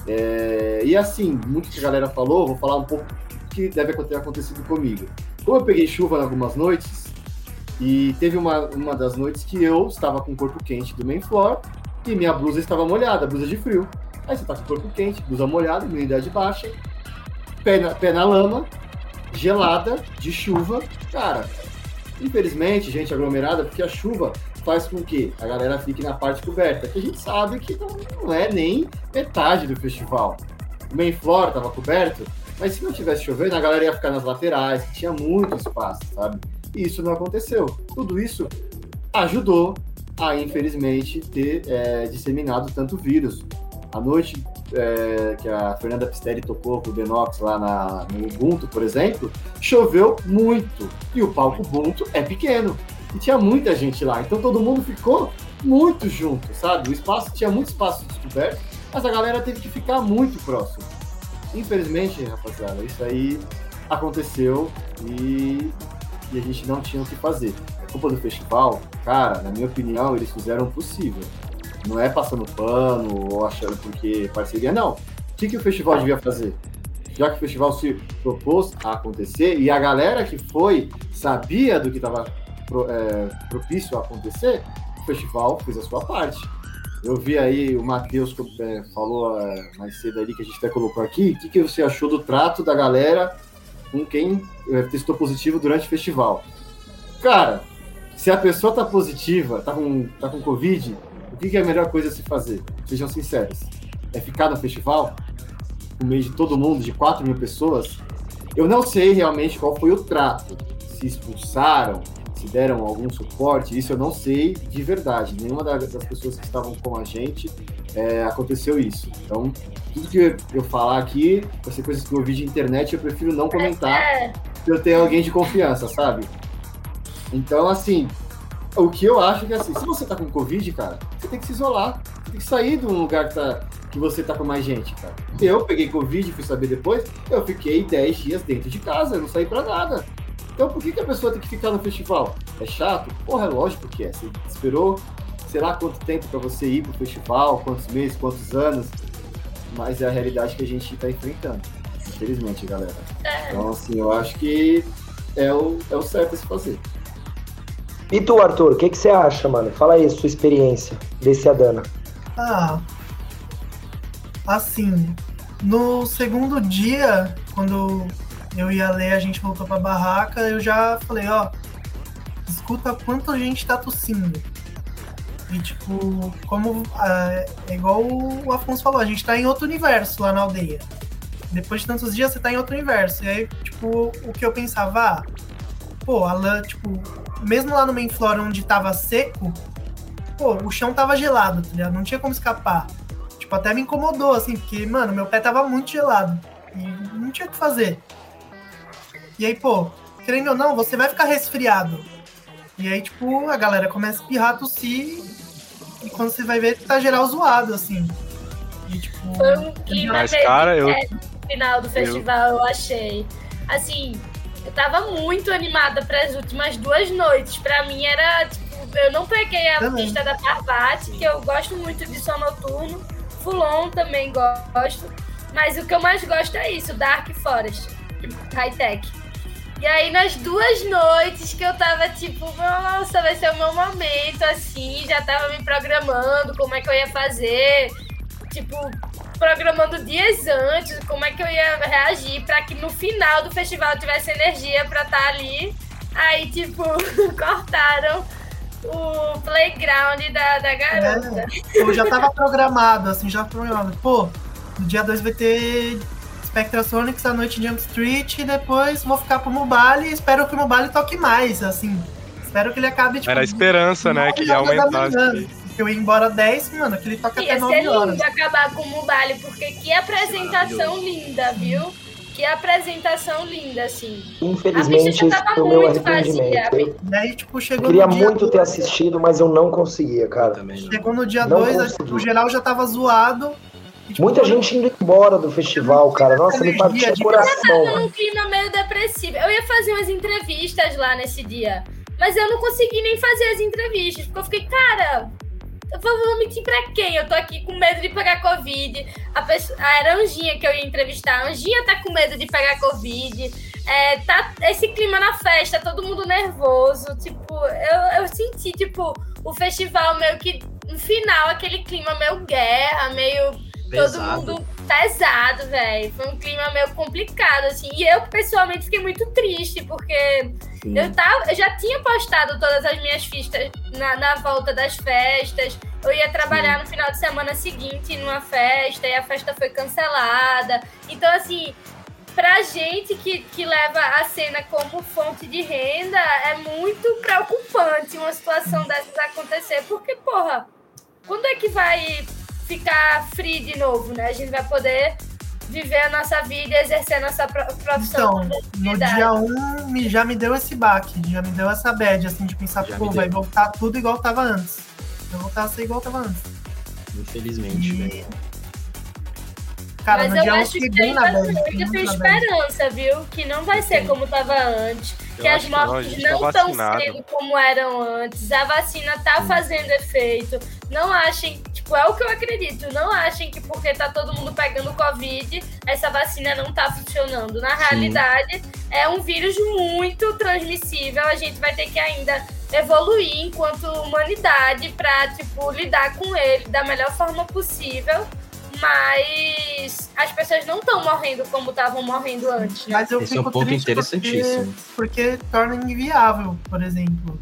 Speaker 2: E assim, muito que a galera falou, vou falar um pouco do que deve ter acontecido comigo. Como eu peguei chuva em algumas noites, e teve uma das noites que eu estava com o corpo quente do main floor, e minha blusa estava molhada, blusa de frio. Aí você tá com o corpo quente, blusa molhada, imunidade baixa, pé na lama, gelada, de chuva, cara, Infelizmente, gente aglomerada, porque a chuva faz com que a galera fique na parte coberta, que a gente sabe que não é nem metade do festival. O main floor estava coberto, mas se não tivesse chovendo, a galera ia ficar nas laterais, que tinha muito espaço, sabe? E isso não aconteceu. Tudo isso ajudou a, infelizmente, ter disseminado tanto vírus. A noite que a Fernanda Pistelli tocou com o Denox lá no Ubuntu, por exemplo, choveu muito. E o palco Ubuntu é pequeno. E tinha muita gente lá. Então todo mundo ficou muito junto, sabe? O espaço tinha muito espaço descoberto, mas a galera teve que ficar muito próximo. Infelizmente, rapaziada, isso aí aconteceu e a gente não tinha o que fazer. A culpa do festival, cara, na minha opinião, eles fizeram o possível. Não é passando pano ou achando porque parceria, não. O que o festival devia fazer? Já que o festival se propôs a acontecer e a galera que foi sabia do que estava propício a acontecer, o festival fez a sua parte. Eu vi aí o Matheus falou mais cedo ali, que a gente até colocou aqui, o que você achou do trato da galera com quem testou positivo durante o festival? Cara, se a pessoa tá positiva, tá com Covid, o que é a melhor coisa a se fazer? Sejam sinceros. É ficar no festival, no meio de todo mundo, de 4 mil pessoas? Eu não sei realmente qual foi o trato. Se expulsaram, se deram algum suporte, isso eu não sei de verdade. Nenhuma das pessoas que estavam com a gente aconteceu isso. Então, tudo que eu falar aqui, vai ser coisas que eu ouvi de internet, eu prefiro não comentar, se eu tenho alguém de confiança, sabe? Então, assim, o que eu acho que é assim, se você tá com Covid, cara, você tem que se isolar, você tem que sair de um lugar que você tá com mais gente, cara. Eu peguei Covid, fui saber depois, eu fiquei 10 dias dentro de casa, eu não saí pra nada. Então por que a pessoa tem que ficar no festival? É chato? Porra, é lógico que é. Você esperou, sei lá quanto tempo pra você ir pro festival, quantos meses, quantos anos, mas é a realidade que a gente tá enfrentando, infelizmente, galera. Então, assim, eu acho que é o certo a se fazer.
Speaker 7: E tu, Arthur, o que você acha, mano? Fala aí a sua experiência desse Adana.
Speaker 6: Assim, no segundo dia, quando eu e a Lê, a gente voltou pra barraca, eu já falei, escuta quanta gente tá tossindo. E, tipo, como é igual o Afonso falou, a gente tá em outro universo lá na aldeia. Depois de tantos dias, você tá em outro universo. E aí, tipo, o que eu pensava, a lã, tipo, mesmo lá no main floor onde tava seco, o chão tava gelado, tá ligado? Não tinha como escapar. Tipo, até me incomodou, assim, porque, mano, meu pé tava muito gelado. E não tinha o que fazer. E aí, querendo ou não, você vai ficar resfriado. E aí, tipo, a galera começa a espirrar, tossir. E quando você vai ver, tá geral zoado, assim. E, tipo...
Speaker 5: Foi um clima no final do festival, eu achei. Assim, eu tava muito animada para as últimas 2 noites. Pra mim era, tipo, eu não peguei a pista da Parvati, que eu gosto muito de som noturno. Fulon também gosto. Mas o que eu mais gosto é isso, Dark Forest, High Tech. E aí, nas 2 noites que eu tava tipo, nossa, vai ser o meu momento, assim, já tava me programando como é que eu ia fazer, tipo, programando dias antes, como é que eu ia reagir pra que no final do festival eu tivesse energia pra estar ali. Aí, tipo, cortaram o playground da garota.
Speaker 6: Eu já tava programado, assim, no dia 2 vai ter Spectrasonics, a noite em Jump Street, e depois vou ficar pro Mubali e espero que o Mubali toque mais, assim. Espero que ele acabe, tipo...
Speaker 4: Era a esperança, né, que ia aumentar.
Speaker 6: Se eu ir embora 10, mano, que ele toca até 9 horas.
Speaker 5: Ia ser lindo acabar com o Mubali, porque que apresentação linda, viu? Que apresentação linda, assim.
Speaker 7: Infelizmente, esse foi o meu arrependimento.
Speaker 6: E aí, tipo, chegou
Speaker 7: eu queria muito ter assistido, mas eu não conseguia, cara.
Speaker 6: Chegou no dia 2, o geral já tava zoado.
Speaker 7: E, tipo, muita gente indo embora do festival, cara. Nossa, me partia o coração.
Speaker 5: Eu tava num clima meio depressivo. Eu ia fazer umas entrevistas lá nesse dia, mas eu não consegui nem fazer as entrevistas, porque eu fiquei, cara, eu vou mentir pra quem? Eu tô aqui com medo de pegar Covid. Era a Anjinha que eu ia entrevistar. A Anjinha tá com medo de pegar Covid. Tá esse clima na festa, todo mundo nervoso. Tipo, eu senti, tipo, o festival meio que, no final, aquele clima meio guerra, meio...
Speaker 3: Pesado.
Speaker 5: Todo mundo pesado, velho. Foi um clima meio complicado, assim. E eu, pessoalmente, fiquei muito triste, porque Eu já tinha postado todas as minhas fichas na volta das festas. Eu ia trabalhar no final de semana seguinte numa festa e a festa foi cancelada. Então, assim, pra gente que leva a cena como fonte de renda, é muito preocupante uma situação dessas acontecer. Porque, porra, quando é que vai ficar free de novo, né? A gente vai poder viver a nossa vida e exercer a nossa profissão.
Speaker 6: Então, no dia 1 já me deu esse baque, já me deu essa bad, assim, de pensar, pô, vai voltar tudo igual tava antes. Vai voltar a ser igual tava antes.
Speaker 3: Infelizmente, né?
Speaker 6: Cara,
Speaker 5: mas
Speaker 6: no
Speaker 5: eu
Speaker 6: dia
Speaker 5: acho que ainda tem esperança, viu? Que não vai ser como tava antes. Que as mortes não estão sendo como eram antes. A vacina tá fazendo efeito. Não achem, tipo, é o que eu acredito. Não achem que porque tá todo mundo pegando Covid, essa vacina não tá funcionando. Na realidade, é um vírus muito transmissível. A gente vai ter que ainda evoluir enquanto humanidade pra, tipo, lidar com ele da melhor forma possível. Mas as pessoas não estão morrendo como estavam morrendo antes. Né?
Speaker 6: Mas eu
Speaker 3: Esse é um ponto interessantíssimo.
Speaker 6: Porque torna inviável, por exemplo.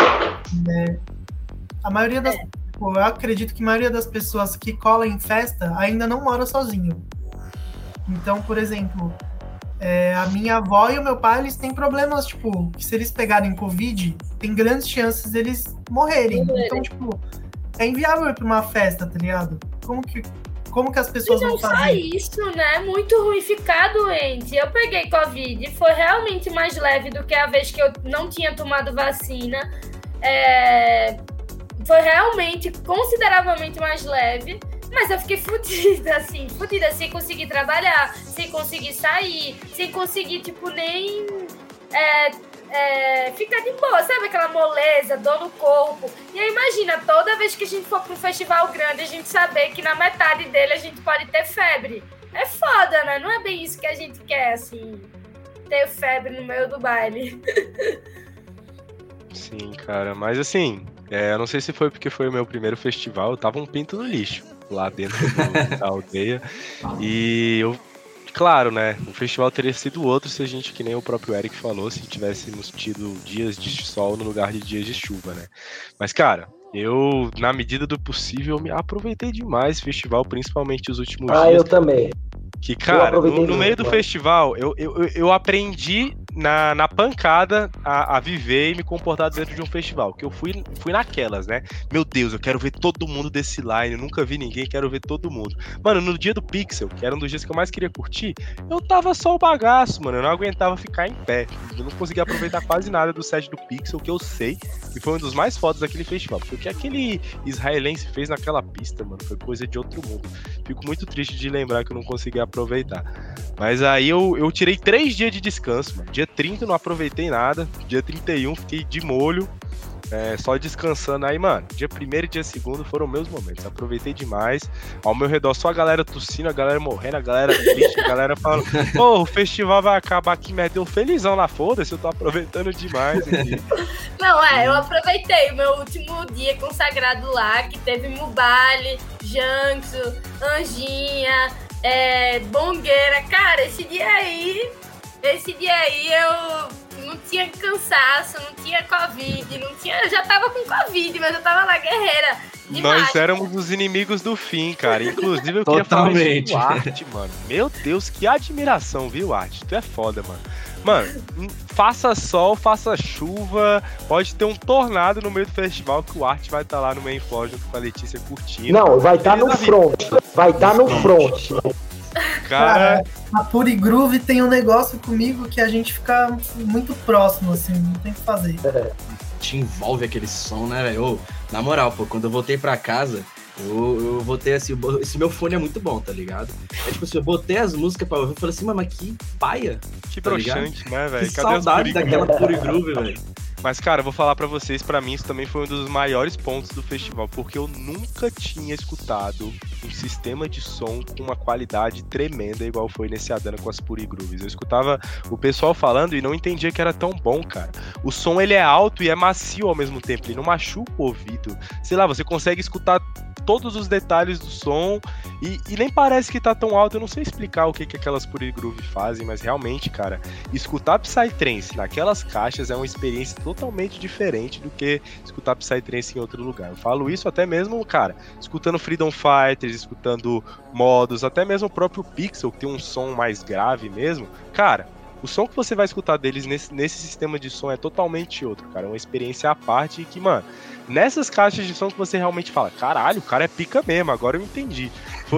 Speaker 6: A maioria das... eu acredito que a maioria das pessoas que colam em festa ainda não mora sozinho. Então, por exemplo, a minha avó e o meu pai, eles têm problemas, tipo, que se eles pegarem Covid, tem grandes chances deles morrerem. Então, tipo, é inviável ir pra uma festa, tá ligado? Como que as pessoas vão fazer?
Speaker 5: Não só isso, né? Muito ruim ficar doente. Eu peguei Covid, foi realmente mais leve do que a vez que eu não tinha tomado vacina. Foi realmente consideravelmente mais leve, mas eu fiquei fodida, sem conseguir trabalhar, sem conseguir sair, sem conseguir, tipo, nem ficar de boa, sabe? Aquela moleza, dor no corpo. E aí imagina, toda vez que a gente for para um festival grande, a gente saber que na metade dele a gente pode ter febre. É foda, né? Não é bem isso que a gente quer, assim, ter febre no meio do baile.
Speaker 4: Sim, cara, mas assim, eu não sei se foi porque foi o meu primeiro festival, eu tava um pinto no lixo lá dentro da aldeia. E eu, claro, né, o festival teria sido outro se a gente, que nem o próprio Eric falou, se tivéssemos tido dias de sol no lugar de dias de chuva, né. Mas, cara, eu, na medida do possível, me aproveitei demais o festival, principalmente os últimos dias.
Speaker 7: Eu também.
Speaker 4: Que, cara, no meio do festival, eu aprendi na pancada a viver e me comportar dentro de um festival. Que eu fui naquelas, né? Meu Deus, eu quero ver todo mundo desse line, eu nunca vi ninguém, quero ver todo mundo. Mano, no dia do Pixel, que era um dos dias que eu mais queria curtir, eu tava só o bagaço, mano. Eu não aguentava ficar em pé. Eu não conseguia aproveitar quase nada do set do Pixel, que eu sei que foi um dos mais fodas daquele festival. Porque o que aquele israelense fez naquela pista, mano, foi coisa de outro mundo. Fico muito triste de lembrar que eu não consegui aproveitar. Mas aí eu tirei 3 dias de descanso, mano. Dia 30 eu não aproveitei nada. Dia 31 fiquei de molho, só descansando. Aí, mano, dia 1º e dia 2º foram meus momentos. Aproveitei demais. Ao meu redor só a galera tossindo, a galera morrendo, a galera triste, a galera falando: pô, o festival vai acabar aqui, mas deu felizão lá, foda-se, eu tô aproveitando demais aqui.
Speaker 5: Não, eu aproveitei o meu último dia consagrado lá, que teve Mubali, Jankso, Anjinha, Bongueira. Cara, esse dia aí eu não tinha cansaço, não tinha Covid, eu já tava com Covid, mas eu tava lá guerreira. Demais.
Speaker 4: Nós éramos os inimigos do fim, cara. Inclusive eu queria falar isso do Art, mano. Meu Deus, que admiração, viu, Art? Tu é foda, mano. Mano, faça sol, faça chuva, pode ter um tornado no meio do festival que o Art vai estar lá no main floor junto com a Letícia curtindo.
Speaker 7: Não, vai estar no front. Vai estar no front.
Speaker 4: Cara,
Speaker 6: a Puri Groove tem um negócio comigo que a gente fica muito próximo, assim, não tem o que fazer.
Speaker 3: Te envolve aquele som, né, velho? Na moral, pô, quando eu voltei pra casa, eu voltei assim, esse meu fone é muito bom, tá ligado? Tipo assim, eu botei as músicas pra ouvir e falei assim, mas que paia.
Speaker 4: Que broxante, né, velho?
Speaker 3: Que saudade daquela Puri Groove, velho.
Speaker 4: Mas, cara, eu vou falar pra vocês, pra mim isso também foi um dos maiores pontos do festival, porque eu nunca tinha escutado um sistema de som com uma qualidade tremenda igual foi nesse Adana com as Puri Grooves. Eu escutava o pessoal falando e não entendia que era tão bom, cara. O som, ele é alto e é macio ao mesmo tempo, ele não machuca o ouvido. Sei lá, você consegue escutar todos os detalhes do som e nem parece que tá tão alto. Eu não sei explicar o que aquelas Puri Groove fazem, mas realmente, cara, escutar Psytrance naquelas caixas é uma experiência totalmente diferente do que escutar Psytrance em outro lugar. Eu falo isso até mesmo, cara, escutando Freedom Fighters, escutando Modus, até mesmo o próprio Pixel, que tem um som mais grave mesmo. Cara, o som que você vai escutar deles nesse sistema de som é totalmente outro, cara. É uma experiência à parte que, mano, nessas caixas de som que você realmente fala, caralho, o cara é pica mesmo, agora eu entendi.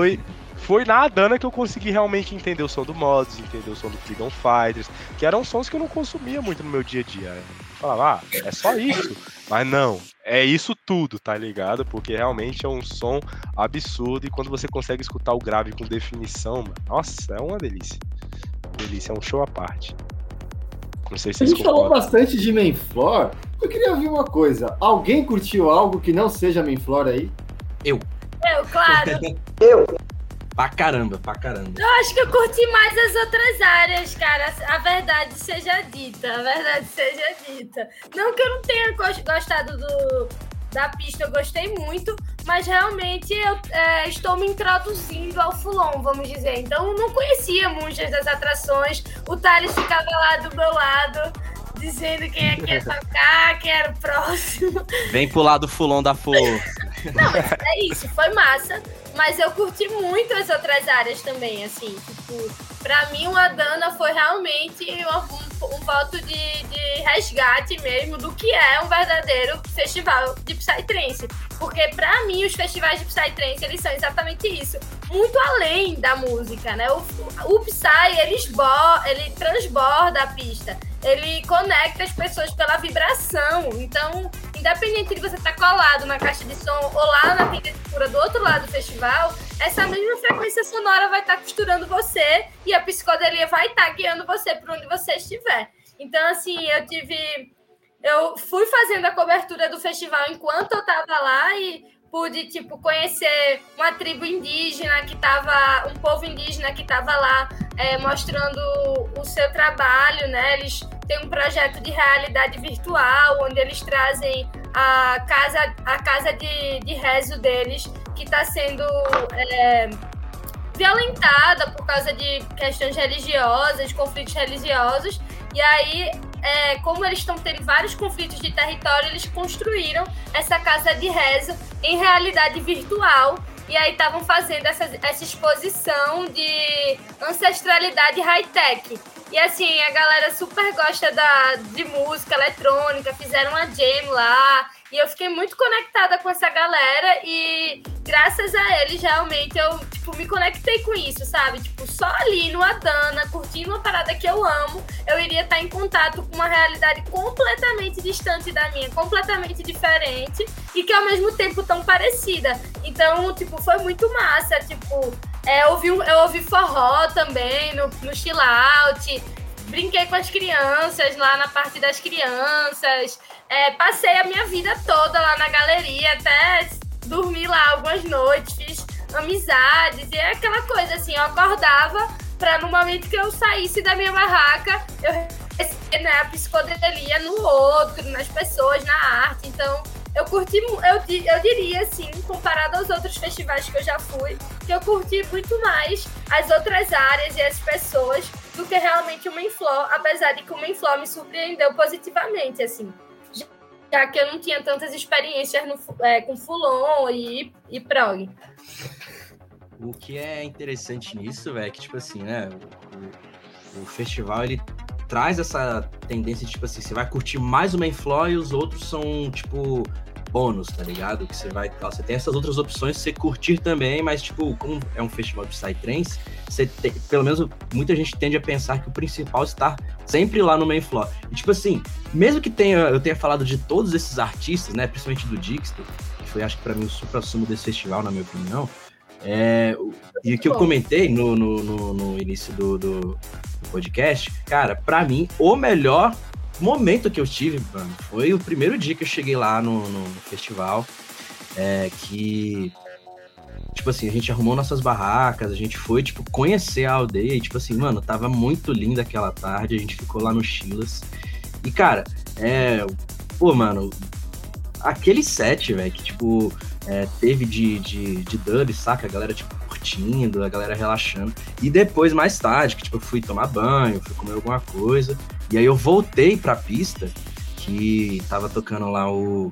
Speaker 4: Foi na Adana que eu consegui realmente entender o som do Modus, entender o som do Freedom Fighters, que eram sons que eu não consumia muito no meu dia a dia. Eu falava, é só isso. Mas não, é isso tudo, tá ligado? Porque realmente é um som absurdo e quando você consegue escutar o grave com definição, mano, nossa, é uma delícia. Delícia, é um show à parte. Não sei se
Speaker 2: a gente falou bastante de Main Floor. Eu queria ouvir uma coisa. Alguém curtiu algo que não seja Main Floor aí?
Speaker 5: Eu, claro.
Speaker 7: Eu.
Speaker 3: Pra caramba.
Speaker 5: Eu acho que eu curti mais as outras áreas, cara. A verdade seja dita. Não que eu não tenha gostado da pista, eu gostei muito, mas realmente eu estou me introduzindo ao Fulon, vamos dizer. Então eu não conhecia muitas das atrações. O Thales ficava lá do meu lado, dizendo quem é que ia tocar, quem era o próximo.
Speaker 3: Vem pro lado Fulon da força.
Speaker 5: Não, mas é isso, foi massa. Mas eu curti muito as outras áreas também, assim. Tipo, pra mim o Adana foi realmente um voto de resgate mesmo do que é um verdadeiro festival de Psytrance. Porque pra mim os festivais de Psytrance, eles são exatamente isso. Muito além da música, né? O Psy, ele transborda a pista. Ele conecta as pessoas pela vibração. Então, independente de você estar colado na caixa de som ou lá na pintura do outro lado do festival, essa mesma frequência sonora vai estar costurando você e a psicodelia vai estar guiando você por onde você estiver. Então, assim, eu fui fazendo a cobertura do festival enquanto eu estava lá e pude, tipo, conhecer uma tribo indígena um povo indígena que estava lá mostrando o seu trabalho, né? Eles têm um projeto de realidade virtual, onde eles trazem a casa de rezo deles, que está sendo violentada por causa de questões religiosas, conflitos religiosos. E aí, como eles estão tendo vários conflitos de território, eles construíram essa casa de rezo em realidade virtual. E aí estavam fazendo essa exposição de ancestralidade high-tech. E assim, a galera super gosta de música eletrônica, fizeram uma jam lá. E eu fiquei muito conectada com essa galera e graças a eles, realmente, eu me conectei com isso, sabe? Só ali no Adana, curtindo uma parada que eu amo, eu iria estar em contato com uma realidade completamente distante da minha, completamente diferente e que ao mesmo tempo tão parecida. Então, foi muito massa, eu ouvi forró também no chill out, brinquei com as crianças lá na parte das crianças, passei a minha vida toda lá na galeria, até dormi lá algumas noites, fiz amizades, e é aquela coisa assim, eu acordava para no momento que eu saísse da minha barraca, eu receber, a psicodelia no outro, nas pessoas, na arte. Então eu curti, eu diria assim, comparado aos outros festivais que eu já fui, que eu curti muito mais as outras áreas e as pessoas do que realmente o Main Floor, apesar de que o Main Floor me surpreendeu positivamente, assim, já que eu não tinha tantas experiências com Fulon e prog.
Speaker 3: O que é interessante nisso, é que, né, o festival, ele traz essa tendência de, assim, você vai curtir mais o Main Floor e os outros são, bônus, tá ligado? Que você tem essas outras opções de você curtir também, mas, como é um festival de Psytrance, pelo menos muita gente tende a pensar que o principal está sempre lá no Main Floor. E, mesmo que eu tenha falado de todos esses artistas, né, principalmente do Dixter, que foi, acho que pra mim, o supra-sumo desse festival, na minha opinião, e que eu comentei no início do podcast, cara, pra mim, o melhor momento que eu tive, mano, foi o primeiro dia que eu cheguei lá no festival, que, a gente arrumou nossas barracas, a gente foi, conhecer a aldeia, e, mano, tava muito linda aquela tarde, a gente ficou lá no Chilas, e, cara, mano, aquele set, velho, que, teve de dub, saca? A galera, tipo, curtindo, a galera relaxando. E depois, mais tarde, que tipo, eu fui tomar banho, fui comer alguma coisa, e aí eu voltei pra pista, que tava tocando lá o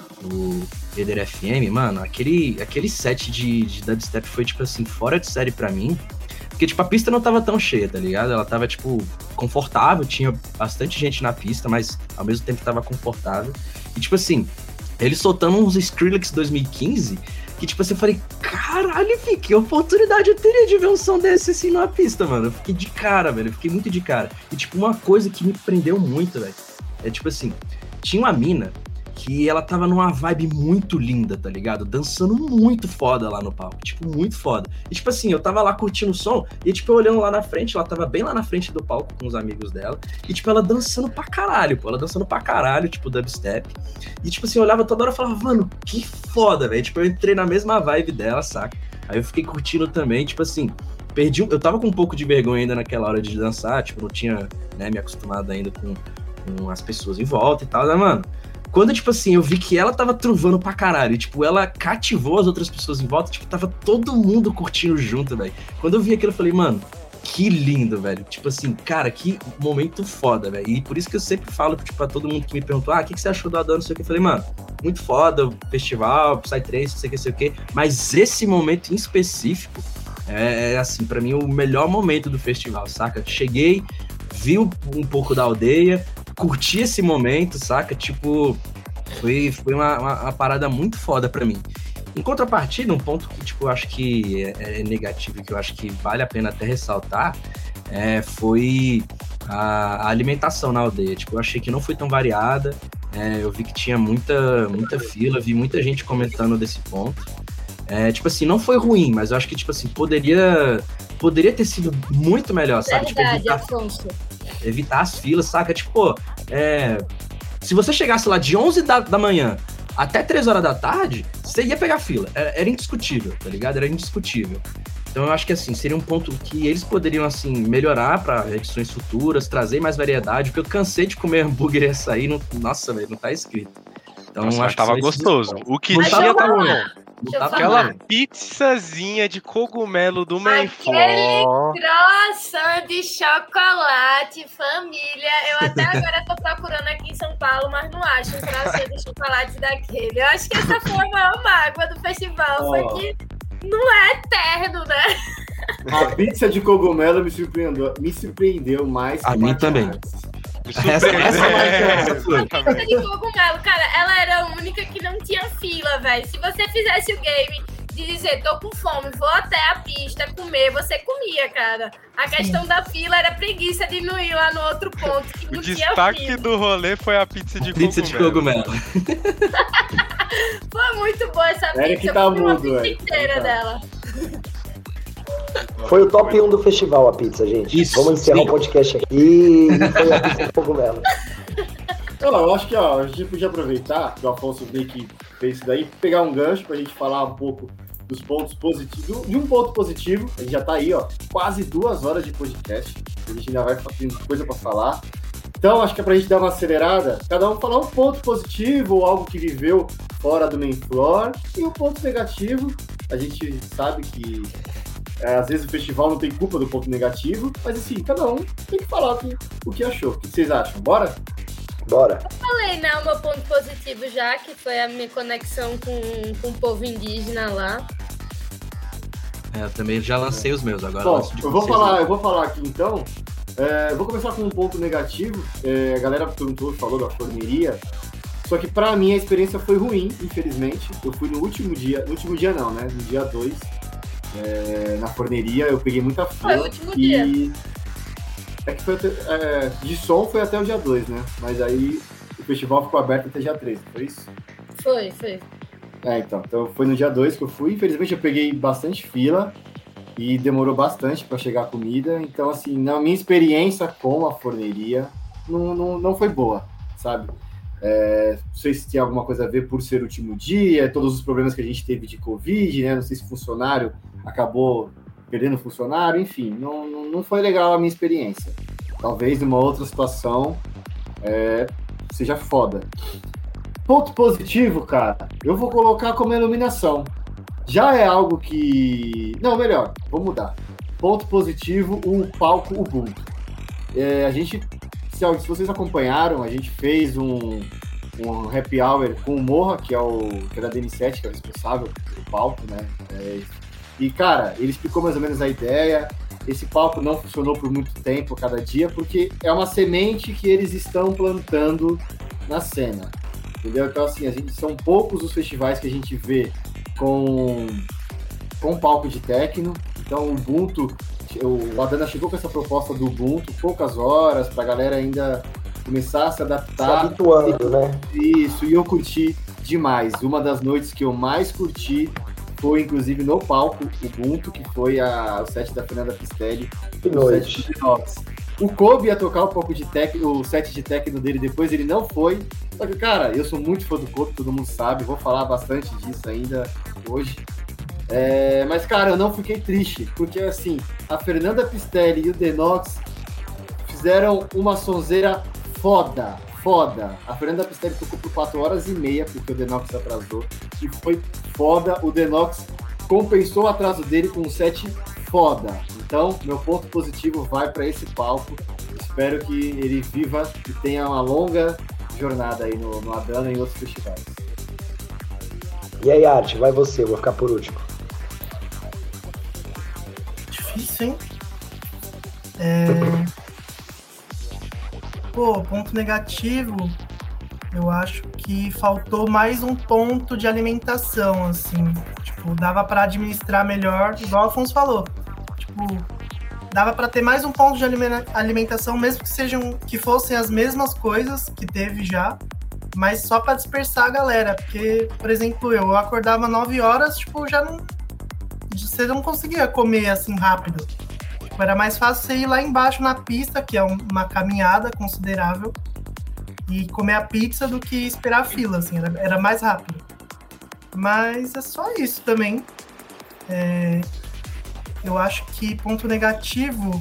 Speaker 3: Eder FM, mano, aquele set de dubstep foi, tipo assim, fora de série pra mim, porque, tipo, a pista não tava tão cheia, tá ligado? Ela tava, tipo, confortável, tinha bastante gente na pista, mas ao mesmo tempo tava confortável. E, tipo assim, eles soltando uns Skrillex 2015, que, tipo assim, eu falei, caralho, fi, que oportunidade eu teria de ver um som desse, assim, numa pista, mano. Eu fiquei de cara, velho, eu fiquei muito de cara. E, tipo, uma coisa que me prendeu muito, velho, é, tipo assim, tinha uma mina que ela tava numa vibe muito linda, tá ligado? Dançando muito foda lá no palco, tipo, muito foda. E, tipo assim, eu tava lá curtindo o som, e, tipo, eu olhando lá na frente, ela tava bem lá na frente do palco com os amigos dela, e, tipo, ela dançando pra caralho, pô, ela dançando pra caralho, tipo, dubstep. E, tipo assim, eu olhava toda hora e falava, mano, que foda, velho. Tipo, eu entrei na mesma vibe dela, saca? Aí eu fiquei curtindo também, tipo assim, eu tava com um pouco de vergonha ainda naquela hora de dançar, tipo, não tinha, né, me acostumado ainda com as pessoas em volta e tal, né, mano? Quando, tipo assim, eu vi que ela tava truvando pra caralho, e, tipo, ela cativou as outras pessoas em volta, tipo, tava todo mundo curtindo junto, velho. Quando eu vi aquilo, eu falei, mano, que lindo, velho. Tipo assim, cara, que momento foda, velho. E por isso que eu sempre falo, tipo, pra todo mundo que me perguntou, o que você achou do Adano, não sei o que. Eu falei, mano, muito foda, o festival, Psytrance, não sei o que. Mas esse momento em específico assim, pra mim, o melhor momento do festival, saca? Cheguei, vi um pouco da aldeia, curti esse momento, saca? Tipo, foi uma parada muito foda pra mim. Em contrapartida, um ponto que, tipo, eu acho que é negativo, que eu acho que vale a pena até ressaltar, foi a alimentação na aldeia. Tipo, eu achei que não foi tão variada, eu vi que tinha muita fila, vi muita gente comentando desse ponto. Tipo assim, não foi ruim, mas eu acho que, tipo assim, poderia ter sido muito melhor, sabe?
Speaker 5: Verdade,
Speaker 3: tipo, evitar as filas, saca? Tipo, pô, se você chegasse lá de 11 da manhã até 3 horas da tarde, você ia pegar fila. Era indiscutível, tá ligado? Era indiscutível. Então eu acho que, assim, seria um ponto que eles poderiam, assim, melhorar para edições futuras, trazer mais variedade, porque eu cansei de comer hambúrguer e açaí, nossa, velho, não tá escrito. Então,
Speaker 4: nossa,
Speaker 3: acho
Speaker 4: tava
Speaker 3: que
Speaker 4: gostoso. O que tinha tava bom. Aquela pizzazinha de cogumelo do Menfor.
Speaker 5: Aquele croissant de chocolate, família. Eu até agora tô procurando aqui em São Paulo, mas não acho um croissant de chocolate daquele. Eu acho que essa foi a maior mágoa do festival. Foi que não é eterno, né?
Speaker 2: A pizza de cogumelo me surpreendeu mais.
Speaker 3: A mim também.
Speaker 5: Essa pizza de cogumelo, cara, ela era a única que não tinha fila, velho. Se você fizesse o game de dizer, tô com fome, vou até a pista comer, você comia, cara. A questão da fila era preguiça de não ir lá no outro ponto que não tinha fila.
Speaker 4: O destaque do rolê foi a pizza de
Speaker 3: cogumelo.
Speaker 5: Foi muito boa essa pizza.
Speaker 2: Que tá mudo,
Speaker 5: inteira dela.
Speaker 7: Foi o top 1 do festival, a pizza, gente.
Speaker 3: Isso,
Speaker 7: vamos encerrar o podcast aqui. Foi a pizza de cogumelo.
Speaker 2: Eu acho que a gente podia aproveitar que o Afonso meio que fez isso daí, pegar um gancho pra gente falar um pouco dos pontos positivos, de um ponto positivo. A gente já tá aí, quase 2 horas de podcast. A gente ainda vai ter coisa pra falar. Então, acho que é pra gente dar uma acelerada, cada um falar um ponto positivo ou algo que viveu fora do main floor, e um ponto negativo. A gente sabe que às vezes o festival não tem culpa do ponto negativo, mas assim, cada um tem que falar o que achou. O que vocês acham? Bora?
Speaker 7: Bora.
Speaker 5: Eu falei, né, o meu ponto positivo já, que foi a minha conexão com o povo indígena lá.
Speaker 3: Eu também já lancei os meus agora.
Speaker 2: Bom, eu vou falar aqui então. Vou começar com um ponto negativo. A galera perguntou, falou da forneria. Só que pra mim a experiência foi ruim, infelizmente. Eu fui no último dia não, né? No dia 2, na forneria, eu peguei muita fila.
Speaker 5: Foi o último dia.
Speaker 2: É que foi de som foi até o dia 2, né? Mas aí o festival ficou aberto até dia 3, foi isso?
Speaker 5: Foi.
Speaker 2: Então foi no dia 2 que eu fui. Infelizmente eu peguei bastante fila e demorou bastante para chegar a comida. Então, assim, na minha experiência com a forneria, não foi boa, sabe? Não sei se tinha alguma coisa a ver por ser o último dia, todos os problemas que a gente teve de Covid, né? Não sei se o funcionário acabou perdendo funcionário, enfim, não foi legal a minha experiência. Talvez numa outra situação seja foda. Ponto positivo, cara, eu vou colocar como iluminação. Já é algo que... Não, melhor, vou mudar. Ponto positivo, o palco Ubuntu. A gente, se vocês acompanharam, a gente fez um happy hour com o Morra, que é da DN7, que é o responsável pelo palco, né? E, cara, ele explicou mais ou menos a ideia. Esse palco não funcionou por muito tempo, cada dia, porque é uma semente que eles estão plantando na cena. Entendeu? Então, assim, são poucos os festivais que a gente vê com palco de techno. Então, o Ubuntu, o Adana chegou com essa proposta do Ubuntu, poucas horas, pra galera ainda começar a se adaptar.
Speaker 7: Se habituando, né?
Speaker 2: Isso, e eu curti demais. Uma das noites que eu mais curti foi, inclusive, no palco Ubuntu, que foi o set da Fernanda Pistelli.
Speaker 7: Que noite.
Speaker 2: Set de Inox. O Kobe ia tocar um pouco de techno, o set de techno dele depois, ele não foi. Só que, cara, eu sou muito fã do Kobe, todo mundo sabe, vou falar bastante disso ainda hoje. Mas, cara, eu não fiquei triste, porque, assim, a Fernanda Pistelli e o Denox fizeram uma sonzeira foda. A Fernanda Pistelli tocou por 4 horas e meia, porque o Denox atrasou, e foi foda. O Denox compensou o atraso dele com um set foda. Então, meu ponto positivo vai para esse palco. Espero que ele viva e tenha uma longa jornada aí no Adana e em outros festivais.
Speaker 7: E aí, Arte, vai você, vou ficar por último.
Speaker 6: Difícil, hein? Ponto negativo, eu acho que faltou mais um ponto de alimentação, assim. Tipo, dava para administrar melhor, igual o Afonso falou. Tipo, dava para ter mais um ponto de alimentação, mesmo que fossem as mesmas coisas que teve já, mas só para dispersar a galera. Porque, por exemplo, eu acordava 9 horas, tipo, você não conseguia comer assim rápido. Era mais fácil você ir lá embaixo na pista, que é uma caminhada considerável, e comer a pizza do que esperar a fila, assim, era mais rápido. Mas é só isso também. Eu acho que ponto negativo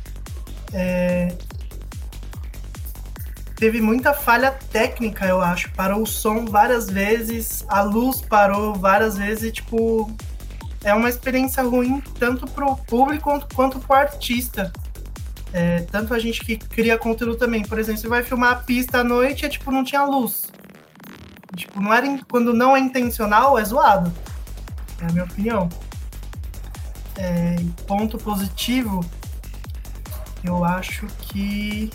Speaker 6: teve muita falha técnica, eu acho. Parou o som várias vezes, a luz parou várias vezes e, tipo... É uma experiência ruim tanto pro público quanto pro artista. Tanto a gente que cria conteúdo também. Por exemplo, você vai filmar a pista à noite e não tinha luz. Tipo, quando não é intencional, é zoado. É a minha opinião. Ponto positivo, eu acho que...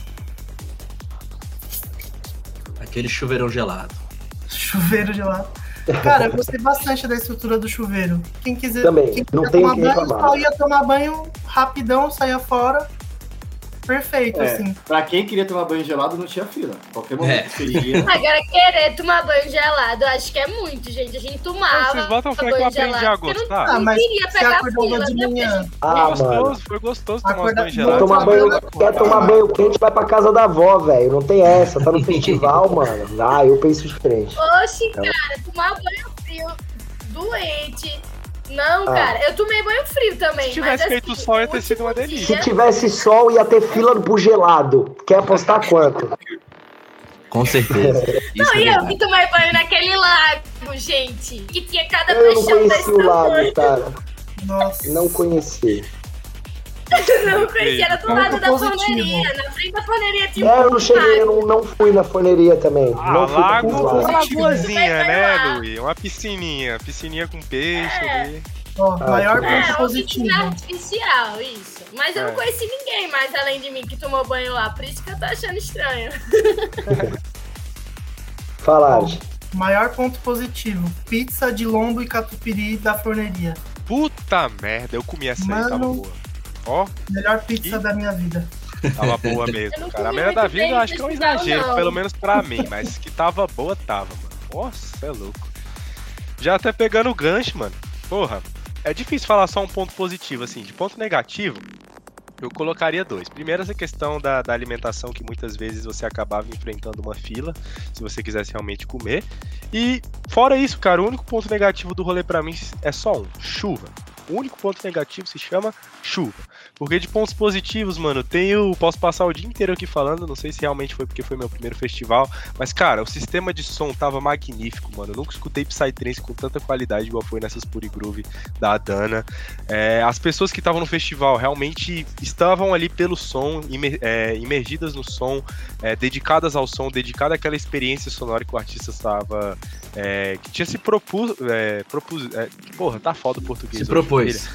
Speaker 3: Aquele chuveirão gelado.
Speaker 6: Chuveiro gelado. Cara, eu gostei bastante da estrutura do chuveiro. Quem quiser
Speaker 7: não tem
Speaker 6: tomar banho, só ia tomar banho rapidão, saia fora. Perfeito, assim.
Speaker 2: Pra quem queria tomar banho gelado, não tinha fila. Qualquer momento que queria.
Speaker 5: Agora, querer tomar banho gelado, eu acho que é muito, gente. A gente tomava.
Speaker 4: Vocês botam fé que eu aprendi a gostar.
Speaker 6: Mas
Speaker 5: queria pegar a fila
Speaker 6: de manhã.
Speaker 4: Foi gostoso tomar banho gelado.
Speaker 7: Quer tomar banho quente, vai pra casa da avó, velho. Não tem essa, tá no festival, mano. Eu penso diferente.
Speaker 5: Oxi, cara, tomar banho frio, doente. Não, cara, eu tomei banho frio também.
Speaker 4: Se tivesse feito sol, ia ter sido uma delícia.
Speaker 7: Se tivesse sol, ia ter fila pro gelado. Quer apostar quanto?
Speaker 3: Com certeza.
Speaker 5: Não, e eu que tomei banho naquele lago, gente. Que tinha cada
Speaker 7: Eu não
Speaker 5: paixão da
Speaker 7: conheci o lago, cara.
Speaker 6: Nossa.
Speaker 7: Não conheci.
Speaker 5: Não conhecia, era do lado da forneria. Na frente da forneria tinha
Speaker 7: eu não cheguei, eu não fui na forneria também. Não fui
Speaker 4: lago,
Speaker 7: uma
Speaker 4: lagoazinha, né, Luiz? Uma piscininha com peixe ali.
Speaker 6: Maior ponto positivo.
Speaker 5: Artificial, isso. Mas eu não conheci ninguém mais além de mim que tomou banho lá, por isso que eu tô achando estranho.
Speaker 7: Fala, Arte.
Speaker 6: Maior ponto positivo, pizza de lombo e catupiry da forneria.
Speaker 4: Puta merda, eu comi essa aí, tava boa.
Speaker 6: Melhor pizza da minha vida.
Speaker 4: Tava boa mesmo, cara. A melhor da vida eu acho que é um exagero, pelo menos pra mim, mas que tava boa, tava, mano. Nossa, é louco. Já até pegando o gancho, mano. Porra, é difícil falar só um ponto positivo, assim. De ponto negativo, eu colocaria 2. Primeiro, essa questão da alimentação, que muitas vezes você acabava enfrentando uma fila, se você quisesse realmente comer. E, fora isso, cara, o único ponto negativo do rolê pra mim é só chuva. O único ponto negativo se chama chuva. Porque de pontos positivos, mano, posso passar o dia inteiro aqui falando, não sei se realmente foi porque foi meu primeiro festival, mas, cara, o sistema de som tava magnífico, mano. Eu nunca escutei Psytrance com tanta qualidade igual foi nessas Puri Groove da Adana. As pessoas que estavam no festival realmente estavam ali pelo som, imergidas no som, dedicadas ao som, dedicadas àquela experiência sonora que o artista estava... que tinha se propus... porra, tá foda o português.
Speaker 3: Se propôs.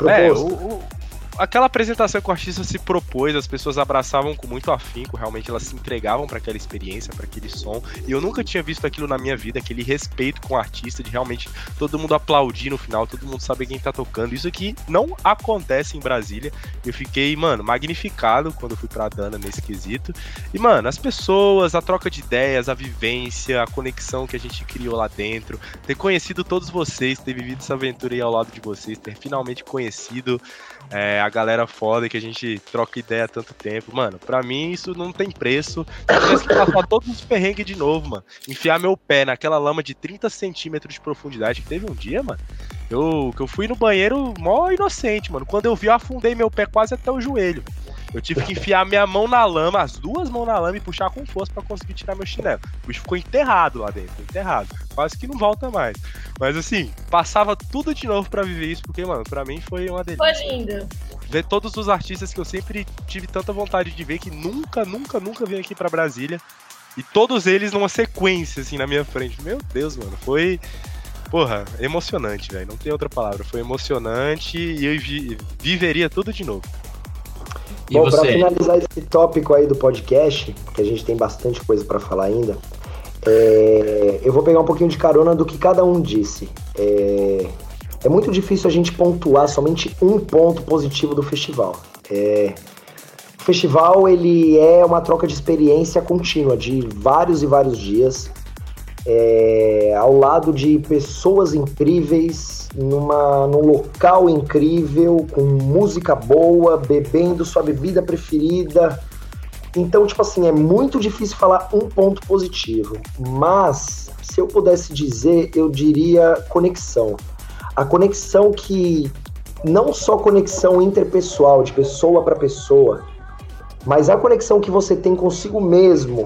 Speaker 4: Aquela apresentação que o artista se propôs, as pessoas abraçavam com muito afinco, realmente elas se entregavam para aquela experiência, para aquele som, e eu nunca tinha visto aquilo na minha vida, aquele respeito com o artista, de realmente todo mundo aplaudir no final, todo mundo saber quem tá tocando. Isso aqui não acontece em Brasília. Eu fiquei, mano, magnificado quando eu fui pra Adana nesse quesito. E, mano, as pessoas, a troca de ideias, a vivência, a conexão que a gente criou lá dentro, ter conhecido todos vocês, ter vivido essa aventura aí ao lado de vocês, ter finalmente conhecido a galera foda que a gente troca ideia há tanto tempo. Mano, pra mim isso não tem preço. Se eu tivesse que passar todos os perrengues de novo, mano, enfiar meu pé naquela lama de 30 centímetros de profundidade, que teve um dia, mano, que eu fui no banheiro mó inocente, mano. Quando eu vi, eu afundei meu pé quase até o joelho. Eu tive que enfiar minha mão na lama, as duas mãos na lama, e puxar com força pra conseguir tirar meu chinelo. O bicho ficou enterrado lá dentro, enterrado. Quase que não volta mais. Mas assim, passava tudo de novo pra viver isso, porque, mano, pra mim foi uma delícia.
Speaker 5: Foi lindo.
Speaker 4: Ver todos os artistas que eu sempre tive tanta vontade de ver, que nunca vim aqui pra Brasília. E todos eles numa sequência, assim, na minha frente. Meu Deus, mano, foi... Porra, emocionante, velho. Não tem outra palavra. Foi emocionante e eu viveria tudo de novo.
Speaker 7: E bom, para finalizar esse tópico aí do podcast, que a gente tem bastante coisa para falar ainda, eu vou pegar um pouquinho de carona do que cada um disse. É muito difícil a gente pontuar somente um ponto positivo do festival. O festival, ele é uma troca de experiência contínua, de vários e vários dias, ao lado de pessoas incríveis, num local incrível, com música boa, bebendo sua bebida preferida. Então, tipo assim, é muito difícil falar um ponto positivo, mas se eu pudesse dizer, eu diria conexão. A conexão que, não só conexão interpessoal, de pessoa para pessoa, mas a conexão que você tem consigo mesmo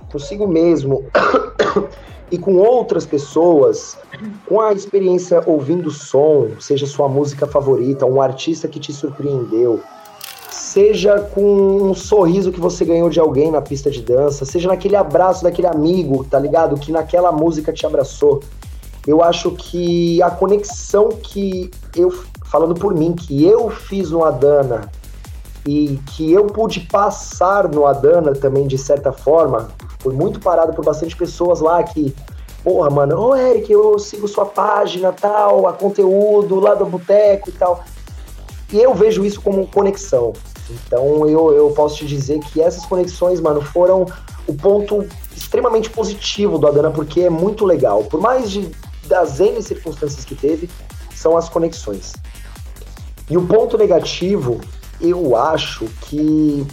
Speaker 7: e com outras pessoas, com a experiência ouvindo som, seja sua música favorita, um artista que te surpreendeu, seja com um sorriso que você ganhou de alguém na pista de dança, seja naquele abraço daquele amigo, tá ligado? Que naquela música te abraçou. Eu acho que a conexão que eu, falando por mim, que eu fiz no Adana e que eu pude passar no Adana também, de certa forma, foi muito parado por bastante pessoas lá que, porra, mano, ô Eric, eu sigo sua página, tal, a conteúdo lá do Boteco e tal. E eu vejo isso como conexão. Então eu posso te dizer que essas conexões, mano, foram o ponto extremamente positivo do Adana, porque é muito legal. Por mais das N circunstâncias que teve, são as conexões. E o ponto negativo, eu acho que,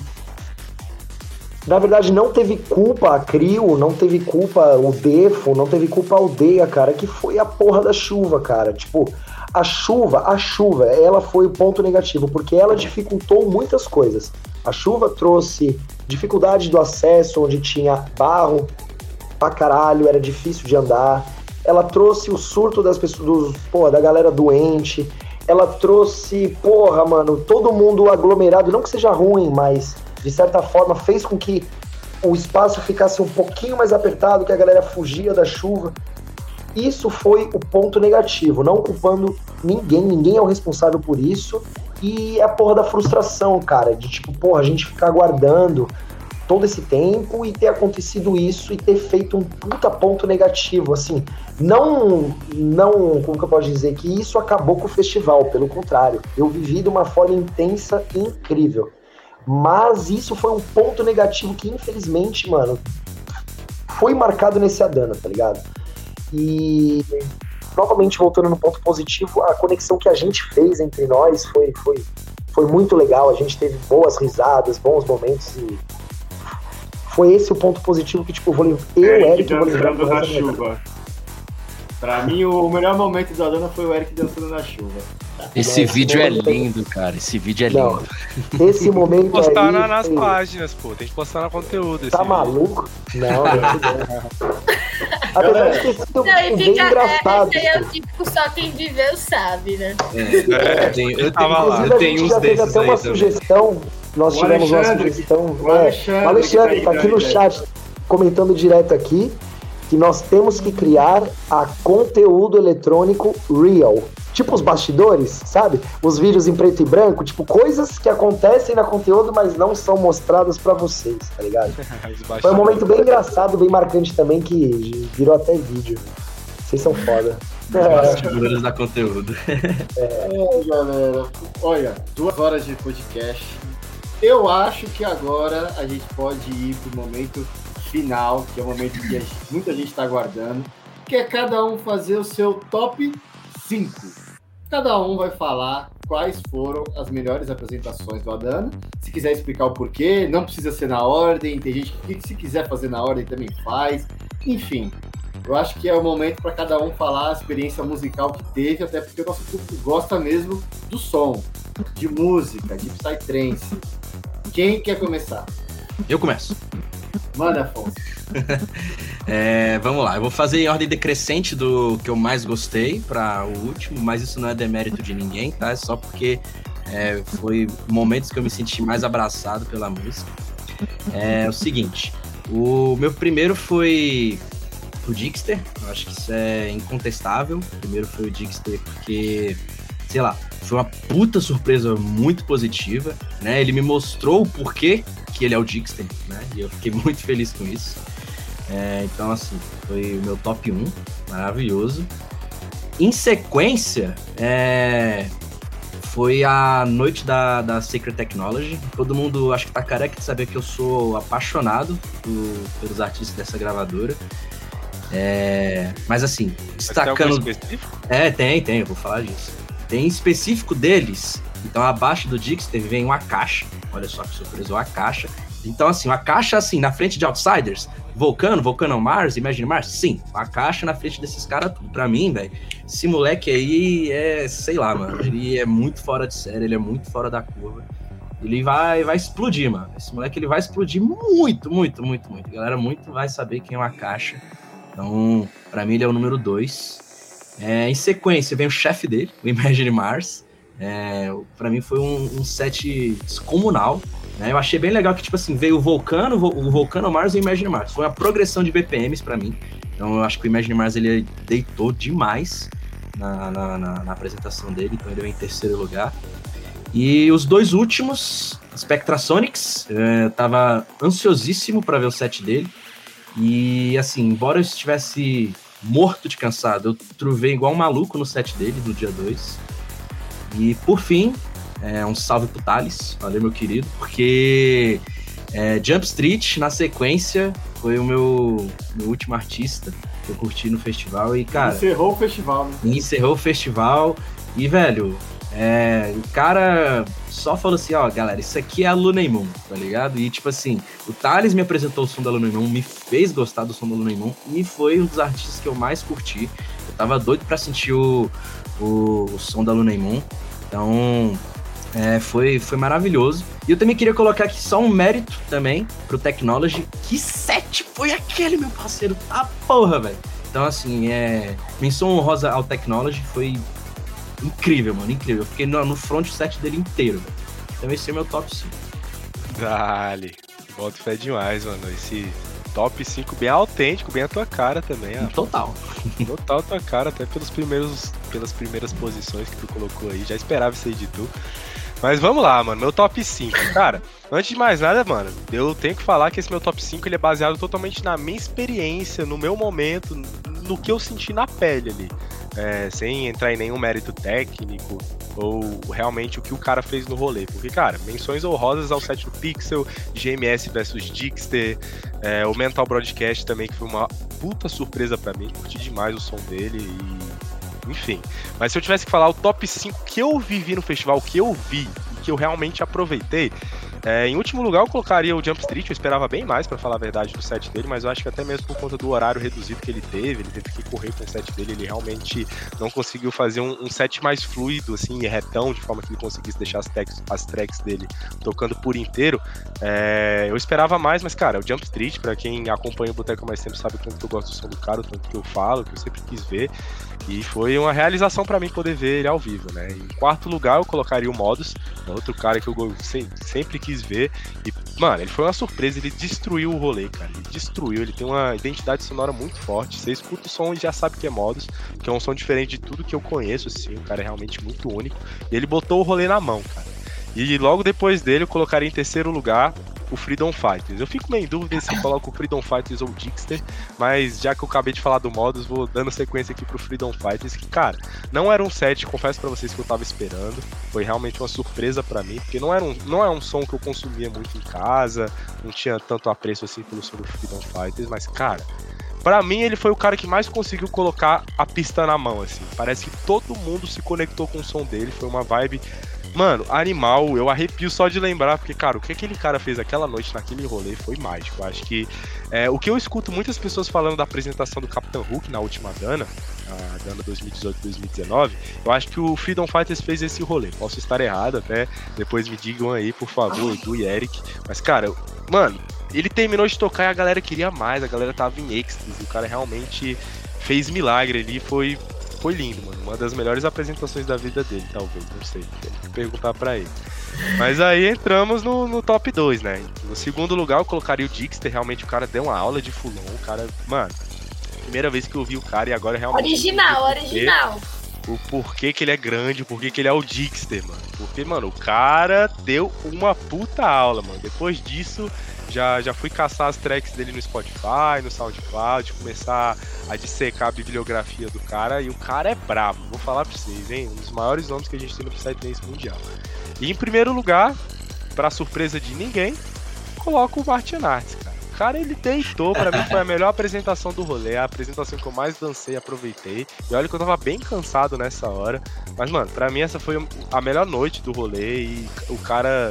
Speaker 7: na verdade, não teve culpa a Crio, não teve culpa o Defo, não teve culpa a Aldeia, cara, que foi a porra da chuva, cara. Tipo, a chuva, ela foi o ponto negativo, porque ela dificultou muitas coisas. A chuva trouxe dificuldade do acesso, onde tinha barro pra caralho, era difícil de andar. Ela trouxe o surto das pessoas, da galera doente. Ela trouxe, mano, todo mundo aglomerado, não que seja ruim, mas de certa forma fez com que o espaço ficasse um pouquinho mais apertado, que a galera fugia da chuva. Isso foi o ponto negativo, não culpando ninguém é o responsável por isso. E a porra da frustração, cara, de tipo, a gente ficar aguardando todo esse tempo e ter acontecido isso e ter feito um puta ponto negativo, assim, não, como que eu posso dizer, que isso acabou com o festival, pelo contrário, eu vivi de uma forma intensa e incrível, mas isso foi um ponto negativo que, infelizmente, mano, foi marcado nesse Adana, tá ligado? E, novamente, voltando no ponto positivo, a conexão que a gente fez entre nós foi muito legal, a gente teve boas risadas, bons momentos e foi esse o ponto positivo que, tipo, Eric
Speaker 2: vou lembrar na chuva. Pra mim, o melhor momento da Adana foi o Eric dançando na chuva.
Speaker 3: Esse vídeo é lindo, cara. Esse vídeo é lindo.
Speaker 7: Esse momento
Speaker 4: tem que postar
Speaker 7: aí,
Speaker 4: nas páginas, pô. Tem que postar no conteúdo.
Speaker 7: Tá maluco? Não. Apesar de ter sido bem engraçado.
Speaker 5: Esse aí é o típico só quem viveu sabe, né?
Speaker 3: Eu tenho uns desses
Speaker 7: até uma sugestão. Nós tivemos uma sugestão. O Alexandre tá aqui no chat comentando direto aqui que nós temos que criar a conteúdo eletrônico real. Tipo os bastidores, sabe? Os vídeos em preto e branco, tipo coisas que acontecem na conteúdo, mas não são mostradas pra vocês, tá ligado? Foi um momento bem engraçado, bem marcante também, que virou até vídeo. Vocês são foda.
Speaker 3: Bastidores da conteúdo.
Speaker 2: Galera, olha, 2 horas de podcast. Eu acho que agora a gente pode ir pro momento final, que é o momento que muita gente está aguardando, que é cada um fazer o seu top 5. Cada um vai falar quais foram as melhores apresentações do Adano. Se quiser explicar o porquê, não precisa ser na ordem, tem gente que se quiser fazer na ordem também faz. Enfim, eu acho que é o momento para cada um falar a experiência musical que teve, até porque o nosso público gosta mesmo do som, de música, de psytrance. Quem quer começar?
Speaker 3: Eu começo.
Speaker 2: Manda, Afonso.
Speaker 3: Vamos lá, eu vou fazer em ordem decrescente do que eu mais gostei para o último, mas isso não é demérito de ninguém, tá? É só porque foi momentos que eu me senti mais abraçado pela música. É o seguinte, o meu primeiro foi o Dixter, eu acho que isso é incontestável. O primeiro foi o Dixter porque, sei lá, foi uma puta surpresa muito positiva, né? Ele me mostrou o porquê que ele é o Dixter, né? E eu fiquei muito feliz com isso. Então, assim, foi o meu top 1, maravilhoso. Em sequência, foi a noite da Sacred Technology. Todo mundo acho que tá careca de saber que eu sou apaixonado pelos artistas dessa gravadora. Mas assim, destacando...
Speaker 4: Tem algum específico?
Speaker 3: Tem, eu vou falar disso. Tem específico deles. Então, abaixo do Dixter vem uma caixa. Olha só que surpresa, uma caixa. Então, assim, uma caixa, assim, na frente de Outsiders, Volcano Mars, Imagine Mars, sim, uma caixa na frente desses caras, tudo. Pra mim, velho, esse moleque aí sei lá, mano, ele é muito fora de série, ele é muito fora da curva. Ele vai explodir, mano. Esse moleque, ele vai explodir muito, muito, muito, muito. A galera muito vai saber quem é uma caixa. Então, pra mim, ele é o número 2. Em sequência, vem o chefe dele, o Imagine Mars. Pra mim foi um set descomunal, né? Eu achei bem legal que, tipo assim, veio o Volcano Mars e o Imagine Mars. Foi uma progressão de BPMs pra mim. Então eu acho que o Imagine Mars, ele deitou demais na apresentação dele. Então ele veio em terceiro lugar. E os 2 últimos, Spectrasonics, eu tava ansiosíssimo pra ver o set dele. E assim, embora eu estivesse morto de cansado, eu truvei igual um maluco no set dele, no dia 2. E por fim, um salve pro Thales, valeu meu querido, porque Jump Street, na sequência, foi o meu último artista que eu curti no festival. E, cara,
Speaker 2: encerrou o festival, né?
Speaker 3: Encerrou o festival e, velho, o cara só falou assim, ó, galera, isso aqui é a Luna Moon, tá ligado? E, tipo assim, o Thales me apresentou o som da Luna Moon, me fez gostar do som da Luna Moon e foi um dos artistas que eu mais curti. Eu tava doido pra sentir o som da Luna Moon. Então, foi maravilhoso. E eu também queria colocar aqui só um mérito também pro Technology. Que set foi aquele, meu parceiro? Tá porra, velho. Então, assim, menção honrosa ao Technology. Foi incrível, mano, incrível. Eu fiquei no front set dele inteiro, velho. Então esse é meu top 5.
Speaker 4: Dale, boto fé demais, mano. Esse top 5 bem autêntico, bem a tua cara também, ó.
Speaker 3: Total
Speaker 4: a tua cara, até pelas primeiras posições que tu colocou aí. Já esperava isso aí de tu. Mas vamos lá, mano, meu top 5. Cara, antes de mais nada, mano, eu tenho que falar que esse meu top 5 ele é baseado totalmente na minha experiência, no meu momento, no que eu senti na pele ali. Sem entrar em nenhum mérito técnico ou realmente o que o cara fez no rolê. Porque, cara, menções honrosas ao set do Pixel, GMS vs Dixter, o Mental Broadcast também, que foi uma puta surpresa pra mim, curti demais o som dele e... enfim. Mas se eu tivesse que falar o top 5 que eu vivi no festival, que eu vi e que eu realmente aproveitei, Em último lugar, eu colocaria o Jump Street. Eu esperava bem mais, pra falar a verdade, do set dele, mas eu acho que até mesmo por conta do horário reduzido que ele teve que correr com o set dele, ele realmente não conseguiu fazer um set mais fluido, assim, retão, de forma que ele conseguisse deixar as tracks dele tocando por inteiro. Eu esperava mais, mas, cara, o Jump Street, pra quem acompanha o Boteco mais tempo, sabe o tanto que eu gosto do som do cara, o tanto que eu falo, que eu sempre quis ver. E foi uma realização pra mim poder ver ele ao vivo, né? Em quarto lugar, eu colocaria o Modus, outro cara que eu sempre quis ver. E, mano, ele foi uma surpresa, ele destruiu o rolê, cara. Ele destruiu, ele tem uma identidade sonora muito forte. Você escuta o som e já sabe que é Modus, que é um som diferente de tudo que eu conheço, assim. O cara é realmente muito único. E ele botou o rolê na mão, cara. E logo depois dele, eu colocaria em terceiro lugar o Freedom Fighters. Eu fico meio em dúvida se coloco o Freedom Fighters ou o Dixter, mas já que eu acabei de falar do Modus, vou dando sequência aqui pro Freedom Fighters, que, cara, não era um set, confesso pra vocês que eu tava esperando, foi realmente uma surpresa pra mim, porque não é um som que eu consumia muito em casa, não tinha tanto apreço assim pelo som do Freedom Fighters, mas, cara, pra mim ele foi o cara que mais conseguiu colocar a pista na mão, assim, parece que todo mundo se conectou com o som dele, foi uma vibe... Mano, animal, eu arrepio só de lembrar, porque, cara, o que aquele cara fez aquela noite naquele rolê foi mágico. Eu acho que o que eu escuto muitas pessoas falando da apresentação do Capitão Hook na última Dana, a Dana 2018-2019, eu acho que o Freedom Fighters fez esse rolê. Posso estar errado, até depois me digam aí, por favor, Edu e Eric. Mas, cara, mano, ele terminou de tocar e a galera queria mais, a galera tava em êxtase, o cara realmente fez milagre ali, foi lindo, mano. Uma das melhores apresentações da vida dele, talvez. Não sei. Tem que perguntar pra ele. Mas aí entramos no top 2, né? No segundo lugar, eu colocaria o Dixter. Realmente o cara deu uma aula de fulon. O cara, mano, primeira vez que eu vi o cara e agora realmente...
Speaker 5: Original.
Speaker 4: O porquê que ele é grande, o porquê que ele é o Dixter, mano. Porque, mano, o cara deu uma puta aula, mano. Depois disso... Já fui caçar as tracks dele no Spotify, no SoundCloud, começar a dissecar a bibliografia do cara, e o cara é brabo, vou falar pra vocês, hein? Um dos maiores nomes que a gente tem no Psytrance mundial. E em primeiro lugar, pra surpresa de ninguém, coloco o Martin Arts, cara. O cara, ele deitou, pra mim foi a melhor apresentação do rolê, a apresentação que eu mais dancei, aproveitei, e olha que eu tava bem cansado nessa hora, mas, mano, pra mim essa foi a melhor noite do rolê, e o cara...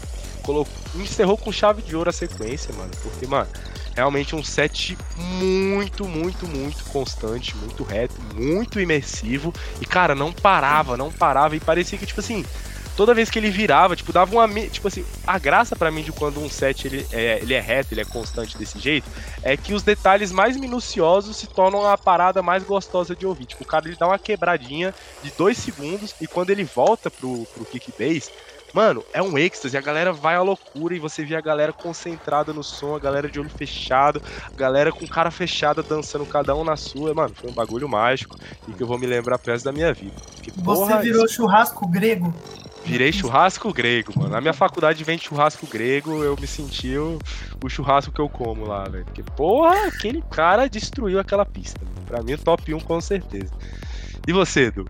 Speaker 4: encerrou com chave de ouro a sequência, mano, porque, mano, realmente um set muito constante, muito reto, muito imersivo, e, cara, não parava, e parecia que, tipo assim, toda vez que ele virava, tipo, dava uma, tipo assim, a graça pra mim de quando um set ele é reto, ele é constante desse jeito, é que os detalhes mais minuciosos se tornam a parada mais gostosa de ouvir, tipo, o cara, ele dá uma quebradinha de 2 segundos, e quando ele volta pro kick bass, mano, é um êxtase, a galera vai à loucura e você vê a galera concentrada no som, a galera de olho fechado, a galera com cara fechada dançando cada um na sua, mano, foi um bagulho mágico e que eu vou me lembrar pro resto da minha vida. Porque,
Speaker 6: você virou churrasco grego?
Speaker 4: Virei churrasco grego, mano. Na minha faculdade vem churrasco grego, eu me senti o churrasco que eu como lá, velho. Porque, porra, aquele cara destruiu aquela pista. Mano. Pra mim, top 1 com certeza. E você, Edu?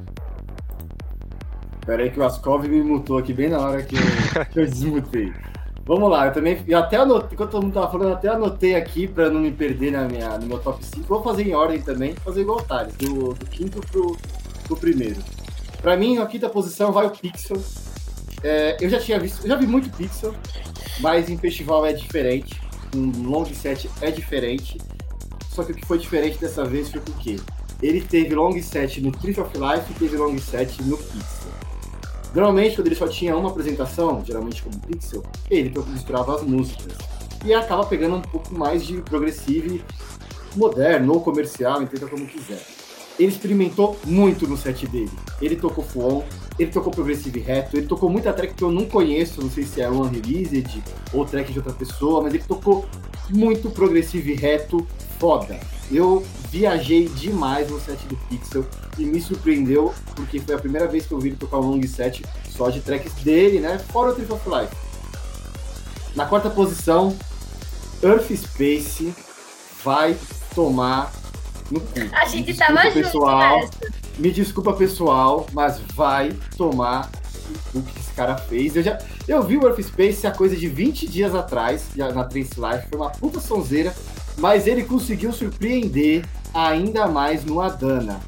Speaker 2: Pera aí que o Ascov me mutou aqui bem na hora que eu desmutei. Vamos lá, eu até anotei, enquanto todo mundo tava falando, eu até anotei aqui pra não me perder no meu top 5. Vou fazer em ordem também, fazer igual o Thales, do quinto pro primeiro. Pra mim, na quinta posição vai o Pixel. Eu já vi muito Pixel, mas em festival é diferente, um long set é diferente. Só que o que foi diferente dessa vez foi porque ele teve long set no Tree of Life e teve long set no Pixel. Normalmente, quando ele só tinha uma apresentação, geralmente como Pixel, ele misturava as músicas. E acaba pegando um pouco mais de progressive moderno ou comercial, entenda como quiser. Ele experimentou muito no set dele. Ele tocou full-on, ele tocou progressive reto, ele tocou muita track que eu não conheço, não sei se é unreleased ou track de outra pessoa, mas ele tocou muito progressive reto, foda. Eu viajei demais no set do Pixel e me surpreendeu, porque foi a primeira vez que eu vi ele tocar um long set só de tracks dele, né? Fora o Tree of Life. Na quarta posição, Earth Space vai tomar no cu.
Speaker 5: A gente tava junto nessa.
Speaker 2: Me desculpa, pessoal, mas vai tomar o que esse cara fez. Eu vi o Earth Space há coisa de 20 dias atrás, na Trance Life, foi uma puta sonzeira, mas ele conseguiu surpreender ainda mais no Adana.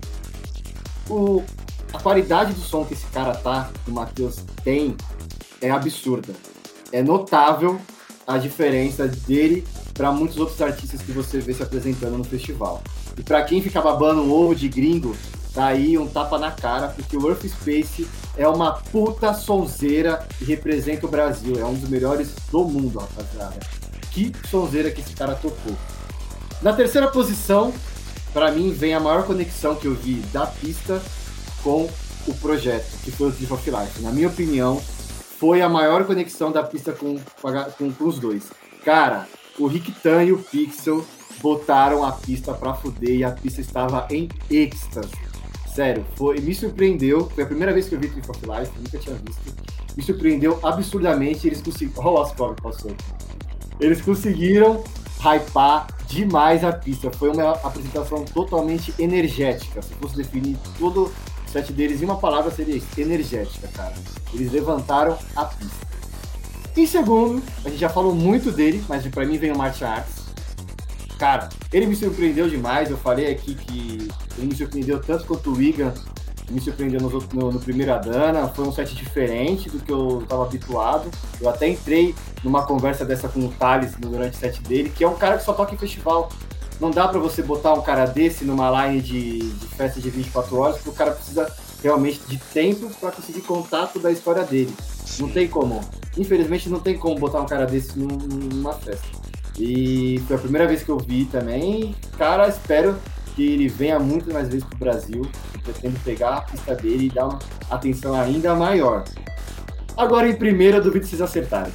Speaker 2: A qualidade do som que esse cara que o Matheus tem, é absurda. é notável a diferença dele para muitos outros artistas que você vê se apresentando no festival. E para quem fica babando um ovo de gringo, tá aí um tapa na cara, porque o Earth Space é uma puta sonzeira e representa o Brasil. É um dos melhores do mundo, rapaziada. Que sonzeira que esse cara tocou. Na terceira posição, para mim, vem a maior conexão que eu vi da pista com o projeto, que foi o Thief of Life. Na minha opinião, foi a maior conexão da pista com os dois. Cara, o Rick Tan e o Pixel botaram a pista pra fuder e a pista estava em êxtase. Sério, me surpreendeu. Foi a primeira vez que eu vi Thief of Life, nunca tinha visto. Me surpreendeu absurdamente. Eles conseguiram. Olha o Ascov passou. Eles conseguiram hypar demais a pista. Foi uma apresentação totalmente energética. Se fosse definir todo o set deles em uma palavra, seria isso: energética, cara. Eles levantaram a pista. Em segundo, a gente já falou muito dele, mas pra mim vem o Martial Arts. Cara, ele me surpreendeu demais. Eu falei aqui que ele me surpreendeu tanto quanto o Wigan me surpreendeu no primeiro Adana. Foi um set diferente do que eu estava habituado. Eu até entrei numa conversa dessa com o Thales durante o set dele, que é um cara que só toca em festival. Não dá pra você botar um cara desse numa line de festa de 24 horas, porque o cara precisa realmente de tempo para conseguir contar toda a história dele. Não tem como. Infelizmente não tem como botar um cara desse numa festa. E foi a primeira vez que eu vi também. Cara, espero que ele venha muito mais vezes pro Brasil. Eu pretendo pegar a pista dele e dar uma atenção ainda maior. Agora, em primeiro, eu duvido vocês acertarem.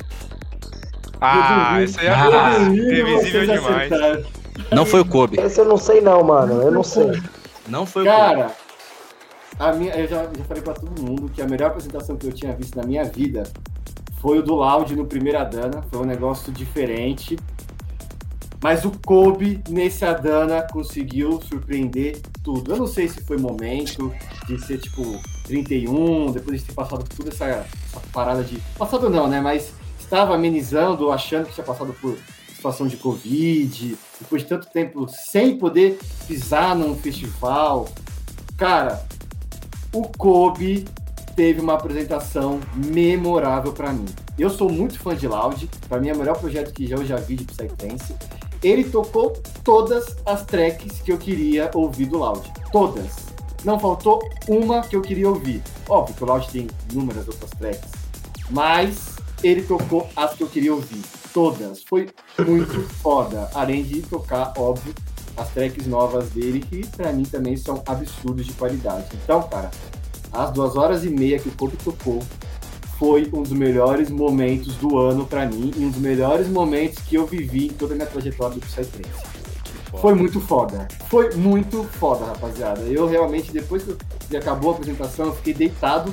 Speaker 4: Esse aí é previsível demais.
Speaker 3: Não foi o Kobe.
Speaker 7: Esse eu não sei não, mano. Eu não sei.
Speaker 3: Não foi o
Speaker 2: Kobe. Cara, eu já falei pra todo mundo que a melhor apresentação que eu tinha visto na minha vida foi o do Loud no primeiro Adana. Foi um negócio diferente. Mas o Kobe, nesse Adana, conseguiu surpreender tudo. Eu não sei se foi momento de ser, 31, depois de ter passado por toda essa parada de... Passado não, né? Mas estava amenizando, achando que tinha passado por situação de Covid, depois de tanto tempo sem poder pisar num festival. Cara, o Kobe teve uma apresentação memorável pra mim. Eu sou muito fã de Loud, pra mim é o melhor projeto que eu já vi de Psytrance. Ele tocou todas as tracks que eu queria ouvir do Loud. Todas. Não faltou uma que eu queria ouvir. Óbvio que o Loud tem inúmeras outras tracks, mas ele tocou as que eu queria ouvir. Todas. Foi muito foda. Além de tocar, óbvio, as tracks novas dele, que pra mim também são absurdos de qualidade. Então, cara, as 2h30 que o Kobe tocou foi um dos melhores momentos do ano pra mim e um dos melhores momentos que eu vivi em toda a minha trajetória do Psytrance. Foi muito foda. Foi muito foda, rapaziada. Eu realmente, depois que acabou a apresentação, eu fiquei deitado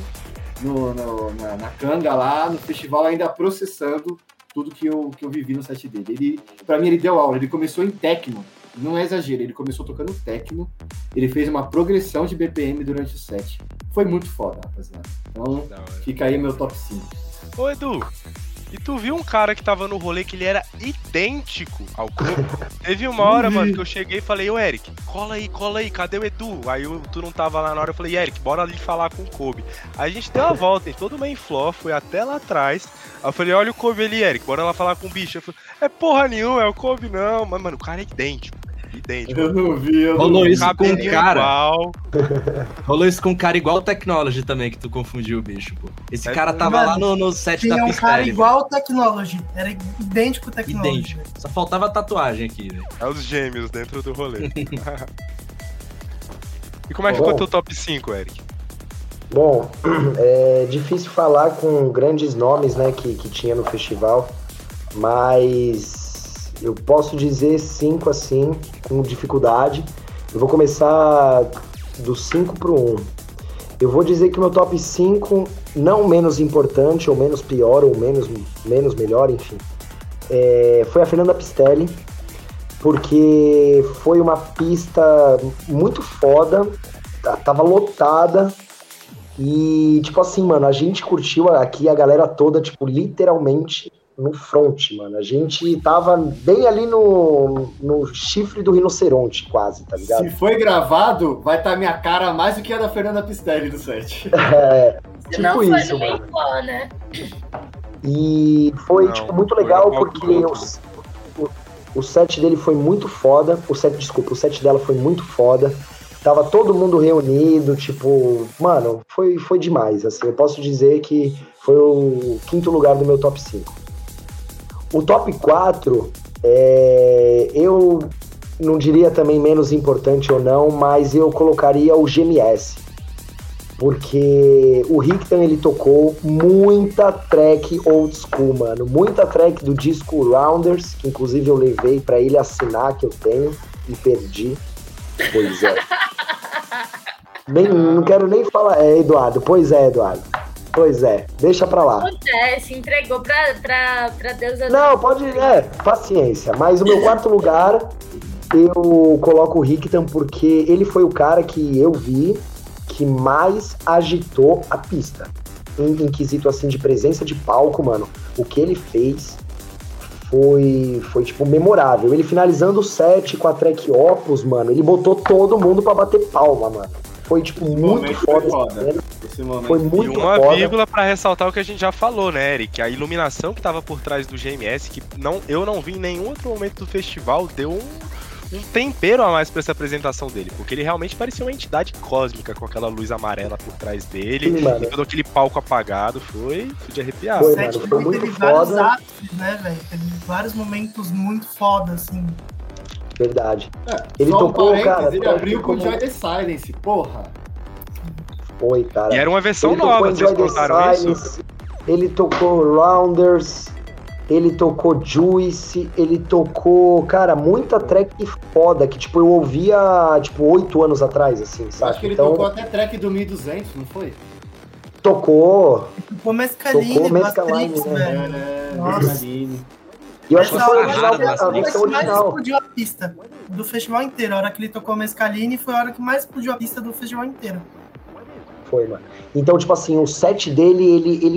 Speaker 2: na canga lá, no festival, ainda processando tudo que eu vivi no set dele. Pra mim, ele deu aula. Ele começou em techno. Não é exagero, ele começou tocando techno, ele fez uma progressão de BPM durante o set. Foi muito foda, rapaziada. Então, fica aí meu top 5.
Speaker 4: Ô, Edu, e tu viu um cara que tava no rolê que ele era idêntico ao Kobe? Teve uma hora, mano, que eu cheguei e falei, ô Eric, cola aí, cadê o Edu? Aí tu não tava lá na hora, eu falei, Eric, bora ali falar com o Kobe. Aí a gente deu uma volta em todo o main floor, foi até lá atrás. Aí eu falei, olha o Kobe ali, Eric, bora lá falar com o bicho. Eu falei, é porra nenhuma, é o Kobe não. Mas, mano, o cara é idêntico.
Speaker 2: Eu não vi,
Speaker 3: Rolou isso com um cara. Rolou isso com um cara igual o Technology também, que tu confundiu o bicho, pô. Esse cara tava lá no set da
Speaker 6: pista. Tinha um cara igual
Speaker 3: o
Speaker 6: Technology. Era idêntico ao Technology.
Speaker 3: Idêntico. Só faltava tatuagem aqui, velho.
Speaker 4: É os gêmeos dentro do rolê. E como é que ficou teu top 5, Eric?
Speaker 7: Bom, é difícil falar com grandes nomes, né, que tinha no festival, mas eu posso dizer 5 assim, com dificuldade. Eu vou começar do 5 pro 1. Eu vou dizer que o meu top 5, não menos importante, ou menos pior, ou menos melhor, enfim, foi a Fernanda Pistelli, porque foi uma pista muito foda, tava lotada, e, assim, mano, a gente curtiu aqui, a galera toda, literalmente no front, mano. A gente tava bem ali no chifre do rinoceronte, quase, tá ligado?
Speaker 2: Se foi gravado, vai estar minha cara mais do que a da Fernanda Pistelli do set.
Speaker 7: Tipo não
Speaker 5: foi
Speaker 7: isso,
Speaker 5: no
Speaker 7: mano.
Speaker 5: main floor, né?
Speaker 7: E foi, muito legal porque o set dele foi muito foda. O set dela foi muito foda. Tava todo mundo reunido, mano, foi demais, assim. Eu posso dizer que foi o 5º lugar do meu top 5. O top 4, eu não diria também menos importante ou não, mas eu colocaria o GMS. Porque o Ricktan, ele tocou muita track old school, mano. Muita track do disco Rounders, que inclusive eu levei pra ele assinar, que eu tenho, e perdi. Pois é. Não quero nem falar. Eduardo. Pois é, Eduardo. Pois é. Deixa pra lá.
Speaker 5: Acontece, entregou pra Deus.
Speaker 7: Não, pode... paciência. Mas o meu 4º lugar, eu coloco o Ricktan porque ele foi o cara que eu vi que mais agitou a pista. Em quesito, assim, de presença de palco, mano, o que ele fez foi memorável. Ele finalizando o set com a track Opus, mano, ele botou todo mundo pra bater palma, mano. Foi, muito foda. Foi muito foda.
Speaker 4: E uma vírgula pra ressaltar o que a gente já falou, né, Eric? A iluminação que tava por trás do GMS, que eu não vi em nenhum outro momento do festival, deu um tempero a mais pra essa apresentação dele, porque ele realmente parecia uma entidade cósmica com aquela luz amarela por trás dele. Sim, e todo aquele palco apagado, foi de arrepiar.
Speaker 7: Foi muito
Speaker 6: vários ápices, né, velho? Teve vários momentos muito foda, assim.
Speaker 7: Verdade. Ele tocou, cara...
Speaker 2: Ele abriu com Enjoy the Silence, porra.
Speaker 7: Foi, cara.
Speaker 4: E era uma versão nova, vocês contaram isso?
Speaker 7: Ele tocou Rounders, ele tocou Juice, ele tocou, cara, muita track foda, que, eu ouvia, 8 anos atrás, assim, sabe?
Speaker 2: Acho que ele tocou até track do 1200, não foi?
Speaker 7: Tocou.
Speaker 6: Tocou Mescaline,
Speaker 7: Mescaline,
Speaker 6: né? Nossa.
Speaker 7: E eu acho que foi a
Speaker 6: versão original. Explodiu a pista do festival inteiro. A hora que ele tocou Mescaline foi a hora que mais explodiu a pista do festival inteiro.
Speaker 7: Foi, mano. Então, o set dele, ele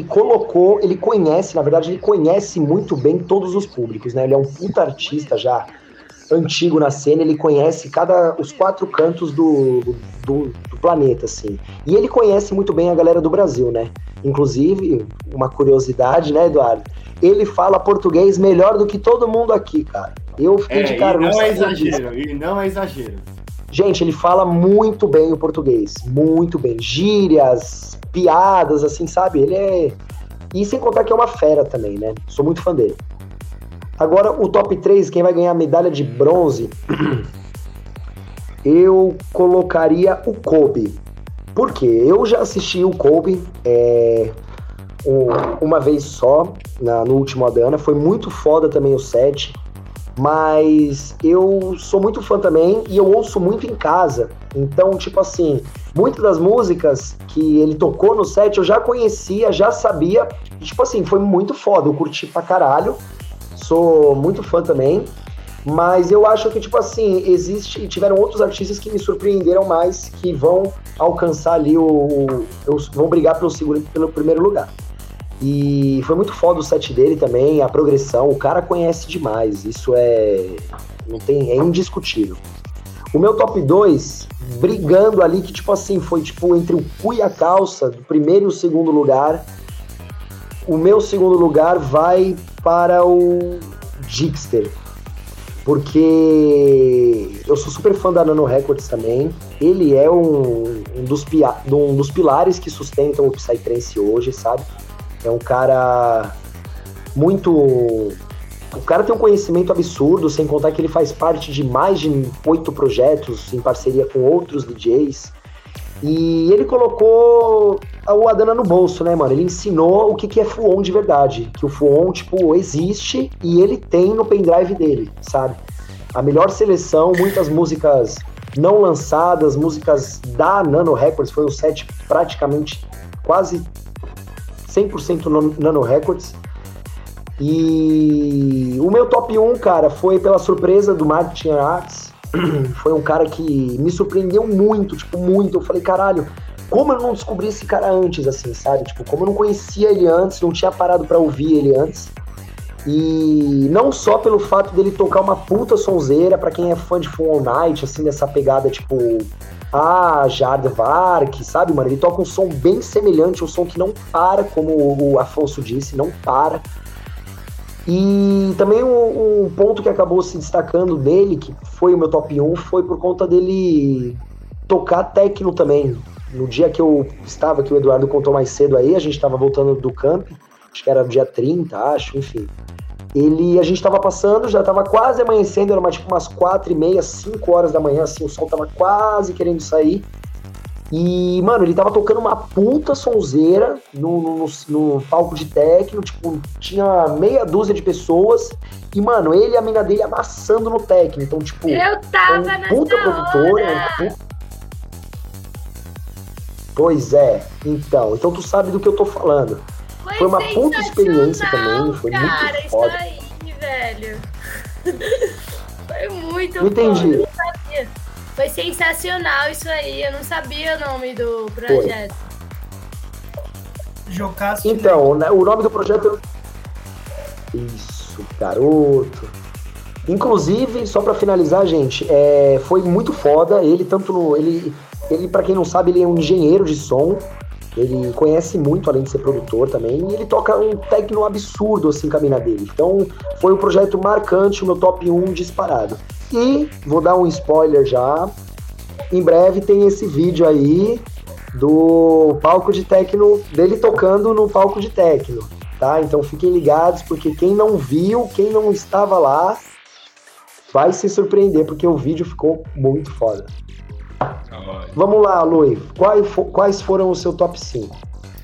Speaker 7: conhece muito bem todos os públicos, né? Ele é um puta artista já antigo na cena, ele conhece os 4 cantos do planeta, assim. E ele conhece muito bem a galera do Brasil, né? Inclusive, uma curiosidade, né, Eduardo? Ele fala português melhor do que todo mundo aqui, cara. Eu fiquei de cara...
Speaker 2: E não é exagero.
Speaker 7: Gente, ele fala muito bem o português, muito bem. Gírias, piadas, assim, sabe? Ele é... E sem contar que é uma fera também, né? Sou muito fã dele. Agora, o top 3, quem vai ganhar a medalha de bronze, eu colocaria o Kobe. Por quê? Eu já assisti o Kobe uma vez só, no último Adana. Foi muito foda também o set. Mas eu sou muito fã também e eu ouço muito em casa. Então, muitas das músicas que ele tocou no set eu já conhecia, já sabia. E, foi muito foda, eu curti pra caralho. Sou muito fã também. Mas eu acho que, tiveram outros artistas que me surpreenderam mais, que vão alcançar ali vão brigar pelo primeiro lugar. E foi muito foda o set dele também, a progressão, o cara conhece demais, isso é indiscutível. O meu top 2, brigando ali, que foi entre o cu e a calça, do primeiro e o segundo lugar. O meu segundo lugar vai para o Jixter, porque eu sou super fã da Nano Records também. Ele é um dos pilares que sustentam o Psytrance hoje, sabe? É um cara muito... O cara tem um conhecimento absurdo, sem contar que ele faz parte de mais de 8 projetos em parceria com outros DJs. E ele colocou o Adana no bolso, né, mano? Ele ensinou o que é Full-On de verdade. Que o Full-On, existe e ele tem no pendrive dele, sabe? A melhor seleção, muitas músicas não lançadas, músicas da Nano Records. Foi um set praticamente quase 100% Nano Records. E o meu top 1, cara, foi pela surpresa do Martin Arts. Foi um cara que me surpreendeu muito, muito. Eu falei, caralho, como eu não descobri esse cara antes, assim, sabe? Como eu não conhecia ele antes, não tinha parado pra ouvir ele antes. E não só pelo fato dele tocar uma puta sonzeira, pra quem é fã de Full On Night, assim, dessa pegada, a Jardvark, sabe, mano? Ele toca um som bem semelhante, um som que não para, como o Afonso disse, não para. E também um ponto que acabou se destacando dele, que foi o meu top 1, foi por conta dele tocar techno também. No dia que eu estava, que o Eduardo contou mais cedo aí, a gente estava voltando do camp, acho que era no dia 30, enfim. A gente estava passando, já estava quase amanhecendo, era tipo umas 4h30, 5 horas da manhã, assim, o sol estava quase querendo sair. E, mano, ele tava tocando uma puta sonzeira no palco de techno, tipo, tinha meia dúzia de pessoas. E, mano, ele e a mina dele amassando no techno. Então, tipo,
Speaker 5: eu tava
Speaker 7: um puta produtor. Pois é, então tu sabe do que eu tô falando. Foi uma puta experiência também, foi muito foda.
Speaker 5: Isso aí, velho. Foi muito
Speaker 7: não entendi.
Speaker 5: Foda, eu não sabia. Foi sensacional isso aí, eu não sabia o nome do projeto.
Speaker 6: Jocaço.
Speaker 7: Então, né, o nome do projeto... Isso, garoto. Inclusive, só pra finalizar, gente, foi muito foda. Ele, ele, pra quem não sabe, ele é um engenheiro de som. Ele conhece muito, além de ser produtor também. E ele toca um techno absurdo, assim, com a mina dele. Então, foi um projeto marcante, o meu top 1 disparado. E, vou dar um spoiler já, em breve tem esse vídeo aí do palco de techno, dele tocando no palco de techno, tá? Então fiquem ligados, porque quem não viu, quem não estava lá, vai se surpreender, porque o vídeo ficou muito foda. Vamos lá, Lui, quais foram o seu top 5?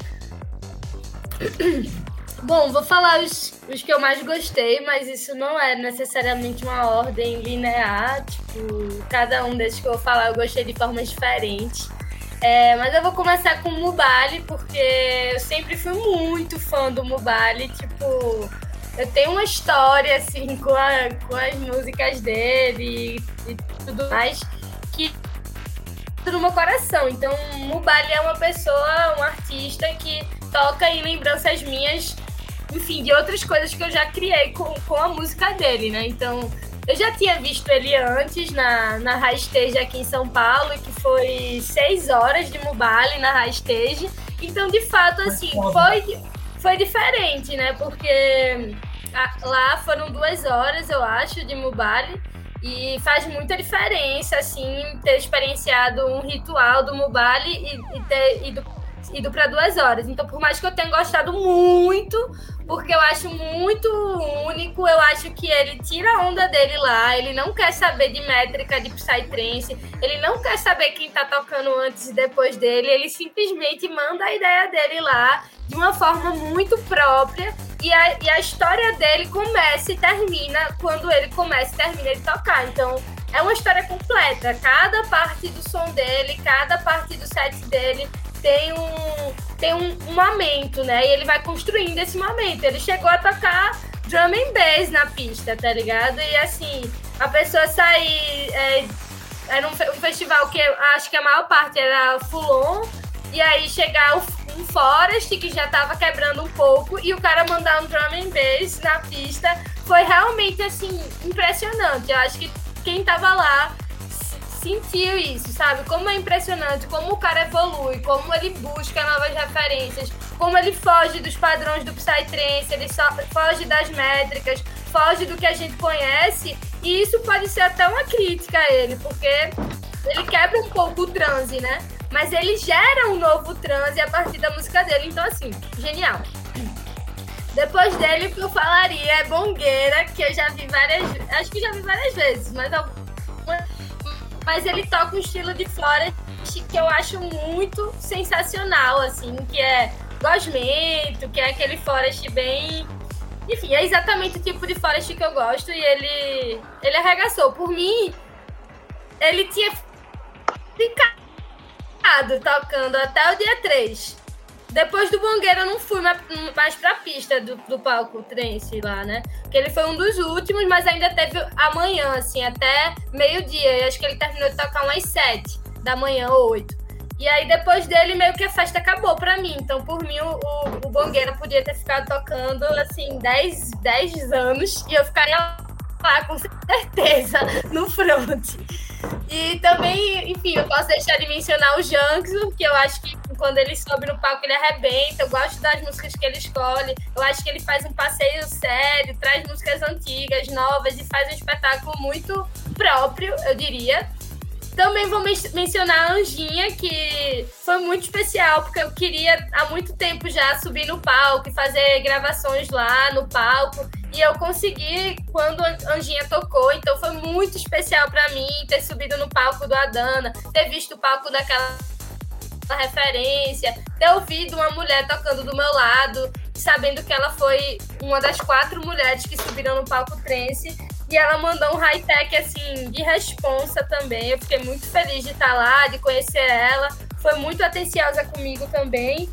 Speaker 5: Bom, vou falar os que eu mais gostei, mas isso não é necessariamente uma ordem linear, tipo, cada um desses que eu vou falar eu gostei de formas diferentes. Mas eu vou começar com o Mubali, porque eu sempre fui muito fã do Mubali, tipo, eu tenho uma história, assim, com as músicas dele e tudo mais, que no meu coração. Então, o Mubali é uma pessoa, um artista que toca em lembranças minhas, enfim, de outras coisas que eu já criei com a música dele, né? Então, eu já tinha visto ele antes na High Stage aqui em São Paulo, que foi 6 horas de Mubali na High Stage. Então, de fato, assim, foi diferente, né? Porque lá foram 2 horas, eu acho, de Mubali. E faz muita diferença, assim, ter experienciado um ritual do Mubali e ter ido para 2 horas. Então, por mais que eu tenha gostado muito, porque eu acho muito único, eu acho que ele tira a onda dele lá, ele não quer saber de métrica de Psytrance, ele não quer saber quem tá tocando antes e depois dele, ele simplesmente manda a ideia dele lá de uma forma muito própria, e a história dele começa e termina quando ele começa e termina de tocar. Então, é uma história completa. Cada parte do som dele, cada parte do set dele tem um momento, né? E ele vai construindo esse momento. Ele chegou a tocar drum and bass na pista, tá ligado? E assim, a pessoa sair... era um festival que eu acho que a maior parte era full on, e aí chegar um Forest que já tava quebrando um pouco, e o cara mandar um drum and bass na pista foi realmente, assim, impressionante. Eu acho que quem tava lá sentiu isso, sabe? Como é impressionante, como o cara evolui, como ele busca novas referências, como ele foge dos padrões do Psytrance, ele foge das métricas, foge do que a gente conhece, e isso pode ser até uma crítica a ele, porque ele quebra um pouco o transe, né? Mas ele gera um novo transe a partir da música dele, então assim, genial. Depois dele, o que eu falaria é Bongueira, que eu já vi acho que já vi várias vezes, mas ele toca um estilo de Forest que eu acho muito sensacional, assim, que é gosmento, que é aquele Forest bem... Enfim, é exatamente o tipo de Forest que eu gosto, e ele arregaçou. Por mim, ele tinha ficado tocando até o dia 3. Depois do Bongueira, eu não fui mais pra pista do palco trance lá, né? Porque ele foi um dos últimos, mas ainda teve amanhã, assim, até meio-dia. E acho que ele terminou de tocar umas 7 da manhã ou 8. E aí, depois dele, meio que a festa acabou pra mim. Então, por mim, o Bongueira podia ter ficado tocando, assim, 10 anos. E eu ficaria lá, com certeza, no front. E também, enfim, eu posso deixar de mencionar o Jankson, que eu acho que quando ele sobe no palco ele arrebenta. Eu gosto das músicas que ele escolhe. Eu acho que ele faz um passeio sério, traz músicas antigas, novas e faz um espetáculo muito próprio, eu diria. Também vou mencionar a Anjinha, que foi muito especial, porque eu queria há muito tempo já subir no palco e fazer gravações lá no palco. E eu consegui quando a Anjinha tocou, então foi muito especial para mim ter subido no palco do Adana, ter visto o palco daquela referência, ter ouvido uma mulher tocando do meu lado, sabendo que ela foi uma das 4 mulheres que subiram no palco trance. E ela mandou um high-tech, assim, de responsa também. Eu fiquei muito feliz de estar lá, de conhecer ela. Foi muito atenciosa comigo também.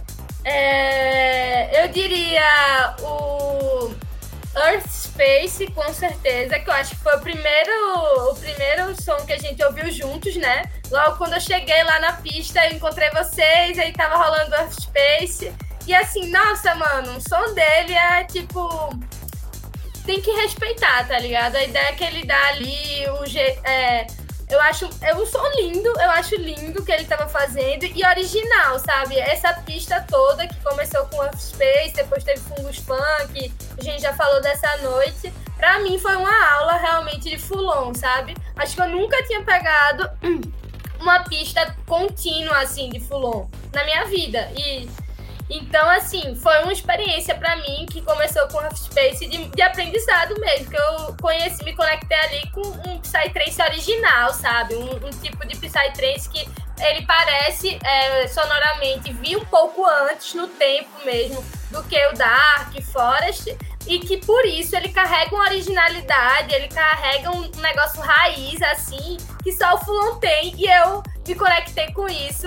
Speaker 5: Eu diria o Earth Space, com certeza, que eu acho que foi o primeiro som que a gente ouviu juntos, né? Logo quando eu cheguei lá na pista, eu encontrei vocês, aí tava rolando Earth Space. E assim, nossa, mano, o som dele é tipo... Tem que respeitar, tá ligado? A ideia que ele dá ali, eu acho um som lindo, eu acho lindo o que ele tava fazendo e original, sabe? Essa pista toda que começou com Earth Space, depois teve Fungus Funk, a gente já falou dessa noite. Pra mim foi uma aula realmente de full-on, sabe? Acho que eu nunca tinha pegado uma pista contínua, assim, de full-on na minha vida. Então, assim, foi uma experiência pra mim que começou com Earth Space de aprendizado mesmo, que eu me conectei ali com um Psytrance original, sabe? Um tipo de Psytrance que ele parece sonoramente vir um pouco antes no tempo mesmo do que o Dark Forest, e que por isso ele carrega uma originalidade, ele carrega um negócio raiz, assim, que só o Fulon tem, e eu me conectei com isso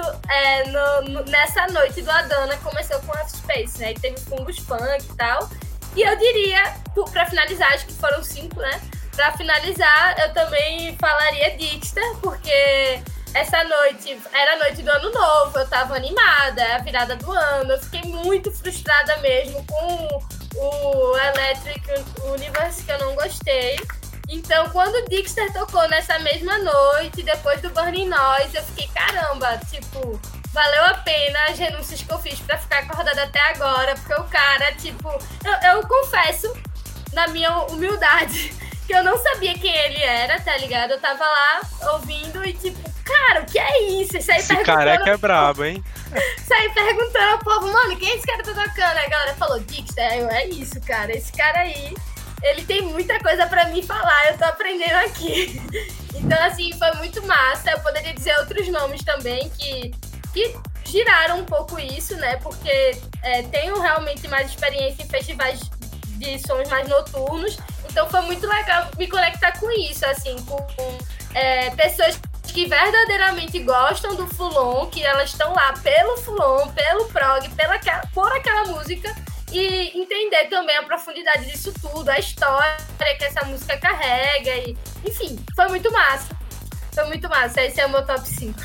Speaker 5: nessa noite do Adana, começou com Earth Space, né? E teve Fungus Funk e tal. E eu diria, pra finalizar, acho que foram 5, né? Pra finalizar, eu também falaria Dixter, porque essa noite era a noite do Ano Novo, eu tava animada, é a virada do ano, eu fiquei muito frustrada mesmo com o Electric Universe, que eu não gostei. Então, quando o Dixter tocou nessa mesma noite, depois do Burning Noise, eu fiquei, caramba, tipo, valeu a pena as renúncias que eu fiz pra ficar acordada até agora, porque o cara, tipo, eu confesso, na minha humildade, que eu não sabia quem ele era, tá ligado? Eu tava lá ouvindo e tipo, cara, o que é isso?
Speaker 4: Esse careca é brabo, hein?
Speaker 5: Saí perguntando ao povo, mano, quem esse cara tá tocando? A galera falou, Dixter, é isso, cara, esse cara aí, ele tem muita coisa pra me falar, eu tô aprendendo aqui. Então, assim, foi muito massa. Eu poderia dizer outros nomes também que giraram um pouco isso, né? Porque tenho realmente mais experiência em festivais de sons mais noturnos. Então, foi muito legal me conectar com isso, assim, com pessoas que verdadeiramente gostam do Fulon, que elas estão lá pelo Fulon, pelo prog, por aquela música, e entender também a profundidade disso tudo, a história que essa música carrega, e enfim, foi muito massa. Foi muito massa, esse é o meu top 5.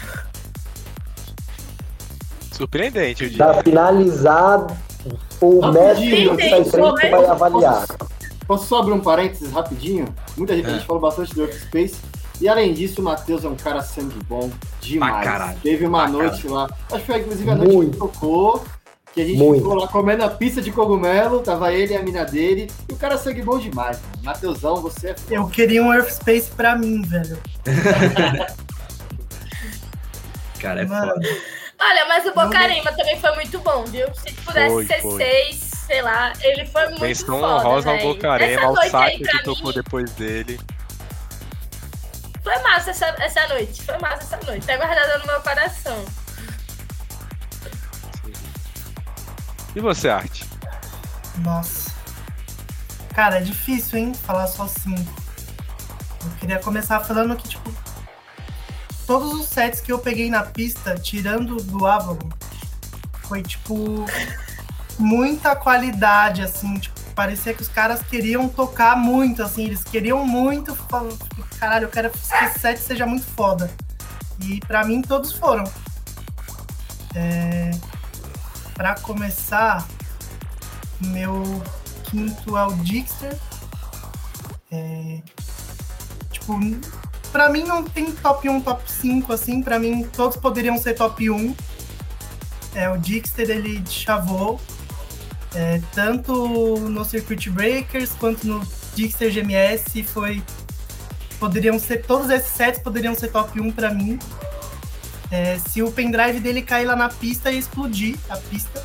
Speaker 4: Surpreendente, eu diria.
Speaker 7: Pra finalizar, o mestre do Psytrance vai avaliar.
Speaker 2: Posso só abrir um parênteses rapidinho? Muita gente falou bastante do Earth Space. E além disso, o Matheus é um cara sangue bom demais. Teve uma noite lá, acho que foi inclusive a noite que tocou, que a gente ficou lá comendo a pizza de cogumelo, tava ele e a mina dele, e o cara sangue bom demais. Matheusão, você é foda.
Speaker 6: Eu queria um Earth Space pra mim, velho.
Speaker 3: Cara, é foda.
Speaker 5: Olha, mas o Bocarema também foi muito bom, viu? Se pudesse ser 6, sei lá, ele foi muito
Speaker 4: Menção
Speaker 5: foda,
Speaker 4: honrosa ao Bocarema, ao Saki que tocou
Speaker 5: mim,
Speaker 4: depois dele.
Speaker 5: Foi massa essa noite, tá guardada no meu coração.
Speaker 4: E você, Art?
Speaker 6: Nossa. Cara, é difícil, hein, falar só 5. Eu queria começar falando que, tipo, todos os sets que eu peguei na pista, tirando do Avalon, foi, tipo, muita qualidade, assim, tipo, parecia que os caras queriam tocar muito, assim, eles queriam muito, caralho, eu quero que esse set seja muito foda. E pra mim, todos foram. Pra começar, meu quinto é o Dixter. Tipo, pra mim não tem top 1, top 5, assim. Pra mim, todos poderiam ser top 1. O Dixter, ele chavou. Tanto no Circuit Breakers, quanto no Dixter GMS, todos esses sets poderiam ser top 1 pra mim. Se o pendrive dele cair lá na pista, ia explodir a pista.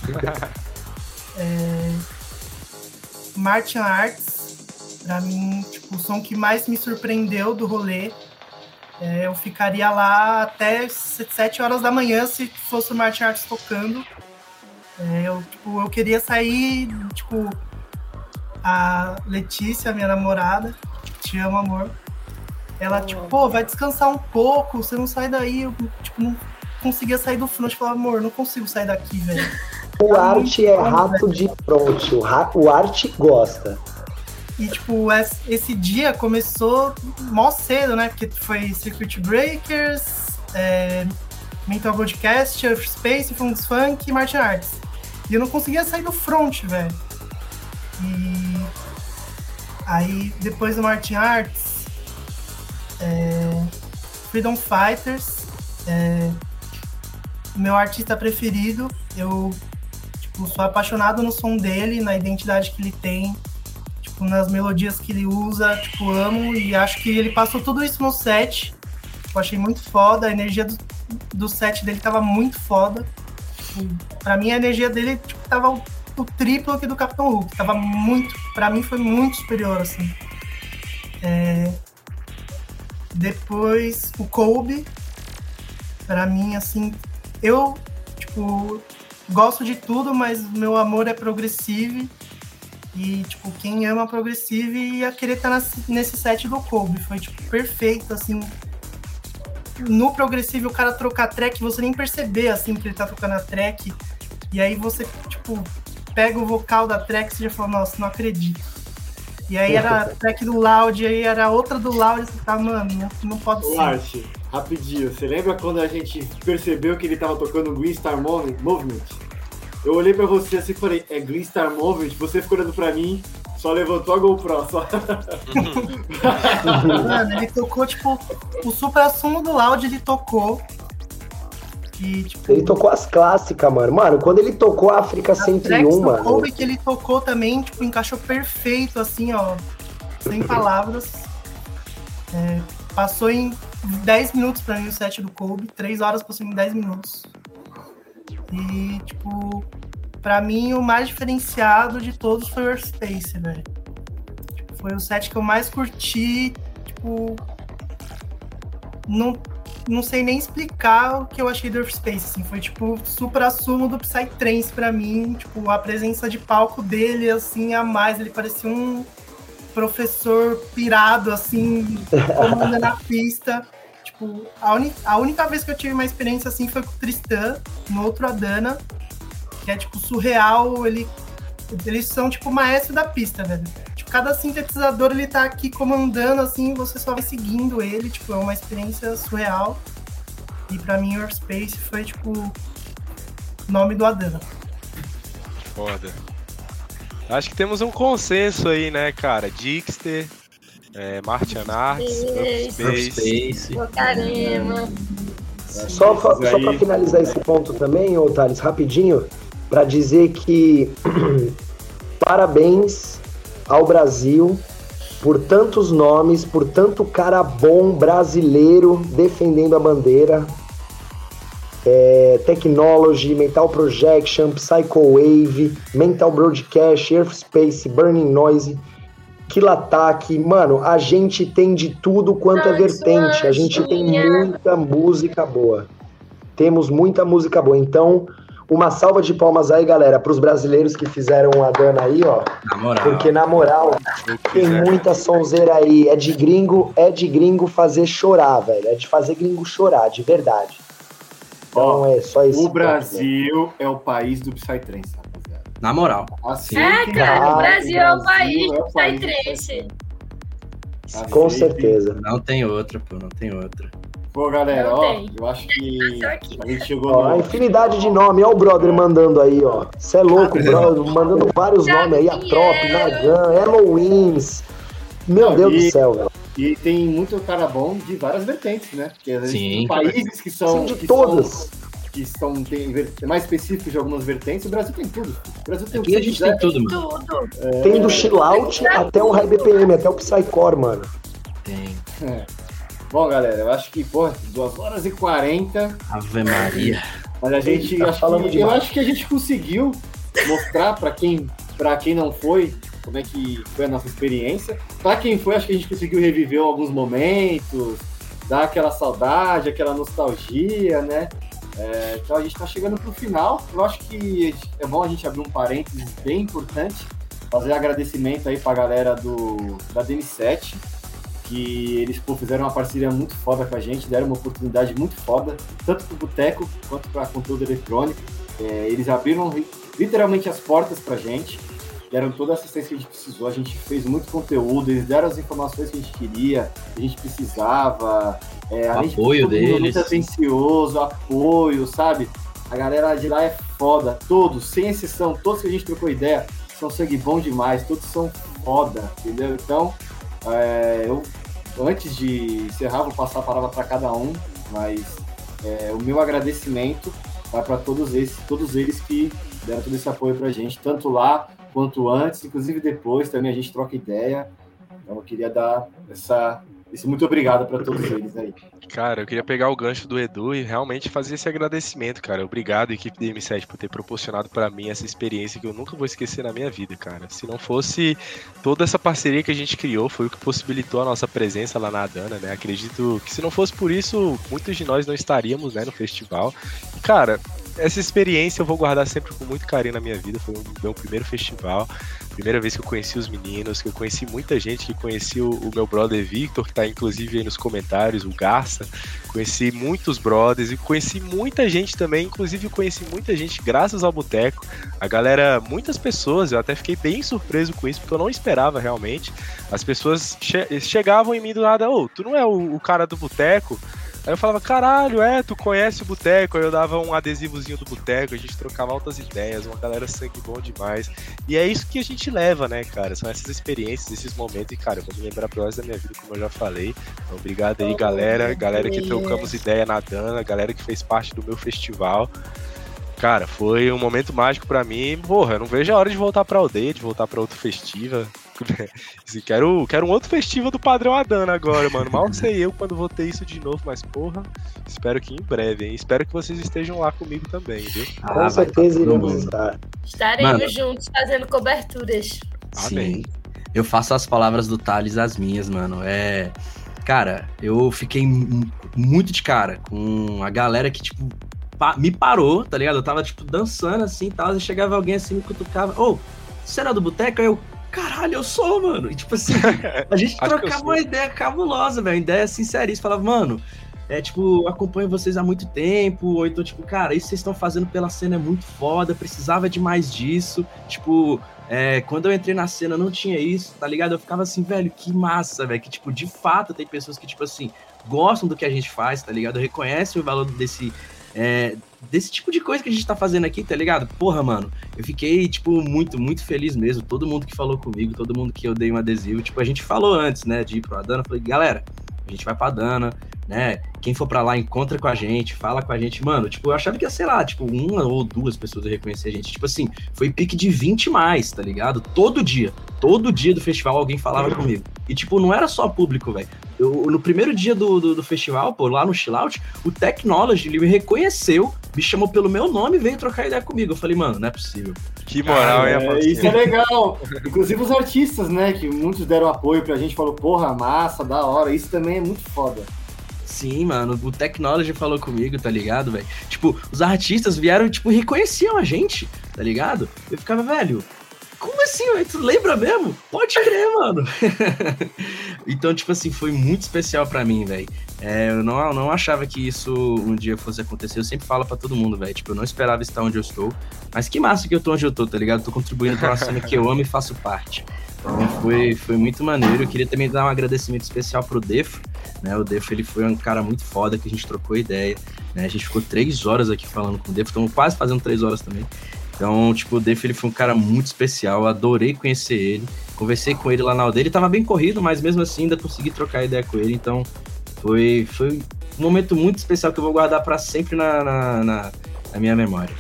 Speaker 6: Martian Arts, pra mim, tipo, o som que mais me surpreendeu do rolê. Eu ficaria lá até 7 horas da manhã se fosse o Martian Arts tocando. Eu queria sair, tipo, a Letícia, minha namorada, te amo, amor. Ela, tipo, vai descansar um pouco, você não sai daí. Eu, tipo, não conseguia sair do front. Eu falava, amor, não consigo sair daqui, velho.
Speaker 7: O Art é rato de front, o Art gosta.
Speaker 6: E, tipo, esse dia começou mó cedo, né? Porque foi Circuit Breakers, Mental Broadcast, Earth Space, Fungus Funk e Martian Arts. E eu não conseguia sair do front, velho. E aí, depois do Martian Arts, Freedom Fighters, meu artista preferido. Eu, tipo, sou apaixonado no som dele, na identidade que ele tem, tipo, nas melodias que ele usa, tipo, amo, e acho que ele passou tudo isso no set. Eu achei muito foda, a energia do set dele tava muito foda. Pra mim, a energia dele, tipo, tava o triplo que do Capitão Hook. Tava muito, pra mim foi muito superior, assim. Depois, o Kobe, pra mim, assim, eu, tipo, gosto de tudo, mas meu amor é Progressive, e, tipo, quem ama Progressive ia querer estar nesse set do Kobe, foi, tipo, perfeito, assim. No Progressive, o cara trocar track, você nem perceber, assim, que ele tá tocando a track, e aí você, tipo, pega o vocal da track e você já fala, nossa, não acredito. E aí era a track do Loud, aí era outra do Loud, e você tá, mano, não pode ser.
Speaker 2: Art, rapidinho, você lembra quando a gente percebeu que ele tava tocando Green Star Movement? Eu olhei pra você assim e falei, é Green Star Movement? Você ficou olhando pra mim, só levantou a GoPro, só.
Speaker 6: Mano, ele tocou, tipo, o supra-sumo do Loud, ele tocou. E, tipo,
Speaker 7: ele tocou as clássicas, mano. Mano, quando ele tocou a África 101, mano.
Speaker 6: O Kobe que ele tocou também, tipo, encaixou perfeito, assim, ó. Sem palavras. Passou em 10 minutos pra mim o set do Kobe. 3 horas passou em 10 minutos. E, tipo, pra mim o mais diferenciado de todos foi o Earth Space, velho. Tipo, foi o set que eu mais curti, tipo... Não sei nem explicar o que eu achei do Earth Space, assim, foi tipo supra-sumo do Psytrance pra mim, tipo, a presença de palco dele, assim, a mais, ele parecia um professor pirado, assim, comandando a pista. Tipo, a única vez que eu tive uma experiência assim foi com o Tristan, no outro Adana, que é tipo surreal, eles são tipo maestro da pista, velho. Tipo, cada sintetizador ele tá aqui comandando, assim, você só vai seguindo ele, tipo, é uma experiência surreal. E pra mim, Earth Space foi, tipo, nome do Adana.
Speaker 4: Foda. Acho que temos um consenso aí, né, cara? Dixter, Martian Arts, Earth Space.
Speaker 5: Caramba.
Speaker 7: Só pra finalizar esse ponto também, ô Thales, rapidinho, pra dizer que parabéns ao Brasil por tantos nomes, por tanto cara bom brasileiro defendendo a bandeira. Technology, Mental Projection, Psycho Wave, Mental Broadcast, Earth Space, Burning Noise, Kill Attack. Mano, a gente tem de tudo quanto é vertente. A gente tem muita música boa. Temos muita música boa. Então, uma salva de palmas aí, galera, pros brasileiros que fizeram a Dana aí, ó.
Speaker 3: Na moral.
Speaker 7: Porque, na moral, tem muita sonzeira aí. É de gringo fazer chorar, velho. É de fazer gringo chorar, de verdade. Então, é só isso.
Speaker 2: O Brasil é o país do Psytrance, rapaziada.
Speaker 3: Na moral.
Speaker 2: Assim,
Speaker 5: cara, o Brasil é o país do Psytrance.
Speaker 7: Com certeza.
Speaker 3: Não tem outra, pô, não tem outra.
Speaker 2: Pô, galera,
Speaker 5: Não
Speaker 2: ó,
Speaker 5: tem.
Speaker 2: eu acho que a gente chegou
Speaker 7: Ó, a infinidade de nome, ó o brother mandando aí, ó. Cê é louco, brother, mandando vários nomes aí, a Trop, Nagan, Halloweens. Meu Deus do céu, velho.
Speaker 2: E tem muito cara bom de várias vertentes, né? Porque
Speaker 3: Sim.
Speaker 2: Países que são...
Speaker 7: Sim, de todas.
Speaker 2: Tem mais específicos de algumas vertentes, o Brasil tem tudo. O Brasil tem
Speaker 3: Aqui a gente tem tudo, mano.
Speaker 7: Tem do chill out até o high BPM, até o Psycore, mano.
Speaker 3: Tem.
Speaker 2: Bom, galera, eu acho que, 2h40.
Speaker 3: Ave Maria.
Speaker 2: Mas a gente...
Speaker 7: Tá
Speaker 2: eu acho que a gente conseguiu mostrar pra quem não foi, como é que foi a nossa experiência. Pra quem foi, acho que a gente conseguiu reviver alguns momentos, dar aquela saudade, aquela nostalgia, né? Então a gente tá chegando pro final. Eu acho que é bom a gente abrir um parênteses bem importante, fazer agradecimento aí pra galera da DM7, que eles fizeram uma parceria muito foda com a gente, deram uma oportunidade muito foda, tanto pro Boteco quanto pra conteúdo eletrônico. Eles abriram literalmente as portas pra gente, deram toda a assistência que a gente precisou, a gente fez muito conteúdo, eles deram as informações que a gente queria, que a gente precisava,
Speaker 3: apoio deles,
Speaker 2: muito atencioso, apoio, sabe? A galera de lá é foda, todos, sem exceção, todos que a gente trocou ideia, são sangue bom demais, todos são foda, entendeu? Então, eu, antes de encerrar, vou passar a palavra para cada um, mas o meu agradecimento vai para todos eles que deram todo esse apoio pra gente, tanto lá quanto antes, inclusive depois também a gente troca ideia. Então eu queria dar esse muito obrigado para todos eles aí.
Speaker 4: Cara, eu queria pegar o gancho do Edu e realmente fazer esse agradecimento, cara. Obrigado, equipe da DM7, por ter proporcionado pra mim essa experiência que eu nunca vou esquecer na minha vida, cara. Se não fosse toda essa parceria que a gente criou, foi o que possibilitou a nossa presença lá na Adana, né? Acredito que se não fosse por isso, muitos de nós não estaríamos, né, no festival. E, cara, essa experiência eu vou guardar sempre com muito carinho na minha vida. Foi o meu primeiro festival, primeira vez que eu conheci os meninos, que eu conheci muita gente, que conheci o meu brother Victor, que tá inclusive aí nos comentários, o Garça. Conheci muitos brothers e conheci muita gente também, inclusive conheci muita gente graças ao Boteco. A galera, muitas pessoas, eu até fiquei bem surpreso com isso, porque eu não esperava realmente. As pessoas chegavam em mim do nada, tu não é o cara do Boteco? Aí eu falava, caralho, tu conhece o Boteco? Aí eu dava um adesivozinho do Boteco, a gente trocava altas ideias, uma galera sangue bom demais. E é isso que a gente leva, né, cara? São essas experiências, esses momentos. E, cara, eu vou me lembrar pro resto da minha vida, como eu já falei. Então, obrigado aí, galera que trocamos ideia na Dana, galera que fez parte do meu festival. Cara, foi um momento mágico pra mim. Porra, eu não vejo a hora de voltar pra aldeia, de voltar pra outro festival. Quero um outro festival do padrão Adana agora, mano. Mal sei eu quando vou ter isso de novo, mas porra, espero que em breve, hein? Espero que vocês estejam lá comigo também, viu?
Speaker 7: Com certeza iremos estar.
Speaker 5: Estaremos juntos fazendo coberturas.
Speaker 3: Sim, eu faço as palavras do Thales as minhas, mano. Cara, eu fiquei muito de cara com a galera que, tipo, me parou, tá ligado? Eu tava, tipo, dançando assim e tal, e chegava alguém assim, me cutucava. Você era do Boteco? Aí eu, caralho, eu sou, mano. E tipo assim, a gente trocava uma ideia cabulosa, velho. Ideia sinceríssima. Falava, mano, tipo, acompanho vocês há muito tempo. Ou então, tipo, cara, isso que vocês estão fazendo pela cena é muito foda. Precisava de mais disso. Tipo, quando eu entrei na cena não tinha isso, tá ligado? Eu ficava assim, velho, que massa, velho. Que, tipo, de fato tem pessoas que, tipo assim, gostam do que a gente faz, tá ligado? Reconhecem o valor desse tipo de coisa que a gente tá fazendo aqui, tá ligado? Porra, mano, eu fiquei, tipo, muito, muito feliz mesmo. Todo mundo que falou comigo, todo mundo que eu dei um adesivo, tipo, a gente falou antes, né, de ir pro Adana, eu falei, galera, a gente vai pra Adana, né, quem for pra lá encontra com a gente, fala com a gente, mano, tipo, eu achava que ia, sei lá, tipo, 1 ou 2 pessoas reconhecer a gente, tipo assim, foi pique de 20 mais, tá ligado? Todo dia do festival alguém falava comigo, e tipo, não era só público, velho. No primeiro dia do festival, pô, lá no Chill Out, o Technology, ele me reconheceu, me chamou pelo meu nome e veio trocar ideia comigo. Eu falei, mano, não é possível.
Speaker 4: Que moral, hein?
Speaker 2: Isso é legal. Inclusive os artistas, né, que muitos deram apoio pra gente, falou, porra, massa, da hora. Isso também é muito foda.
Speaker 3: Sim, mano, o Technology falou comigo, tá ligado, velho? Tipo, os artistas vieram, tipo, reconheciam a gente, tá ligado? Eu ficava, velho, como assim, velho? Tu lembra mesmo? Pode crer, mano. Então, tipo assim, foi muito especial pra mim, velho. Eu não achava que isso um dia fosse acontecer. Eu sempre falo pra todo mundo, velho. Tipo, eu não esperava estar onde eu estou. Mas que massa que eu tô onde eu tô, tá ligado? Tô contribuindo pra uma cena que eu amo e faço parte. Então, foi muito maneiro. Eu queria também dar um agradecimento especial pro Defo, né? O Defo, ele foi um cara muito foda que a gente trocou ideia, né? A gente ficou 3 horas aqui falando com o Defo. Estamos quase fazendo 3 horas também. Então, tipo, o Def, ele foi um cara muito especial, eu adorei conhecer ele, conversei com ele lá na aldeia, ele tava bem corrido, mas mesmo assim ainda consegui trocar ideia com ele, então foi um momento muito especial que eu vou guardar para sempre na minha memória.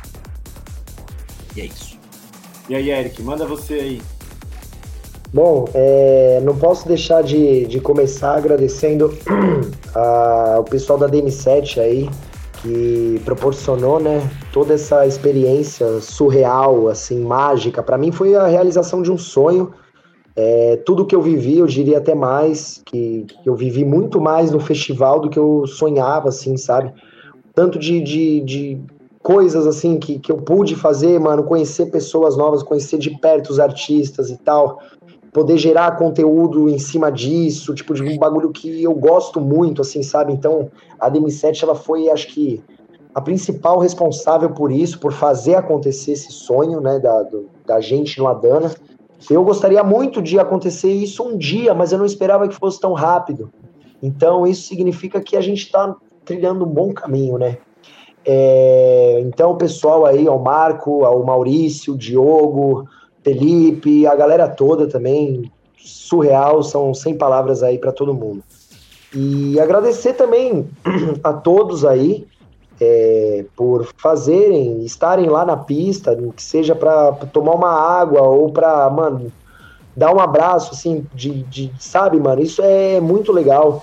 Speaker 3: E é isso.
Speaker 2: E aí, Eric, manda você aí.
Speaker 7: Bom, não posso deixar de começar agradecendo ao pessoal da DM7 aí, que proporcionou, né, toda essa experiência surreal, assim, mágica. Para mim foi a realização de um sonho. Tudo que eu vivi, eu diria até mais, que eu vivi muito mais no festival do que eu sonhava, assim, sabe? Tanto de coisas, assim, que eu pude fazer, mano, conhecer pessoas novas, conhecer de perto os artistas e tal, poder gerar conteúdo em cima disso, tipo, de um bagulho que eu gosto muito, assim, sabe? Então, a DM7, ela foi, acho que, a principal responsável por isso, por fazer acontecer esse sonho, né, da gente no Adana. Eu gostaria muito de acontecer isso um dia, mas eu não esperava que fosse tão rápido. Então, isso significa que a gente está trilhando um bom caminho, né? Então, o pessoal aí, ao Marco, ao Maurício, o Diogo, Felipe, a galera toda também, surreal, são 100 palavras aí para todo mundo. E agradecer também a todos aí por estarem lá na pista, que seja para tomar uma água ou para, mano, dar um abraço, assim, sabe, mano, isso é muito legal.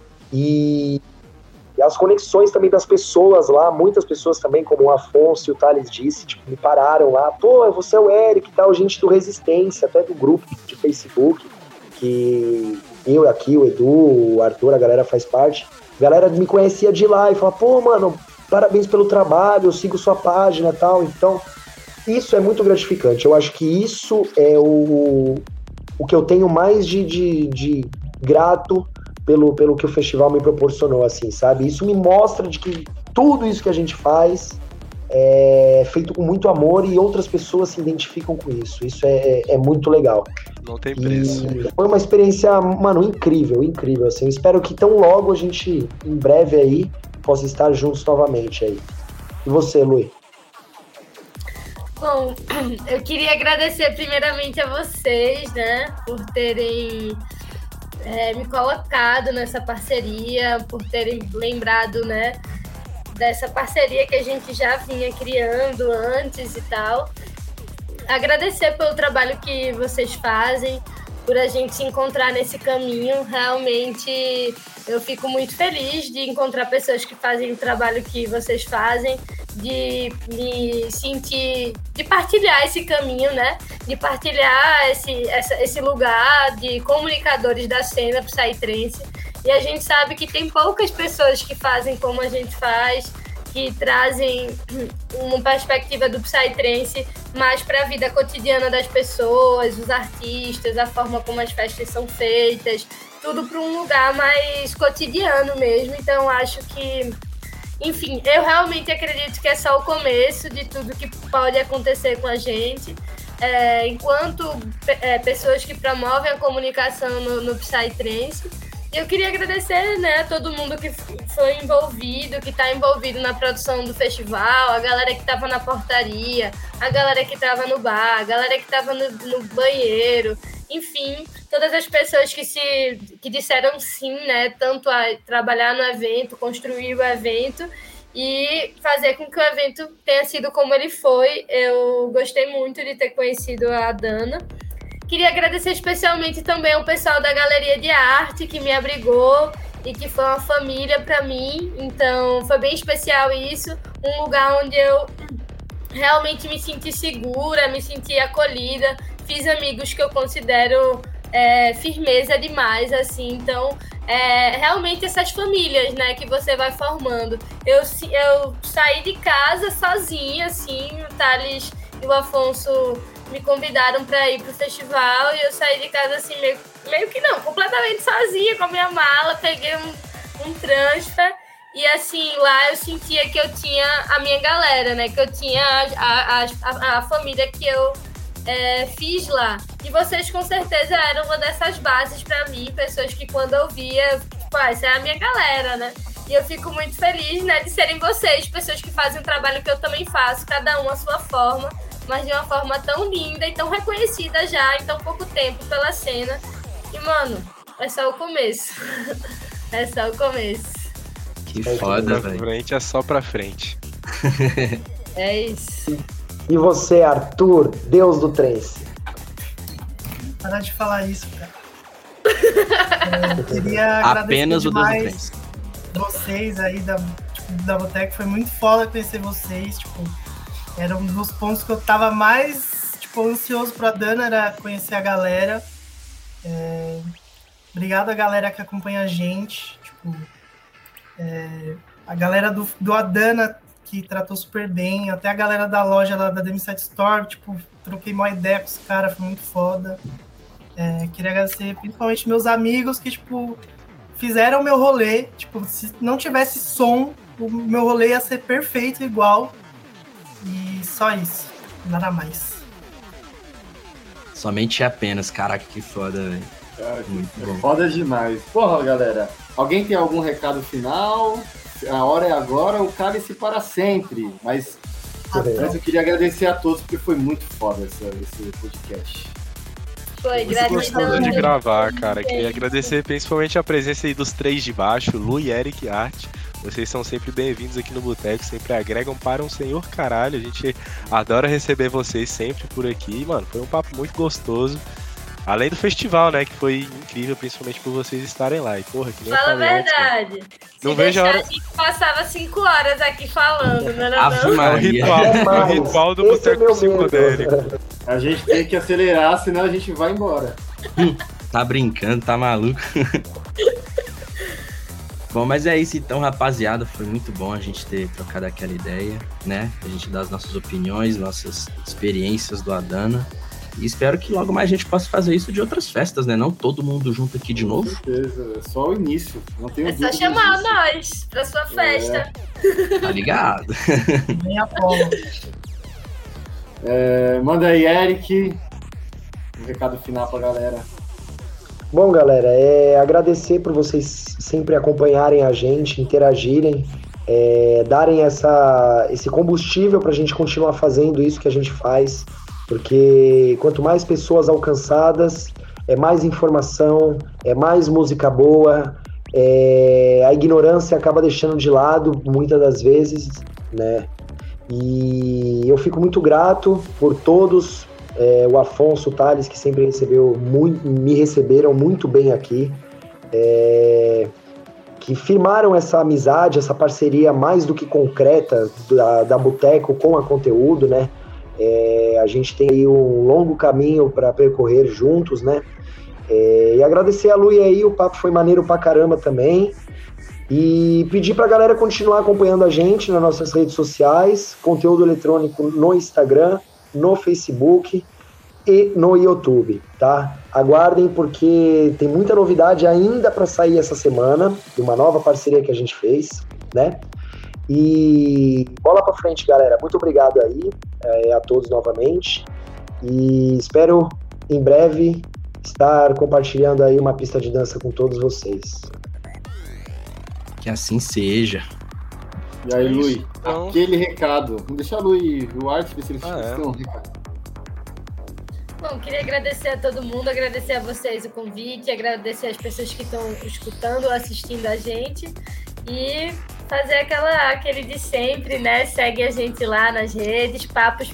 Speaker 7: E as conexões também das pessoas lá, muitas pessoas também, como o Afonso e o Thales disse, tipo, me pararam lá, pô, você é o Eric e tal, gente do Resistência, até do grupo de Facebook, que eu aqui, o Edu, o Arthur, a galera faz parte, a galera me conhecia de lá e falava, pô, mano, parabéns pelo trabalho, eu sigo sua página e tal, então, isso é muito gratificante, eu acho que isso é o que eu tenho mais de grato pelo que o festival me proporcionou, assim, sabe? Isso me mostra de que tudo isso que a gente faz é feito com muito amor e outras pessoas se identificam com isso. Isso é muito legal.
Speaker 4: Não tem preço.
Speaker 7: E foi uma experiência, mano, incrível, assim. Espero que tão logo a gente, em breve aí, possa estar juntos novamente aí. E você, Lui?
Speaker 5: Bom, eu queria agradecer primeiramente a vocês, né, por terem me colocado nessa parceria, por terem lembrado, né, dessa parceria que a gente já vinha criando antes e tal. Agradecer pelo trabalho que vocês fazem, por a gente se encontrar nesse caminho. Realmente eu fico muito feliz de encontrar pessoas que fazem o trabalho que vocês fazem, de me sentir, de partilhar esse caminho, né? De partilhar esse lugar de comunicadores da cena psytrance. E a gente sabe que tem poucas pessoas que fazem como a gente faz, que trazem uma perspectiva do psytrance mais para a vida cotidiana das pessoas, os artistas, a forma como as festas são feitas, tudo para um lugar mais cotidiano mesmo. Então, acho que, enfim, eu realmente acredito que é só o começo de tudo que pode acontecer com a gente. Enquanto pessoas que promovem a comunicação no psytrance. Eu queria agradecer, né, todo mundo que foi envolvido, que está envolvido na produção do festival, a galera que estava na portaria, a galera que estava no bar, a galera que estava no banheiro, enfim, todas as pessoas que disseram sim, né, tanto a trabalhar no evento, construir o evento e fazer com que o evento tenha sido como ele foi. Eu gostei muito de ter conhecido a Dana. Queria agradecer especialmente também ao pessoal da Galeria de Arte, que me abrigou e que foi uma família para mim. Então, foi bem especial isso. Um lugar onde eu realmente me senti segura, me senti acolhida. Fiz amigos que eu considero firmeza demais, assim. Então, realmente essas famílias, né, que você vai formando. Eu saí de casa sozinha, assim. O Thales e o Afonso me convidaram para ir pro festival e eu saí de casa assim, meio que não, completamente sozinha com a minha mala, peguei um transfer e assim, lá eu sentia que eu tinha a minha galera, né, que eu tinha a família que eu fiz lá. E vocês com certeza eram uma dessas bases para mim, pessoas que quando eu via, tipo, essa é a minha galera, né? E eu fico muito feliz, né, de serem vocês, pessoas que fazem um trabalho que eu também faço, cada um à sua forma, mas de uma forma tão linda e tão reconhecida já em tão pouco tempo pela cena. E, mano, é só o começo. É só o começo.
Speaker 3: Que foda, velho.
Speaker 4: Frente é só pra frente.
Speaker 5: É isso.
Speaker 7: E você, Arthur, Deus do Trance?
Speaker 6: Para de falar isso, cara. Eu queria
Speaker 3: apenas
Speaker 6: agradecer
Speaker 3: o Deus do
Speaker 6: demais
Speaker 3: Trance.
Speaker 6: vocês aí da Boteco. Foi muito foda conhecer vocês. Tipo, era um dos pontos que eu tava mais ansioso pra Dana, era conhecer a galera. Obrigado a galera que acompanha a gente. Tipo, a galera do Adana, que tratou super bem. Até a galera da loja lá da Demi Side Store. Tipo, troquei uma ideia com os caras, foi muito foda. Queria agradecer principalmente meus amigos que, tipo, fizeram o meu rolê. Tipo, se não tivesse som, o meu rolê ia ser perfeito, igual. E só isso, nada mais.
Speaker 3: Somente apenas, caraca, que foda, velho.
Speaker 2: Cara,
Speaker 3: muito bom.
Speaker 2: Foda demais. Porra, galera, alguém tem algum recado final? A hora é agora, o cálice para sempre. Mas eu queria agradecer a todos, porque foi muito foda esse podcast.
Speaker 5: Foi,
Speaker 4: gratidão de gravar, cara. Queria agradecer principalmente a presença aí dos três de baixo, Lu, Eric e Art. Vocês são sempre bem-vindos aqui no Boteco, sempre agregam para um senhor caralho. A gente adora receber vocês sempre por aqui. Mano, foi um papo muito gostoso. Além do festival, né, que foi incrível, principalmente por vocês estarem lá. E, porra, que nem
Speaker 5: fala a verdade.
Speaker 4: Não vejo a hora.
Speaker 5: A gente passava 5 horas aqui falando, né?
Speaker 3: É
Speaker 4: o ritual do Boteco Psicodélico.
Speaker 2: A gente tem que acelerar, senão a gente vai embora.
Speaker 3: Tá brincando, tá maluco? Bom, mas é isso então, rapaziada. Foi muito bom a gente ter trocado aquela ideia, né? A gente dar as nossas opiniões, nossas experiências do Adana. E espero que logo mais a gente possa fazer isso de outras festas, né? Não todo mundo junto aqui de novo.
Speaker 2: Com certeza, é só o início. Não tenho
Speaker 5: só chamar nós pra sua festa.
Speaker 3: Tá ligado?
Speaker 6: Nem a Paula.
Speaker 2: Manda aí, Eric, um recado final pra galera.
Speaker 7: Bom, galera, agradecer por vocês sempre acompanharem a gente, interagirem, darem esse combustível pra gente continuar fazendo isso que a gente faz, porque quanto mais pessoas alcançadas, é mais informação, é mais música boa, a ignorância acaba deixando de lado muitas das vezes, né? E eu fico muito grato por todos, o Afonso, o Thales, que sempre me receberam muito bem aqui, que firmaram essa amizade, essa parceria mais do que concreta da Boteco com a Conteúdo, né? A gente tem aí um longo caminho para percorrer juntos, né? E agradecer a Lu aí, o papo foi maneiro pra caramba também. E pedir pra galera continuar acompanhando a gente nas nossas redes sociais, conteúdo eletrônico no Instagram, no Facebook e no YouTube, tá? Aguardem, porque tem muita novidade ainda para sair essa semana, de uma nova parceria que a gente fez, né? E bola pra frente, galera. Muito obrigado aí a todos novamente. E espero em breve estar compartilhando aí uma pista de dança com todos vocês.
Speaker 3: Que assim seja.
Speaker 2: E aí, Lui, aquele recado. Vamos deixar a Lui e o Art ver se eles estão um recado.
Speaker 5: Bom, queria agradecer a todo mundo, agradecer a vocês o convite, agradecer as pessoas que estão escutando, assistindo a gente e fazer aquele de sempre, né? Segue a gente lá nas redes, papos.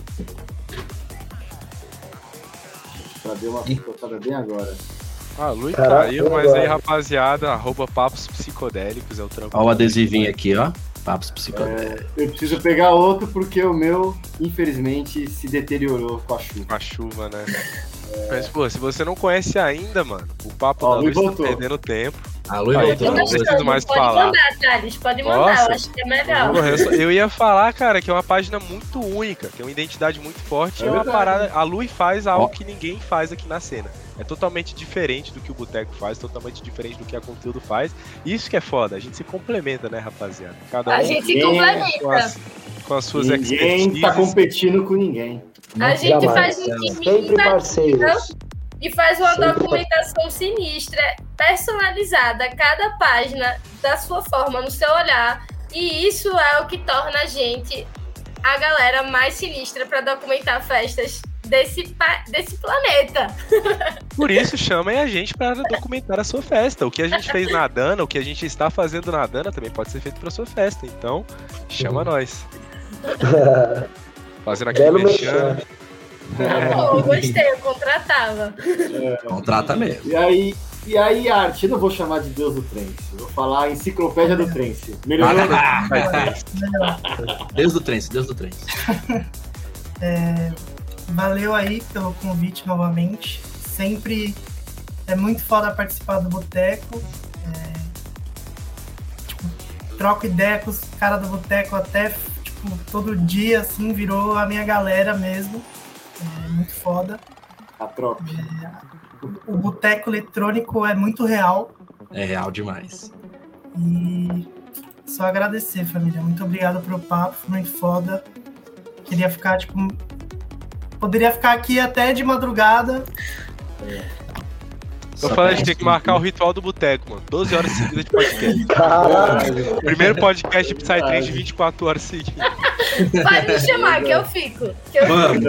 Speaker 2: Pra ver uma picotada bem agora.
Speaker 4: A Lui caiu, mas aí, rapaziada, @papos psicodélicos é o trampo.
Speaker 3: Ó o adesivinho aqui, ó. Papos psicodélicos.
Speaker 2: Eu preciso pegar outro porque o meu, infelizmente, se deteriorou com a chuva.
Speaker 4: Com a chuva, né? Mas, pô, se você não conhece ainda, mano, o Papo da Luz tá perdendo tempo.
Speaker 3: A Lui voltou.
Speaker 4: Não preciso mais falar.
Speaker 5: Pode mandar, Thales, pode mandar, eu acho que é melhor.
Speaker 4: Eu ia falar, cara, que é uma página muito única, tem uma identidade muito forte. É uma parada, a Lui faz algo que ninguém faz aqui na cena. É totalmente diferente do que o Boteco faz, totalmente diferente do que a Conteúdo faz. Isso que é foda, a gente se complementa, né, rapaziada? Cada um
Speaker 5: a gente se complementa.
Speaker 4: Com as suas
Speaker 2: expertises. Ninguém tá competindo com ninguém.
Speaker 5: A gente faz um
Speaker 7: sempre parceiros.
Speaker 5: e faz uma documentação sinistra, personalizada, cada página da sua forma, no seu olhar. E isso é o que torna a galera mais sinistra para documentar festas desse planeta.
Speaker 4: Por isso, chamem a gente para documentar a sua festa. O que a gente fez na Dana, o que a gente está fazendo na Dana também pode ser feito para sua festa. Então, chama nós. Fazendo aquele mexão.
Speaker 5: Eu gostei, eu contratava.
Speaker 3: Contrata mesmo.
Speaker 2: E aí, arte, eu não vou chamar de Deus do Trance, eu vou falar Enciclopédia do Trance. Melhorou?
Speaker 3: Deus do Trance.
Speaker 6: Valeu aí pelo convite novamente. Sempre é muito foda participar do Boteco. Troco ideia com os caras do Boteco até todo dia, assim, virou a minha galera mesmo. Muito foda.
Speaker 2: A troca.
Speaker 6: O Boteco eletrônico é muito real.
Speaker 3: É real demais.
Speaker 6: E só agradecer, família. Muito obrigado pelo papo, foi muito foda. Queria ficar, poderia ficar aqui até de madrugada.
Speaker 4: Tô falando, a gente tem que marcar o ritual do Boteco, mano. 12 horas seguidas de podcast.
Speaker 7: Caralho.
Speaker 4: Primeiro podcast Psytrance de 24 horas seguidas.
Speaker 5: Pode me chamar, que eu fico.
Speaker 3: Vamos.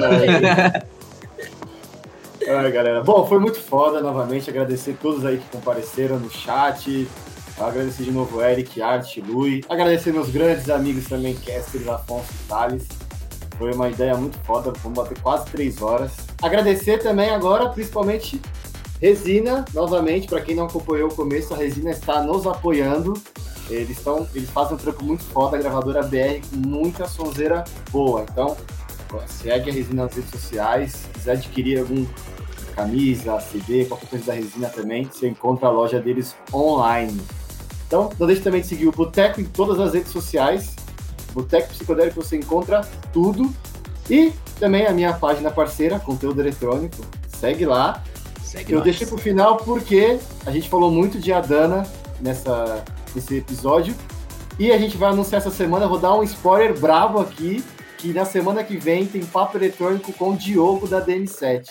Speaker 2: Galera. Bom, foi muito foda novamente. Agradecer a todos aí que compareceram no chat. Agradecer de novo Eric, Arte, Lui. Agradecer meus grandes amigos também, Kester, Afonso e Thales. Foi uma ideia muito foda. Vamos bater quase 3 horas. Agradecer também agora, principalmente, Resina, novamente. Para quem não acompanhou o começo, a Resina está nos apoiando. Eles fazem um trampo muito foda, a gravadora BR, com muita sonzeira boa. Então, segue a Resina nas redes sociais. Se quiser adquirir algum camisa, CD, qualquer coisa da Resina também, você encontra a loja deles online. Então, não deixe também de seguir o Boteco em todas as redes sociais. Boteco Psicodélico, você encontra tudo. E também a minha página parceira, Conteúdo Eletrônico. Segue lá. Eu deixei pro final porque a gente falou muito de Adana nesse episódio. E a gente vai anunciar essa semana, eu vou dar um spoiler bravo aqui, que na semana que vem tem papo eletrônico com o Diogo da DM7.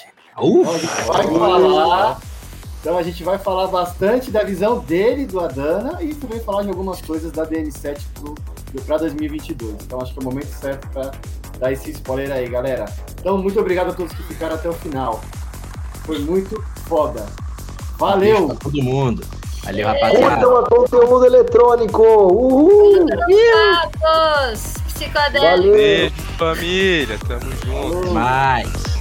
Speaker 2: Então a gente vai falar bastante da visão dele do Adana e também falar de algumas coisas da DM7 para 2022. Então acho que é o momento certo para dar esse spoiler aí, galera. Então muito obrigado a todos que ficaram até o final. Foi muito foda. Valeu!
Speaker 3: Pra todo mundo. Valeu, rapaziada.
Speaker 7: Curtam a conteúdo eletrônico. Uhul!
Speaker 5: Psicodélico.
Speaker 4: Beijo, família. Tamo junto.
Speaker 3: Mais.